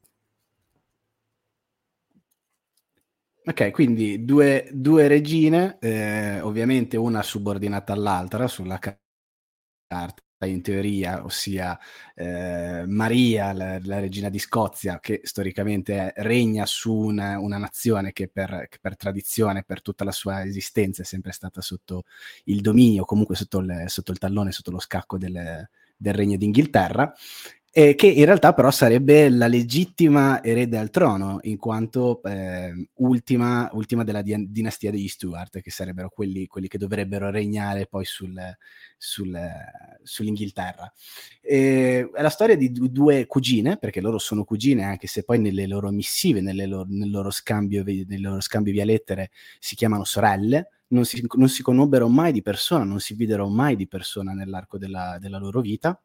Ok, quindi due regine, ovviamente una subordinata all'altra sulla carta in teoria, ossia Maria, la regina di Scozia, che storicamente regna su una nazione che per tradizione, per tutta la sua esistenza è sempre stata sotto il dominio, comunque sotto il tallone, sotto lo scacco del regno d'Inghilterra, che in realtà però sarebbe la legittima erede al trono, in quanto ultima della dinastia degli Stuart, che sarebbero quelli che dovrebbero regnare poi sull'Inghilterra. È la storia di due cugine, perché loro sono cugine, anche se poi nelle loro missive, nel loro scambio via lettere si chiamano sorelle. Non si conobbero mai di persona, non si videro mai di persona nell'arco della loro vita.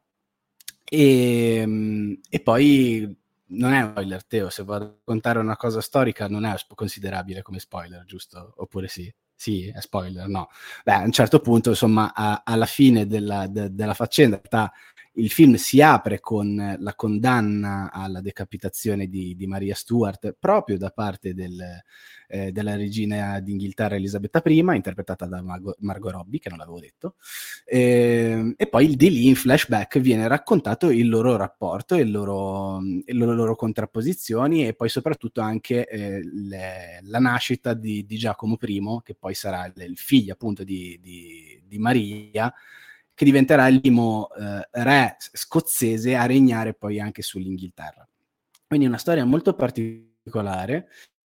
E poi non è un spoiler, Teo, se vado a raccontare una cosa storica non è considerabile come spoiler, giusto? Oppure sì? Sì, è spoiler, no. Beh, a un certo punto, insomma, alla fine della faccenda, in realtà il film si apre con la condanna alla decapitazione di Maria Stuart proprio da parte della regina d'Inghilterra Elisabetta I, interpretata da Margot Robbie, che non l'avevo detto, e poi di lì in flashback viene raccontato il loro rapporto, le loro contrapposizioni, e poi soprattutto anche la nascita di Giacomo I, che poi sarà il figlio appunto di Maria, che diventerà il primo re scozzese a regnare poi anche sull'Inghilterra. Quindi una storia molto particolare,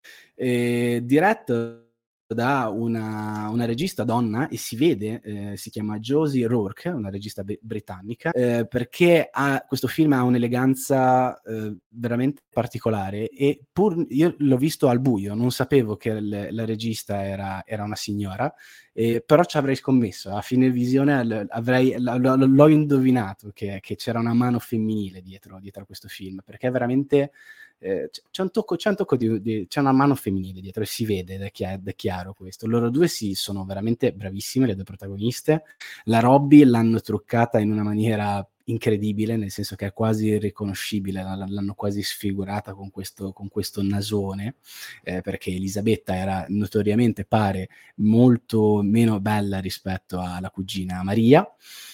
diretto da una regista donna, e si vede, si chiama Josie Rourke, una regista britannica, perché questo film ha un'eleganza veramente particolare, e pur io l'ho visto al buio, non sapevo che la regista era una signora, però ci avrei scommesso, a fine visione l'ho indovinato che c'era una mano femminile dietro a questo film, perché è veramente c'è un tocco c'è una mano femminile dietro, e si vede ed è chiaro questo. Loro due sono veramente bravissime, le due protagoniste. La Robbie l'hanno truccata in una maniera incredibile, nel senso che è quasi irriconoscibile, l'hanno quasi sfigurata con questo nasone, perché Elisabetta era notoriamente, pare, molto meno bella rispetto alla cugina Maria.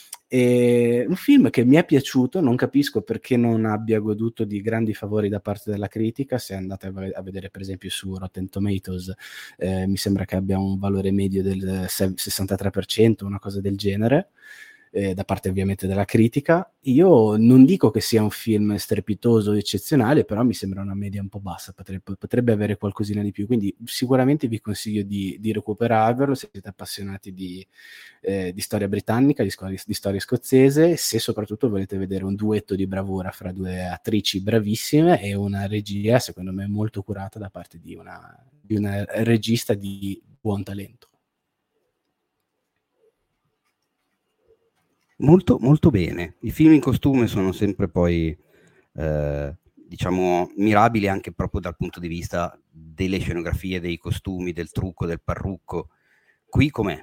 Un film che mi è piaciuto, non capisco perché non abbia goduto di grandi favori da parte della critica. Se andate a vedere per esempio su Rotten Tomatoes, mi sembra che abbia un valore medio del 63%, una cosa del genere, da parte ovviamente della critica. Io non dico che sia un film strepitoso o eccezionale, però mi sembra una media un po' bassa, potrebbe avere qualcosina di più, quindi sicuramente vi consiglio di recuperarvelo se siete appassionati di storia britannica, di storia scozzese, se soprattutto volete vedere un duetto di bravura fra due attrici bravissime e una regia secondo me molto curata da parte di una regista di buon talento. Molto, molto bene. I film in costume sono sempre poi, diciamo, mirabili anche proprio dal punto di vista delle scenografie, dei costumi, del trucco, del parrucco. Qui com'è?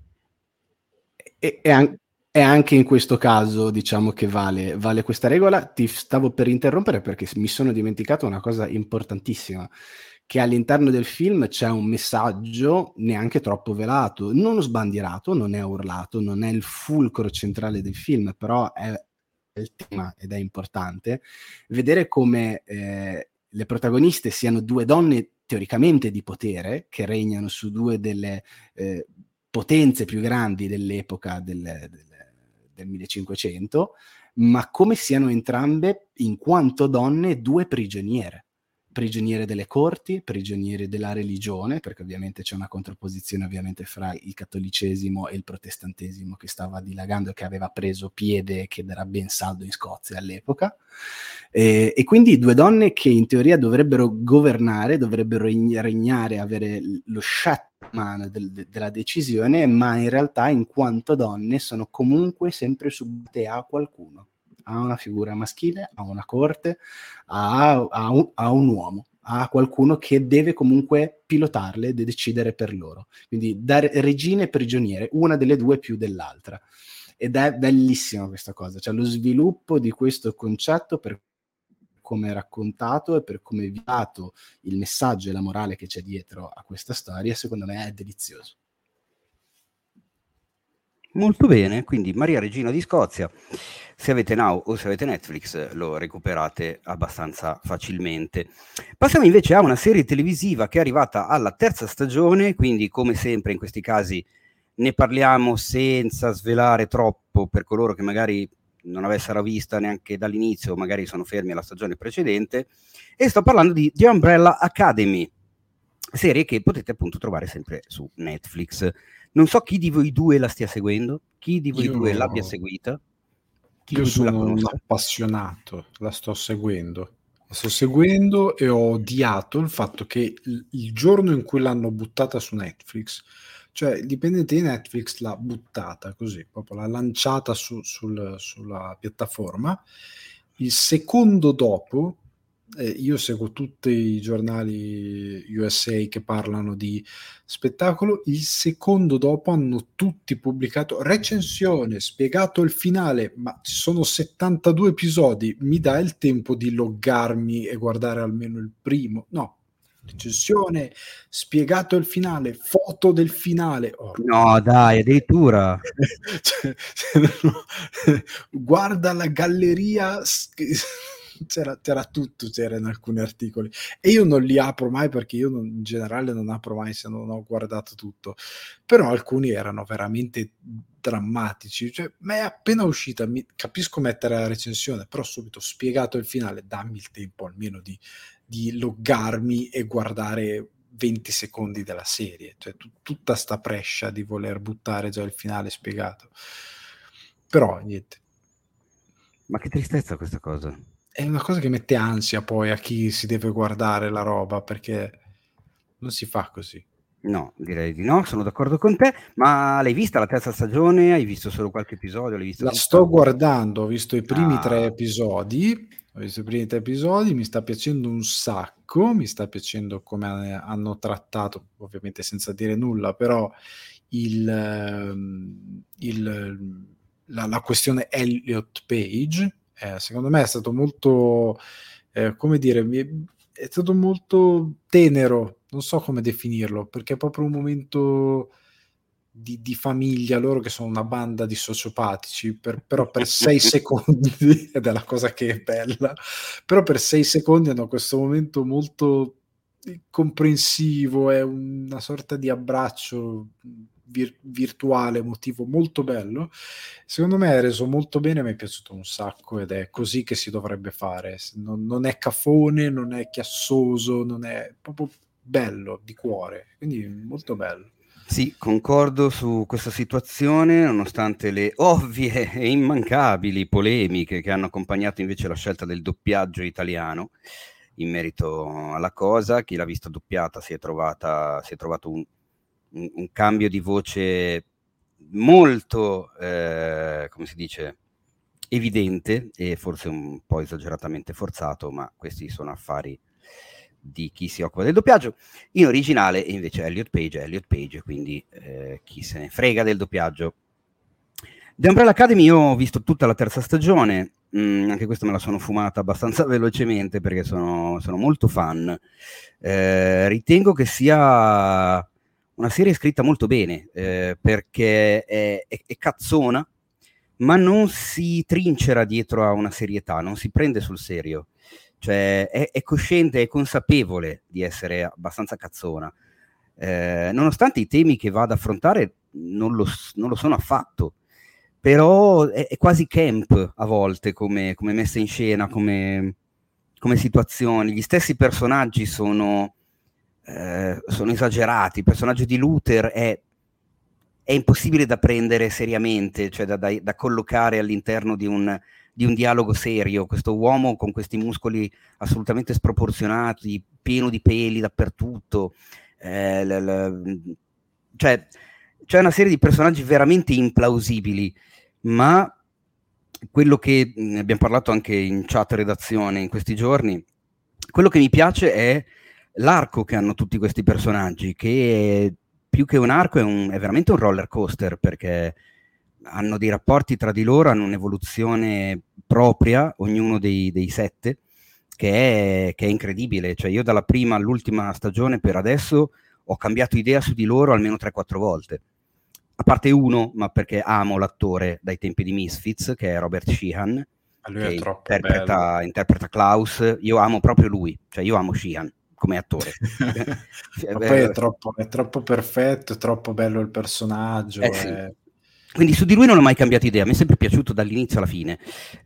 E anche in questo caso diciamo che vale questa regola. Ti stavo per interrompere perché mi sono dimenticato una cosa importantissima, che all'interno del film c'è un messaggio neanche troppo velato, non sbandierato, non è urlato, non è il fulcro centrale del film, però è il tema ed è importante vedere come le protagoniste siano due donne teoricamente di potere, che regnano su due delle potenze più grandi dell'epoca del 1500, ma come siano entrambe, in quanto donne, due prigioniere prigioniere delle corti, prigionieri della religione, perché ovviamente c'è una contrapposizione ovviamente fra il cattolicesimo e il protestantesimo che stava dilagando e che aveva preso piede, che era ben saldo in Scozia all'epoca, e quindi due donne che in teoria dovrebbero governare, dovrebbero regnare, avere lo shatman della decisione, ma in realtà in quanto donne sono comunque sempre subite a qualcuno, a una figura maschile, a una corte, a un uomo, a qualcuno che deve comunque pilotarle e decidere per loro. Quindi da regine prigioniere, una delle due più dell'altra. Ed è bellissima questa cosa, cioè lo sviluppo di questo concetto per come è raccontato e per come è viato il messaggio e la morale che c'è dietro a questa storia, secondo me è delizioso. Molto bene, quindi Maria Regina di Scozia, se avete Now o se avete Netflix lo recuperate abbastanza facilmente. Passiamo invece a una serie televisiva che è arrivata alla terza stagione, quindi come sempre in questi casi ne parliamo senza svelare troppo per coloro che magari non avessero vista neanche dall'inizio, magari sono fermi alla stagione precedente, e sto parlando di The Umbrella Academy, serie che potete appunto trovare sempre su Netflix. Non so chi di voi due la stia seguendo, chi di voi due l'abbia seguita. Io sono un appassionato, la sto seguendo e ho odiato il fatto che il giorno in cui l'hanno buttata su Netflix, cioè il dipendente di Netflix l'ha buttata così, proprio l'ha lanciata sulla piattaforma, il secondo dopo, io seguo tutti i giornali USA che parlano di spettacolo, il secondo dopo hanno tutti pubblicato recensione, spiegato il finale, ma ci sono 72 episodi, mi dà il tempo di loggarmi e guardare almeno il primo? No, recensione, spiegato il finale, foto del finale. No dai, addirittura guarda la galleria, c'era tutto, c'era in alcuni articoli, e io non li apro mai perché io in generale non apro mai se non ho guardato tutto, però alcuni erano veramente drammatici, cioè, ma è appena uscita, capisco mettere la recensione, però subito spiegato il finale, dammi il tempo almeno di loggarmi e guardare 20 secondi della serie, cioè tutta sta prescia di voler buttare già il finale spiegato, però niente. Ma che tristezza questa cosa. È una cosa che mette ansia poi a chi si deve guardare la roba, perché non si fa così. No, direi di no, sono d'accordo con te, ma l'hai vista la terza stagione? Hai visto solo qualche episodio? L'hai vista La tutta? sto guardando, ho visto i primi 3 episodi, mi sta piacendo un sacco, mi sta piacendo come hanno trattato, ovviamente senza dire nulla, però la questione Elliot Page, secondo me è stato molto, come dire, è stato molto tenero, non so come definirlo, perché è proprio un momento di famiglia, loro che sono una banda di sociopatici, però per 6 secondi, ed è la cosa che è bella, però per 6 secondi hanno questo momento molto comprensivo, è una sorta di abbraccio virtuale, emotivo, molto bello. Secondo me è reso molto bene, mi è piaciuto un sacco ed è così che si dovrebbe fare, non è cafone, non è chiassoso, non è proprio bello di cuore, quindi molto bello. Sì, concordo su questa situazione, nonostante le ovvie e immancabili polemiche che hanno accompagnato invece la scelta del doppiaggio italiano in merito alla cosa. Chi l'ha vista doppiata si è trovato un cambio di voce molto, come si dice, evidente e forse un po' esageratamente forzato, ma questi sono affari di chi si occupa del doppiaggio. In originale invece Elliot Page, quindi chi se ne frega del doppiaggio. The Umbrella Academy io ho visto tutta la terza stagione, anche questa me la sono fumata abbastanza velocemente perché sono molto fan. Ritengo che sia una serie scritta molto bene, perché è cazzona, ma non si trincera dietro a una serietà, non si prende sul serio. Cioè è cosciente, è consapevole di essere abbastanza cazzona, nonostante i temi che va ad affrontare non lo sono affatto, però è quasi camp a volte come messa in scena, come come situazioni, gli stessi personaggi sono esagerati. Il personaggio di Luther è impossibile da prendere seriamente, cioè da collocare all'interno di un dialogo serio. Questo uomo con questi muscoli assolutamente sproporzionati, pieno di peli dappertutto, cioè c'è una serie di personaggi veramente implausibili, ma quello che ne abbiamo parlato anche in chat redazione in questi giorni, quello che mi piace è l'arco che hanno tutti questi personaggi, che più che un arco è veramente un roller coaster, perché hanno dei rapporti tra di loro, hanno un'evoluzione propria, ognuno dei 7, che è incredibile. Cioè io dalla prima all'ultima stagione per adesso ho cambiato idea su di loro almeno 3-4 volte. A parte uno, ma perché amo l'attore dai tempi di Misfits, che è Robert Sheehan, che interpreta Klaus. Io amo proprio lui, cioè io amo Sheehan come attore. Ma poi è troppo perfetto, è troppo bello il personaggio. Sì. Quindi su di lui non ho mai cambiato idea, mi è sempre piaciuto dall'inizio alla fine.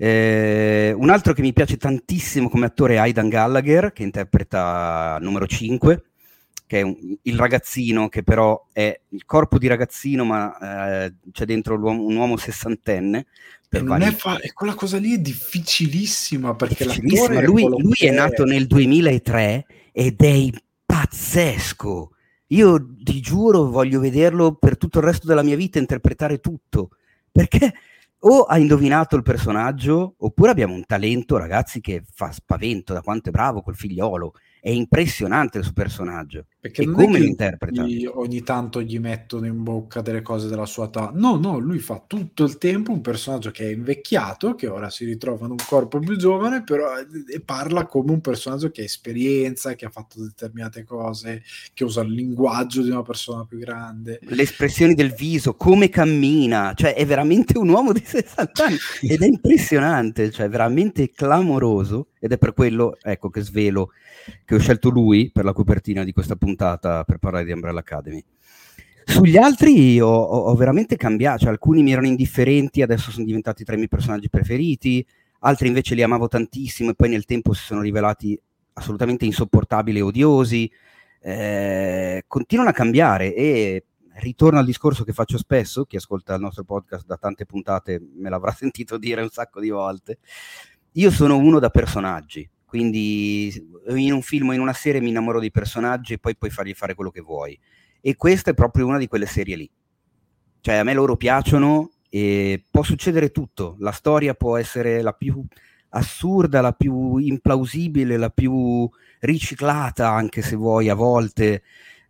Un altro che mi piace tantissimo come attore è Aidan Gallagher, che interpreta numero 5, che è il ragazzino, che però è il corpo di ragazzino, ma c'è dentro un uomo sessantenne. E quella cosa lì è difficilissima, perché difficilissima. Lui è nato nel 2003 ed è pazzesco. Io ti giuro, voglio vederlo per tutto il resto della mia vita interpretare tutto, perché o ha indovinato il personaggio, oppure abbiamo un talento, ragazzi, che fa spavento da quanto è bravo col figliolo. È impressionante il suo personaggio. Perché e non come è che lo interpreta. Ogni tanto gli mettono in bocca delle cose della sua età. No, lui fa tutto il tempo un personaggio che è invecchiato, che ora si ritrova in un corpo più giovane, però e parla come un personaggio che ha esperienza, che ha fatto determinate cose, che usa il linguaggio di una persona più grande. Le espressioni del viso, come cammina, cioè è veramente un uomo di 60 anni ed è impressionante, cioè veramente clamoroso, ed è per quello, ecco, che svelo che ho scelto lui per la copertina di questa puntata per parlare di Umbrella Academy. Sugli altri ho veramente cambiato, cioè alcuni mi erano indifferenti, adesso sono diventati tra i miei personaggi preferiti, altri invece li amavo tantissimo e poi nel tempo si sono rivelati assolutamente insopportabili e odiosi. Continuano a cambiare, e ritorno al discorso che faccio spesso, chi ascolta il nostro podcast da tante puntate me l'avrà sentito dire un sacco di volte. Io sono uno da personaggi, quindi in un film o in una serie mi innamoro dei personaggi e poi puoi fargli fare quello che vuoi, e questa è proprio una di quelle serie lì. Cioè a me loro piacciono e può succedere tutto, la storia può essere la più assurda, la più implausibile, la più riciclata, anche se vuoi a volte,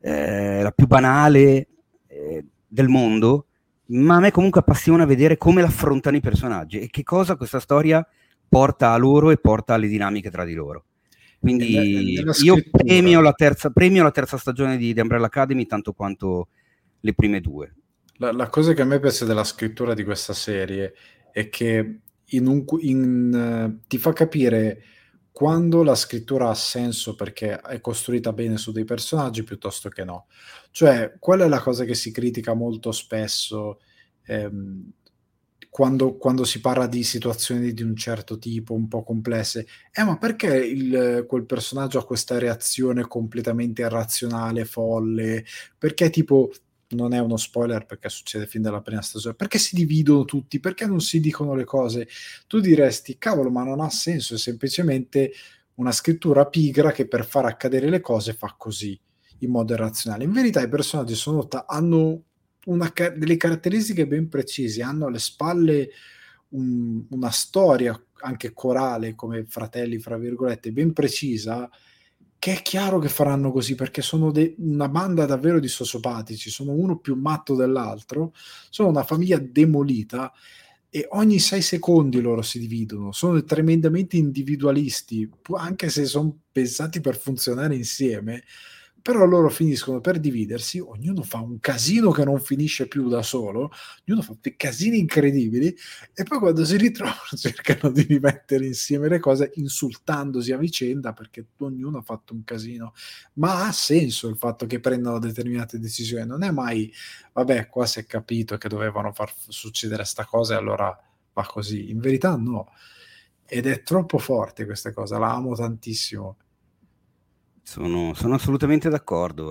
la più banale del mondo, ma a me comunque appassiona vedere come l'affrontano i personaggi e che cosa questa storia porta a loro e porta alle dinamiche tra di loro. Quindi io premio la terza stagione di Umbrella Academy tanto quanto le prime due. La cosa che a me piace della scrittura di questa serie è che ti fa capire quando la scrittura ha senso perché è costruita bene su dei personaggi piuttosto che no. Cioè, qual è la cosa che si critica molto spesso quando si parla di situazioni di un certo tipo, un po' complesse? Ma perché quel personaggio ha questa reazione completamente irrazionale, folle? Perché tipo... non è uno spoiler perché succede fin dalla prima stagione, perché si dividono tutti, perché non si dicono le cose? Tu diresti, cavolo, ma non ha senso, è semplicemente una scrittura pigra che per far accadere le cose fa così, in modo irrazionale. In verità i personaggi hanno delle caratteristiche ben precise, hanno alle spalle una storia anche corale, come fratelli, fra virgolette, ben precisa, che è chiaro che faranno così, perché sono una banda davvero di sociopatici, sono uno più matto dell'altro, sono una famiglia demolita e ogni 6 secondi loro si dividono, sono tremendamente individualisti, anche se sono pensati per funzionare insieme, però loro finiscono per dividersi, ognuno fa un casino che non finisce più da solo, ognuno fa dei casini incredibili e poi quando si ritrovano cercano di rimettere insieme le cose insultandosi a vicenda perché ognuno ha fatto un casino, ma ha senso il fatto che prendano determinate decisioni, non è mai vabbè qua si è capito che dovevano far succedere sta cosa e allora va così, in verità no. ed è troppo forte questa cosa, la amo tantissimo. Sono assolutamente d'accordo.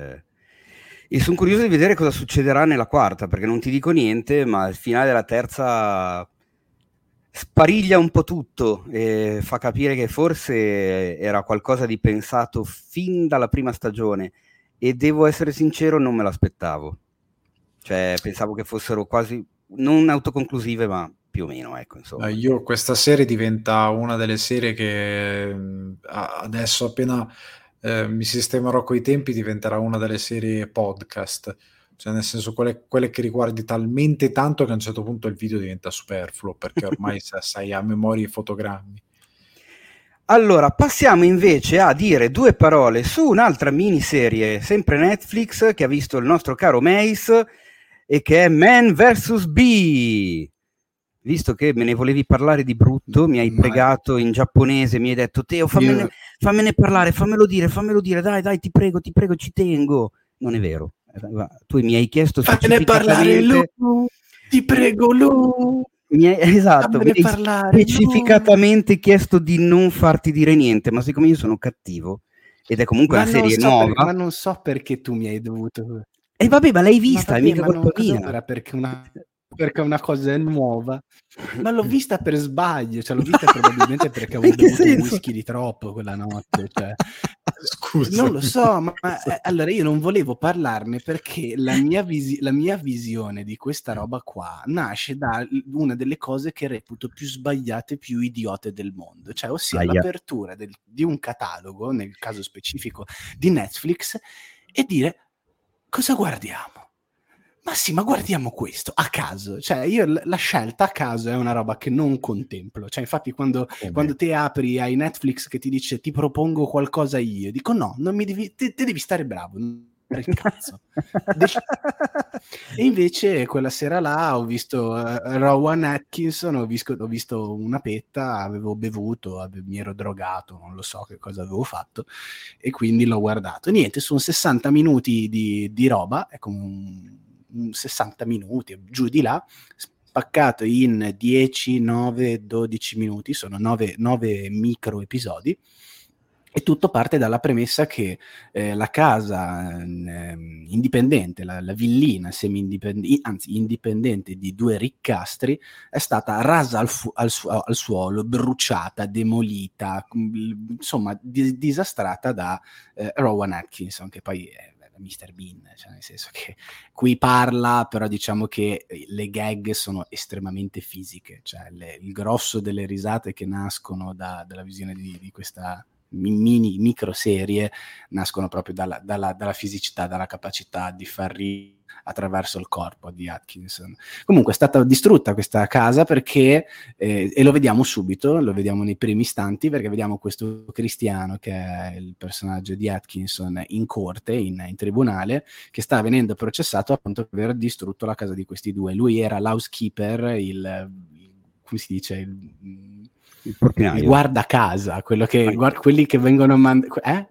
E sono curioso di vedere cosa succederà nella quarta, perché non ti dico niente, ma il finale della terza spariglia un po' tutto e fa capire che forse era qualcosa di pensato fin dalla prima stagione, e devo essere sincero, non me l'aspettavo. Cioè, pensavo che fossero quasi non autoconclusive, ma più o meno, ecco, insomma. Io questa serie diventa una delle serie che adesso appena mi sistemerò coi tempi diventerà una delle serie podcast, cioè nel senso quelle che riguardi talmente tanto che a un certo punto il video diventa superfluo perché ormai sai a memoria i fotogrammi. Allora, passiamo invece a dire due parole su un'altra miniserie, sempre Netflix, che ha visto il nostro caro Mace, e che è Man vs. Bee. Visto che me ne volevi parlare di brutto, mi hai pregato in giapponese, mi hai detto Teo, fammene parlare, fammelo dire, dai, ti prego, ci tengo. Non è vero. Tu mi hai chiesto fammene parlare, Lu, ti prego, Lu. Esatto, mi hai specificatamente chiesto di non farti dire niente, ma siccome io sono cattivo ed è comunque una serie nuova, ma non so perché tu mi hai dovuto. E vabbè, ma l'hai vista, è mica colpa mia. Era perché una cosa è nuova, ma l'ho vista per sbaglio, cioè l'ho vista probabilmente perché avevo bevuto whisky di troppo quella notte, cioè. Scusa. Non lo so, ma allora io non volevo parlarne perché la mia visione di questa roba qua nasce da una delle cose che reputo più sbagliate, più idiote del mondo, cioè ossia l'apertura di un catalogo, nel caso specifico di Netflix, e dire cosa guardiamo? Ma sì, ma guardiamo questo a caso, cioè io la scelta a caso è una roba che non contemplo, cioè infatti quando te apri ai Netflix che ti dice ti propongo qualcosa io, dico no, non mi devi, te devi stare bravo, per il cazzo. E invece quella sera là ho visto Rowan Atkinson, ho visto una petta, avevo bevuto, mi ero drogato, non lo so che cosa avevo fatto, e quindi l'ho guardato. Niente, sono 60 minuti di roba, è come un 60 minuti, giù di là, spaccato in 10, 9, 12 minuti, sono 9 micro episodi, e tutto parte dalla premessa che la casa indipendente, la villina indipendente di due riccastri è stata rasa al suolo, bruciata, demolita, insomma disastrata da Rowan Atkinson, che poi è Mr. Bean, cioè nel senso che qui parla, però diciamo che le gag sono estremamente fisiche, cioè il grosso delle risate che nascono dalla visione di questa micro serie nascono proprio dalla fisicità, dalla capacità di far ridere attraverso il corpo di Atkinson. Comunque è stata distrutta questa casa perché e lo vediamo subito, lo vediamo nei primi istanti, perché vediamo questo cristiano, che è il personaggio di Atkinson, in corte, in tribunale, che sta venendo processato appunto per aver distrutto la casa di questi due. Lui era l'housekeeper, come si dice, il guardacasa, quello che quelli che vengono mandati.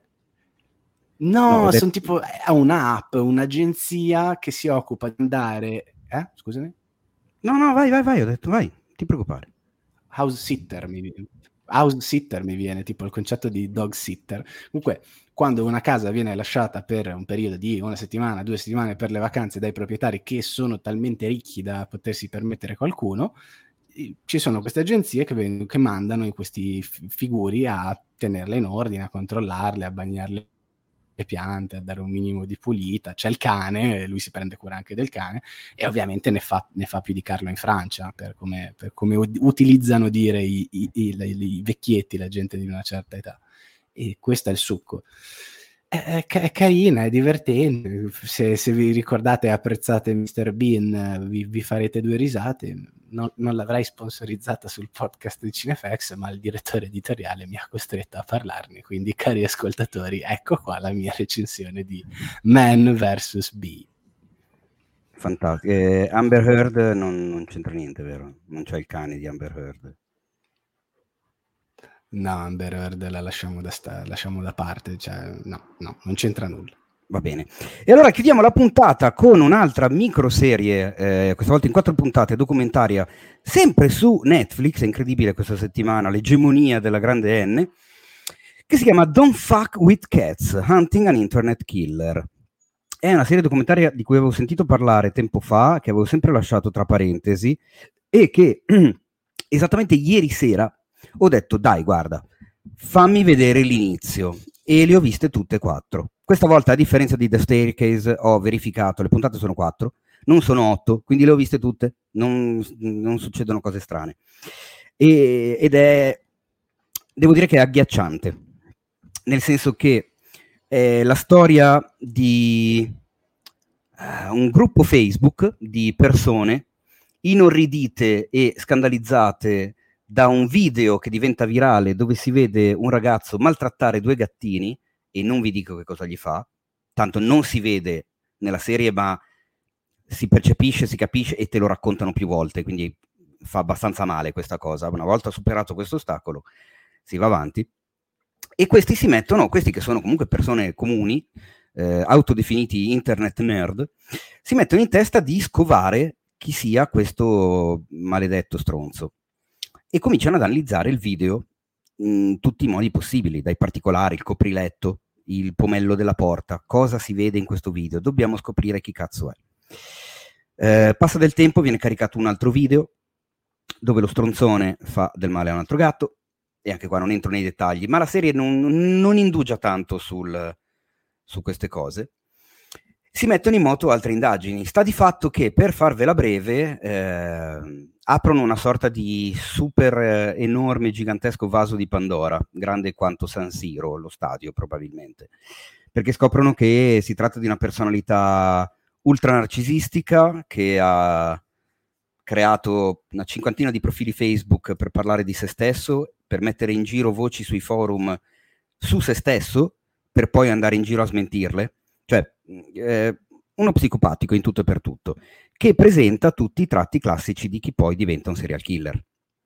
No, sono tipo è un'app, un'agenzia che si occupa di andare. Scusami? No, vai, ho detto vai, ti preoccupare. House sitter mi viene, tipo il concetto di dog sitter. Comunque, quando una casa viene lasciata per un periodo di 1 settimana, 2 settimane per le vacanze dai proprietari che sono talmente ricchi da potersi permettere qualcuno, ci sono queste agenzie che mandano questi figuri a tenerle in ordine, a controllarle, a bagnarle le piante, a dare un minimo di pulita. C'è il cane, lui si prende cura anche del cane, e ovviamente ne fa più di Carlo in Francia, per come utilizzano dire i vecchietti, la gente di una certa età. E questo è il succo. È carina, è divertente. Se vi ricordate e apprezzate Mr. Bean, vi farete 2 risate. Non l'avrei sponsorizzata sul podcast di Cinefx, ma il direttore editoriale mi ha costretto a parlarne, quindi cari ascoltatori, ecco qua la mia recensione di Man vs. Bee. Fantastico. Amber Heard non c'entra niente, vero? Non c'è il cane di Amber Heard. No, Amber Heard la lasciamo da parte, cioè no, non c'entra nulla. Va bene. E allora chiudiamo la puntata con un'altra microserie, questa volta in 4 puntate, documentaria, sempre su Netflix, è incredibile questa settimana, l'egemonia della grande N, che si chiama Don't Fuck With Cats, Hunting an Internet Killer. È una serie documentaria di cui avevo sentito parlare tempo fa, che avevo sempre lasciato tra parentesi, e che esattamente ieri sera ho detto, dai, guarda, fammi vedere l'inizio. E le ho viste tutte e 4. Questa volta, a differenza di The Staircase, ho verificato, le puntate sono 4, non sono 8, quindi le ho viste tutte, non succedono cose strane. Ed è, devo dire che è agghiacciante, nel senso che è la storia di un gruppo Facebook di persone inorridite e scandalizzate da un video che diventa virale dove si vede un ragazzo maltrattare 2 gattini, e non vi dico che cosa gli fa, tanto non si vede nella serie ma si percepisce, si capisce e te lo raccontano più volte, quindi fa abbastanza male questa cosa. Una volta superato questo ostacolo si va avanti, e questi si mettono, questi che sono comunque persone comuni, autodefiniti internet nerd, si mettono in testa di scovare chi sia questo maledetto stronzo e cominciano ad analizzare il video in tutti i modi possibili, dai particolari, il copriletto, il pomello della porta, cosa si vede in questo video, dobbiamo scoprire chi cazzo è. Passa del tempo, viene caricato un altro video dove lo stronzone fa del male a un altro gatto, e anche qua non entro nei dettagli, ma la serie non indugia tanto su queste cose. Si mettono in moto altre indagini. Sta di fatto che, per farvela breve, aprono una sorta di super enorme, gigantesco vaso di Pandora, grande quanto San Siro, lo stadio probabilmente, perché scoprono che si tratta di una personalità ultra narcisistica che ha creato una cinquantina di profili Facebook per parlare di se stesso, per mettere in giro voci sui forum su se stesso, per poi andare in giro a smentirle. Cioè, uno psicopatico in tutto e per tutto, che presenta tutti i tratti classici di chi poi diventa un serial killer.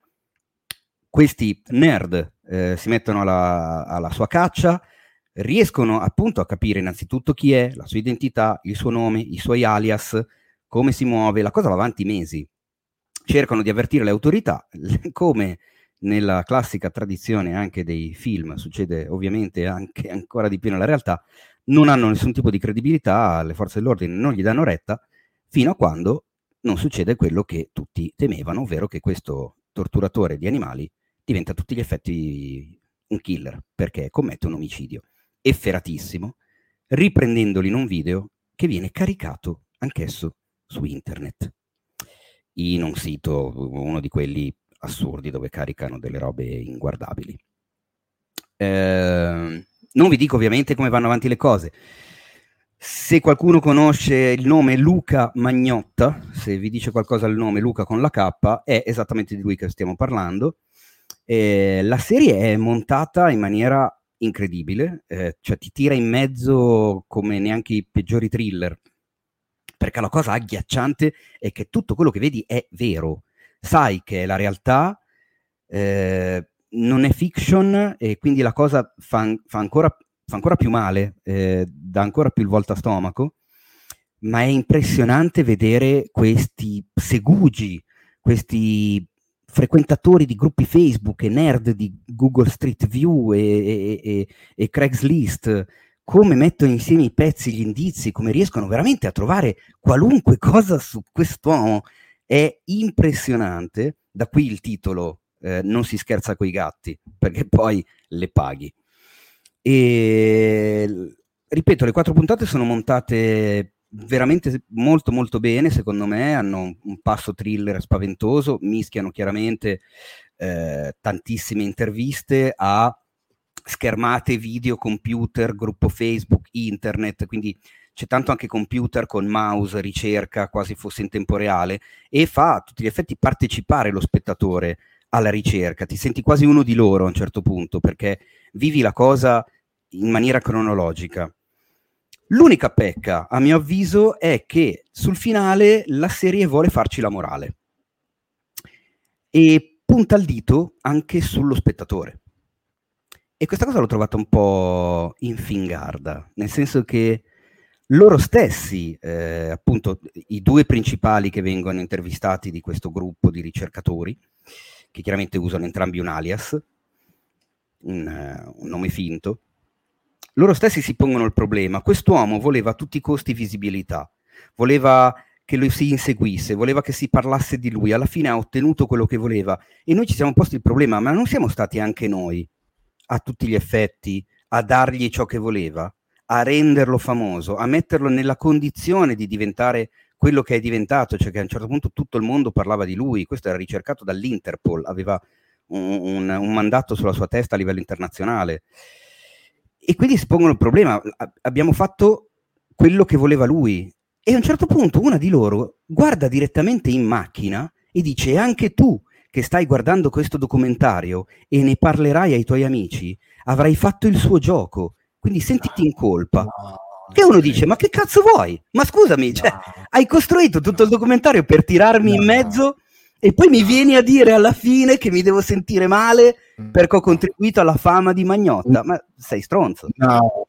Questi nerd si mettono alla sua caccia, riescono appunto a capire innanzitutto chi è, la sua identità, il suo nome, i suoi alias, come si muove, la cosa va avanti mesi. Cercano di avvertire le autorità, come nella classica tradizione anche dei film, succede ovviamente anche ancora di più nella realtà, non hanno nessun tipo di credibilità, le forze dell'ordine non gli danno retta, fino a quando non succede quello che tutti temevano, ovvero che questo torturatore di animali diventa a tutti gli effetti un killer, perché commette un omicidio efferatissimo, riprendendoli in un video che viene caricato anch'esso su internet, in un sito, uno di quelli assurdi dove caricano delle robe inguardabili. Non vi dico ovviamente come vanno avanti le cose. Se qualcuno conosce il nome Luca Magnotta, se vi dice qualcosa il nome Luca con la K, è esattamente di lui che stiamo parlando. La serie è montata in maniera incredibile, cioè ti tira in mezzo come neanche i peggiori thriller, perché la cosa agghiacciante è che tutto quello che vedi è vero, sai che è la realtà, non è fiction, e quindi la cosa fa ancora più male, dà ancora più il voltastomaco, ma è impressionante vedere questi segugi, questi frequentatori di gruppi Facebook e nerd di Google Street View e Craigslist, come mettono insieme i pezzi, gli indizi, come riescono veramente a trovare qualunque cosa su quest'uomo. È impressionante, da qui il titolo, non si scherza coi gatti, perché poi le paghi. E ripeto, le 4 puntate sono montate veramente molto molto bene, secondo me, hanno un passo thriller spaventoso, mischiano chiaramente tantissime interviste a schermate video, computer, gruppo Facebook, internet, quindi c'è tanto anche computer con mouse, ricerca, quasi fosse in tempo reale, e fa a tutti gli effetti partecipare lo spettatore alla ricerca, ti senti quasi uno di loro a un certo punto, perché vivi la cosa in maniera cronologica. L'unica pecca, a mio avviso, è che sul finale la serie vuole farci la morale e punta il dito anche sullo spettatore. E questa cosa l'ho trovata un po' infingarda, nel senso che loro stessi, appunto i due principali che vengono intervistati di questo gruppo di ricercatori, che chiaramente usano entrambi un alias, un nome finto, loro stessi si pongono il problema: quest'uomo voleva a tutti i costi visibilità, voleva che lo si inseguisse, voleva che si parlasse di lui, alla fine ha ottenuto quello che voleva, e noi ci siamo posti il problema: ma non siamo stati anche noi, a tutti gli effetti, a dargli ciò che voleva, a renderlo famoso, a metterlo nella condizione di diventare quello che è diventato, cioè che a un certo punto tutto il mondo parlava di lui? Questo era ricercato dall'Interpol, aveva un mandato sulla sua testa a livello internazionale, e quindi si pongono il problema: abbiamo fatto quello che voleva lui. E a un certo punto una di loro guarda direttamente in macchina e dice: anche tu che stai guardando questo documentario e ne parlerai ai tuoi amici, avrai fatto il suo gioco, quindi sentiti in colpa. E uno dice: ma che cazzo vuoi? Ma scusami, cioè, hai costruito tutto il documentario per tirarmi in mezzo e poi mi vieni a dire alla fine che mi devo sentire male perché ho contribuito alla fama di Magnotta? Ma sei stronzo. No.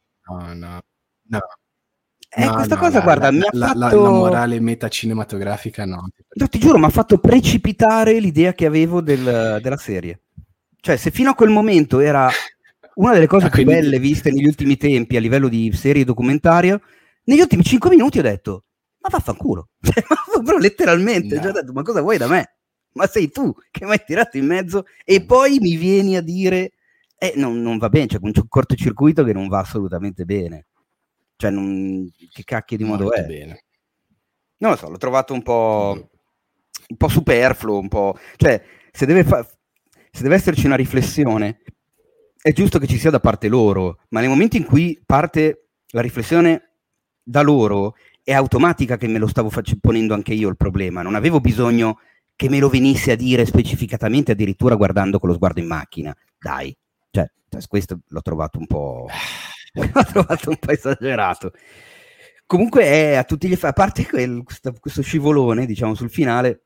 Questa cosa, guarda, mi ha la fatto... morale metacinematografica, no. No, ti giuro, mi ha fatto precipitare l'idea che avevo della serie. Cioè, se fino a quel momento era una delle cose più belle viste negli ultimi tempi a livello di serie documentaria, negli ultimi 5 minuti ho detto: ma vaffanculo. Però letteralmente, No. ho detto: ma cosa vuoi da me? Ma sei tu che mi hai tirato in mezzo e poi mi vieni a dire non va bene, cioè un cortocircuito che non va assolutamente bene. Cioè, che cacchio di modo è? Bene. Non lo so, l'ho trovato un po' superfluo, un po'... Cioè, se deve esserci una riflessione, è giusto che ci sia da parte loro, ma nel momento in cui parte la riflessione da loro, è automatica che me lo stavo ponendo anche io il problema. Non avevo bisogno che me lo venisse a dire specificatamente, addirittura guardando con lo sguardo in macchina. Dai, cioè questo l'ho trovato un po'... l'ho trovato un po' esagerato. Comunque è a tutti gli effetti, a parte questo scivolone, diciamo, sul finale,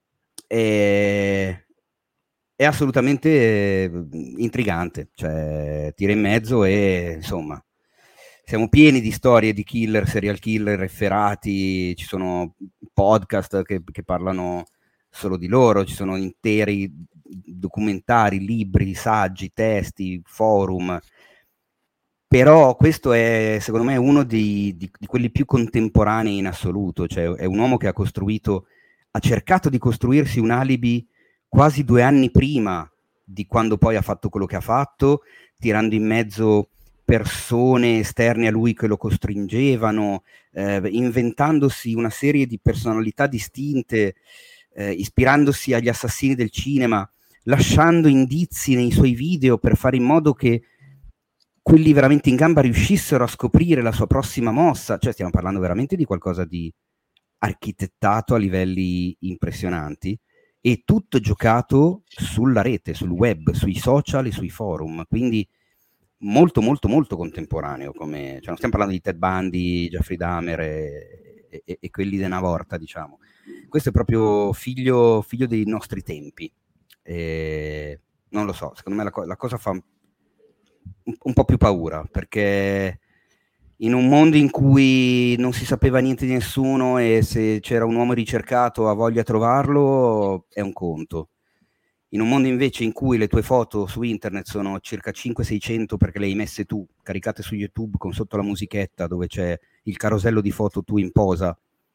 è assolutamente intrigante, cioè tira in mezzo e insomma siamo pieni di storie di killer, serial killer efferati, ci sono podcast che parlano solo di loro, ci sono interi documentari, libri, saggi, testi, forum. Però questo è, secondo me, uno di quelli più contemporanei in assoluto, cioè è un uomo che ha cercato di costruirsi un alibi quasi 2 anni prima di quando poi ha fatto quello che ha fatto, tirando in mezzo persone esterne a lui che lo costringevano, inventandosi una serie di personalità distinte, ispirandosi agli assassini del cinema, lasciando indizi nei suoi video per fare in modo che quelli veramente in gamba riuscissero a scoprire la sua prossima mossa. Cioè stiamo parlando veramente di qualcosa di architettato a livelli impressionanti, e tutto giocato sulla rete, sul web, sui social e sui forum, quindi molto molto molto contemporaneo, cioè non stiamo parlando di Ted Bundy, Jeffrey Dahmer e quelli di una volta, diciamo. Questo è proprio figlio dei nostri tempi, non lo so, secondo me la cosa fa un po' più paura, perché in un mondo in cui non si sapeva niente di nessuno e se c'era un uomo ricercato a voglia trovarlo è un conto. In un mondo invece in cui le tue foto su internet sono circa 500-600 perché le hai messe tu, caricate su YouTube con sotto la musichetta dove c'è il carosello di foto tu in posa,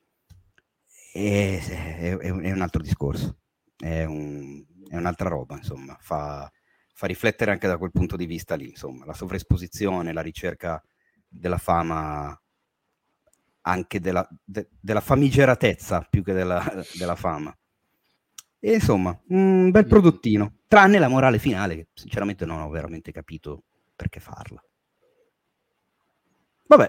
è un altro discorso, è un'altra roba, insomma, fa riflettere anche da quel punto di vista lì, insomma, la sovraesposizione, la ricerca della fama, anche della famigeratezza più che della fama. E insomma, un bel prodottino, tranne la morale finale, che sinceramente non ho veramente capito perché farla. Vabbè.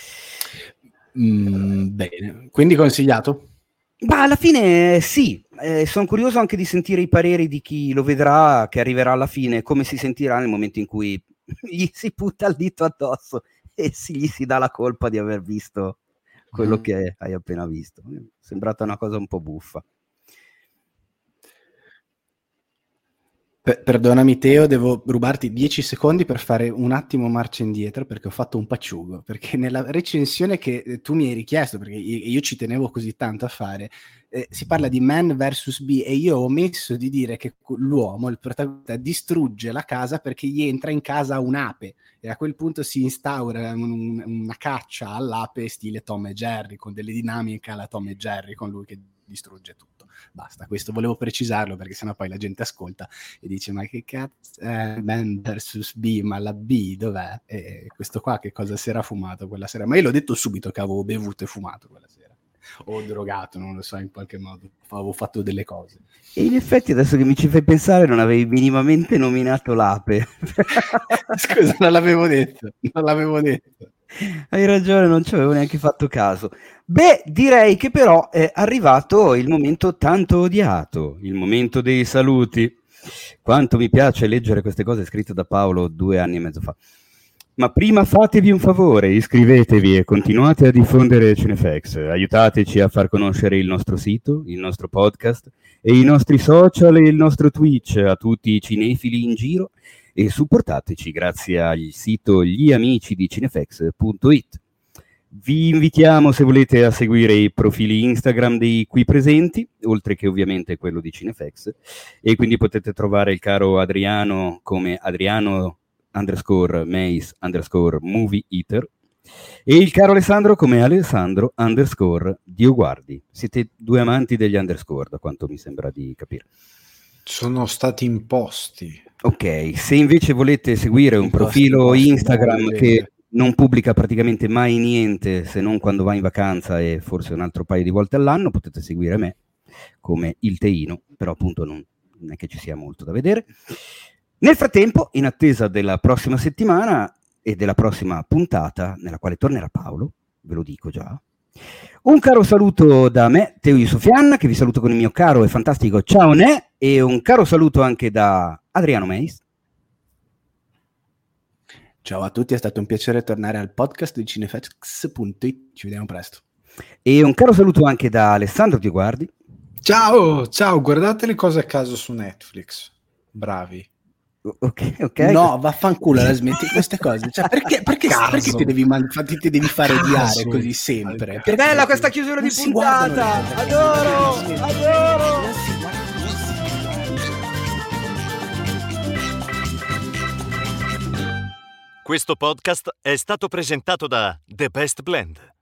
Bene, quindi consigliato? Ma alla fine sì, sono curioso anche di sentire i pareri di chi lo vedrà, che arriverà alla fine, come si sentirà nel momento in cui gli si butta il dito addosso e gli si dà la colpa di aver visto quello che hai appena visto. Mi è sembrata una cosa un po' buffa. Perdonami Teo, devo rubarti 10 secondi per fare un attimo marcia indietro perché ho fatto un pacciugo, perché nella recensione che tu mi hai richiesto, perché io ci tenevo così tanto a fare, si parla di Man vs. Bee e io ho omesso di dire che l'uomo, il protagonista, distrugge la casa perché gli entra in casa un'ape e a quel punto si instaura una caccia all'ape stile Tom e Jerry, con delle dinamiche alla Tom e Jerry, con lui che distrugge tutto. Basta, questo volevo precisarlo perché sennò poi la gente ascolta e dice ma che cazzo è Man vs. Bee, ma la B dov'è? E questo qua che cosa si era fumato quella sera? Ma io l'ho detto subito che avevo bevuto e fumato quella sera o drogato, non lo so, in qualche modo avevo fatto delle cose. E in effetti adesso che mi ci fai pensare non avevi minimamente nominato l'ape. Scusa, non l'avevo detto. Hai ragione, non ci avevo neanche fatto caso. Beh, direi che però è arrivato il momento tanto odiato, il momento dei saluti. Quanto mi piace leggere queste cose scritte da Paolo 2 anni e mezzo fa. Ma prima fatevi un favore, iscrivetevi e continuate a diffondere Cinefax. Aiutateci a far conoscere il nostro sito, il nostro podcast e i nostri social e il nostro Twitch a tutti i cinefili in giro e supportateci grazie al sito gliamicidicinefax.it. Vi invitiamo, se volete, a seguire i profili Instagram dei qui presenti, oltre che ovviamente quello di Cinefax, e quindi potete trovare il caro Adriano come Adriano_Mace_Movie Eater e il caro Alessandro come Alessandro_Dioguardi. Siete due amanti degli underscore, da quanto mi sembra di capire. Sono stati imposti. Ok, se invece volete seguire un profilo Instagram che non pubblica praticamente mai niente se non quando va in vacanza e forse un altro paio di volte all'anno, potete seguire me come il Teino, però appunto non è che ci sia molto da vedere. Nel frattempo, in attesa della prossima settimana e della prossima puntata nella quale tornerà Paolo, ve lo dico già, un caro saluto da me, Teo Yusufian, che vi saluto con il mio caro e fantastico ciao Ne, e un caro saluto anche da Adriano Meis. Ciao a tutti, è stato un piacere tornare al podcast di cinefax.it, ci vediamo presto. E un caro saluto anche da Alessandro Dioguardi. Ciao, guardate le cose a caso su Netflix, bravi. Ok. No, vaffanculo, la smetti queste cose. Cioè, perché ti devi fare odiare così sempre? Che bella questa chiusura di puntata! Adoro! Questo podcast è stato presentato da The Best Blend,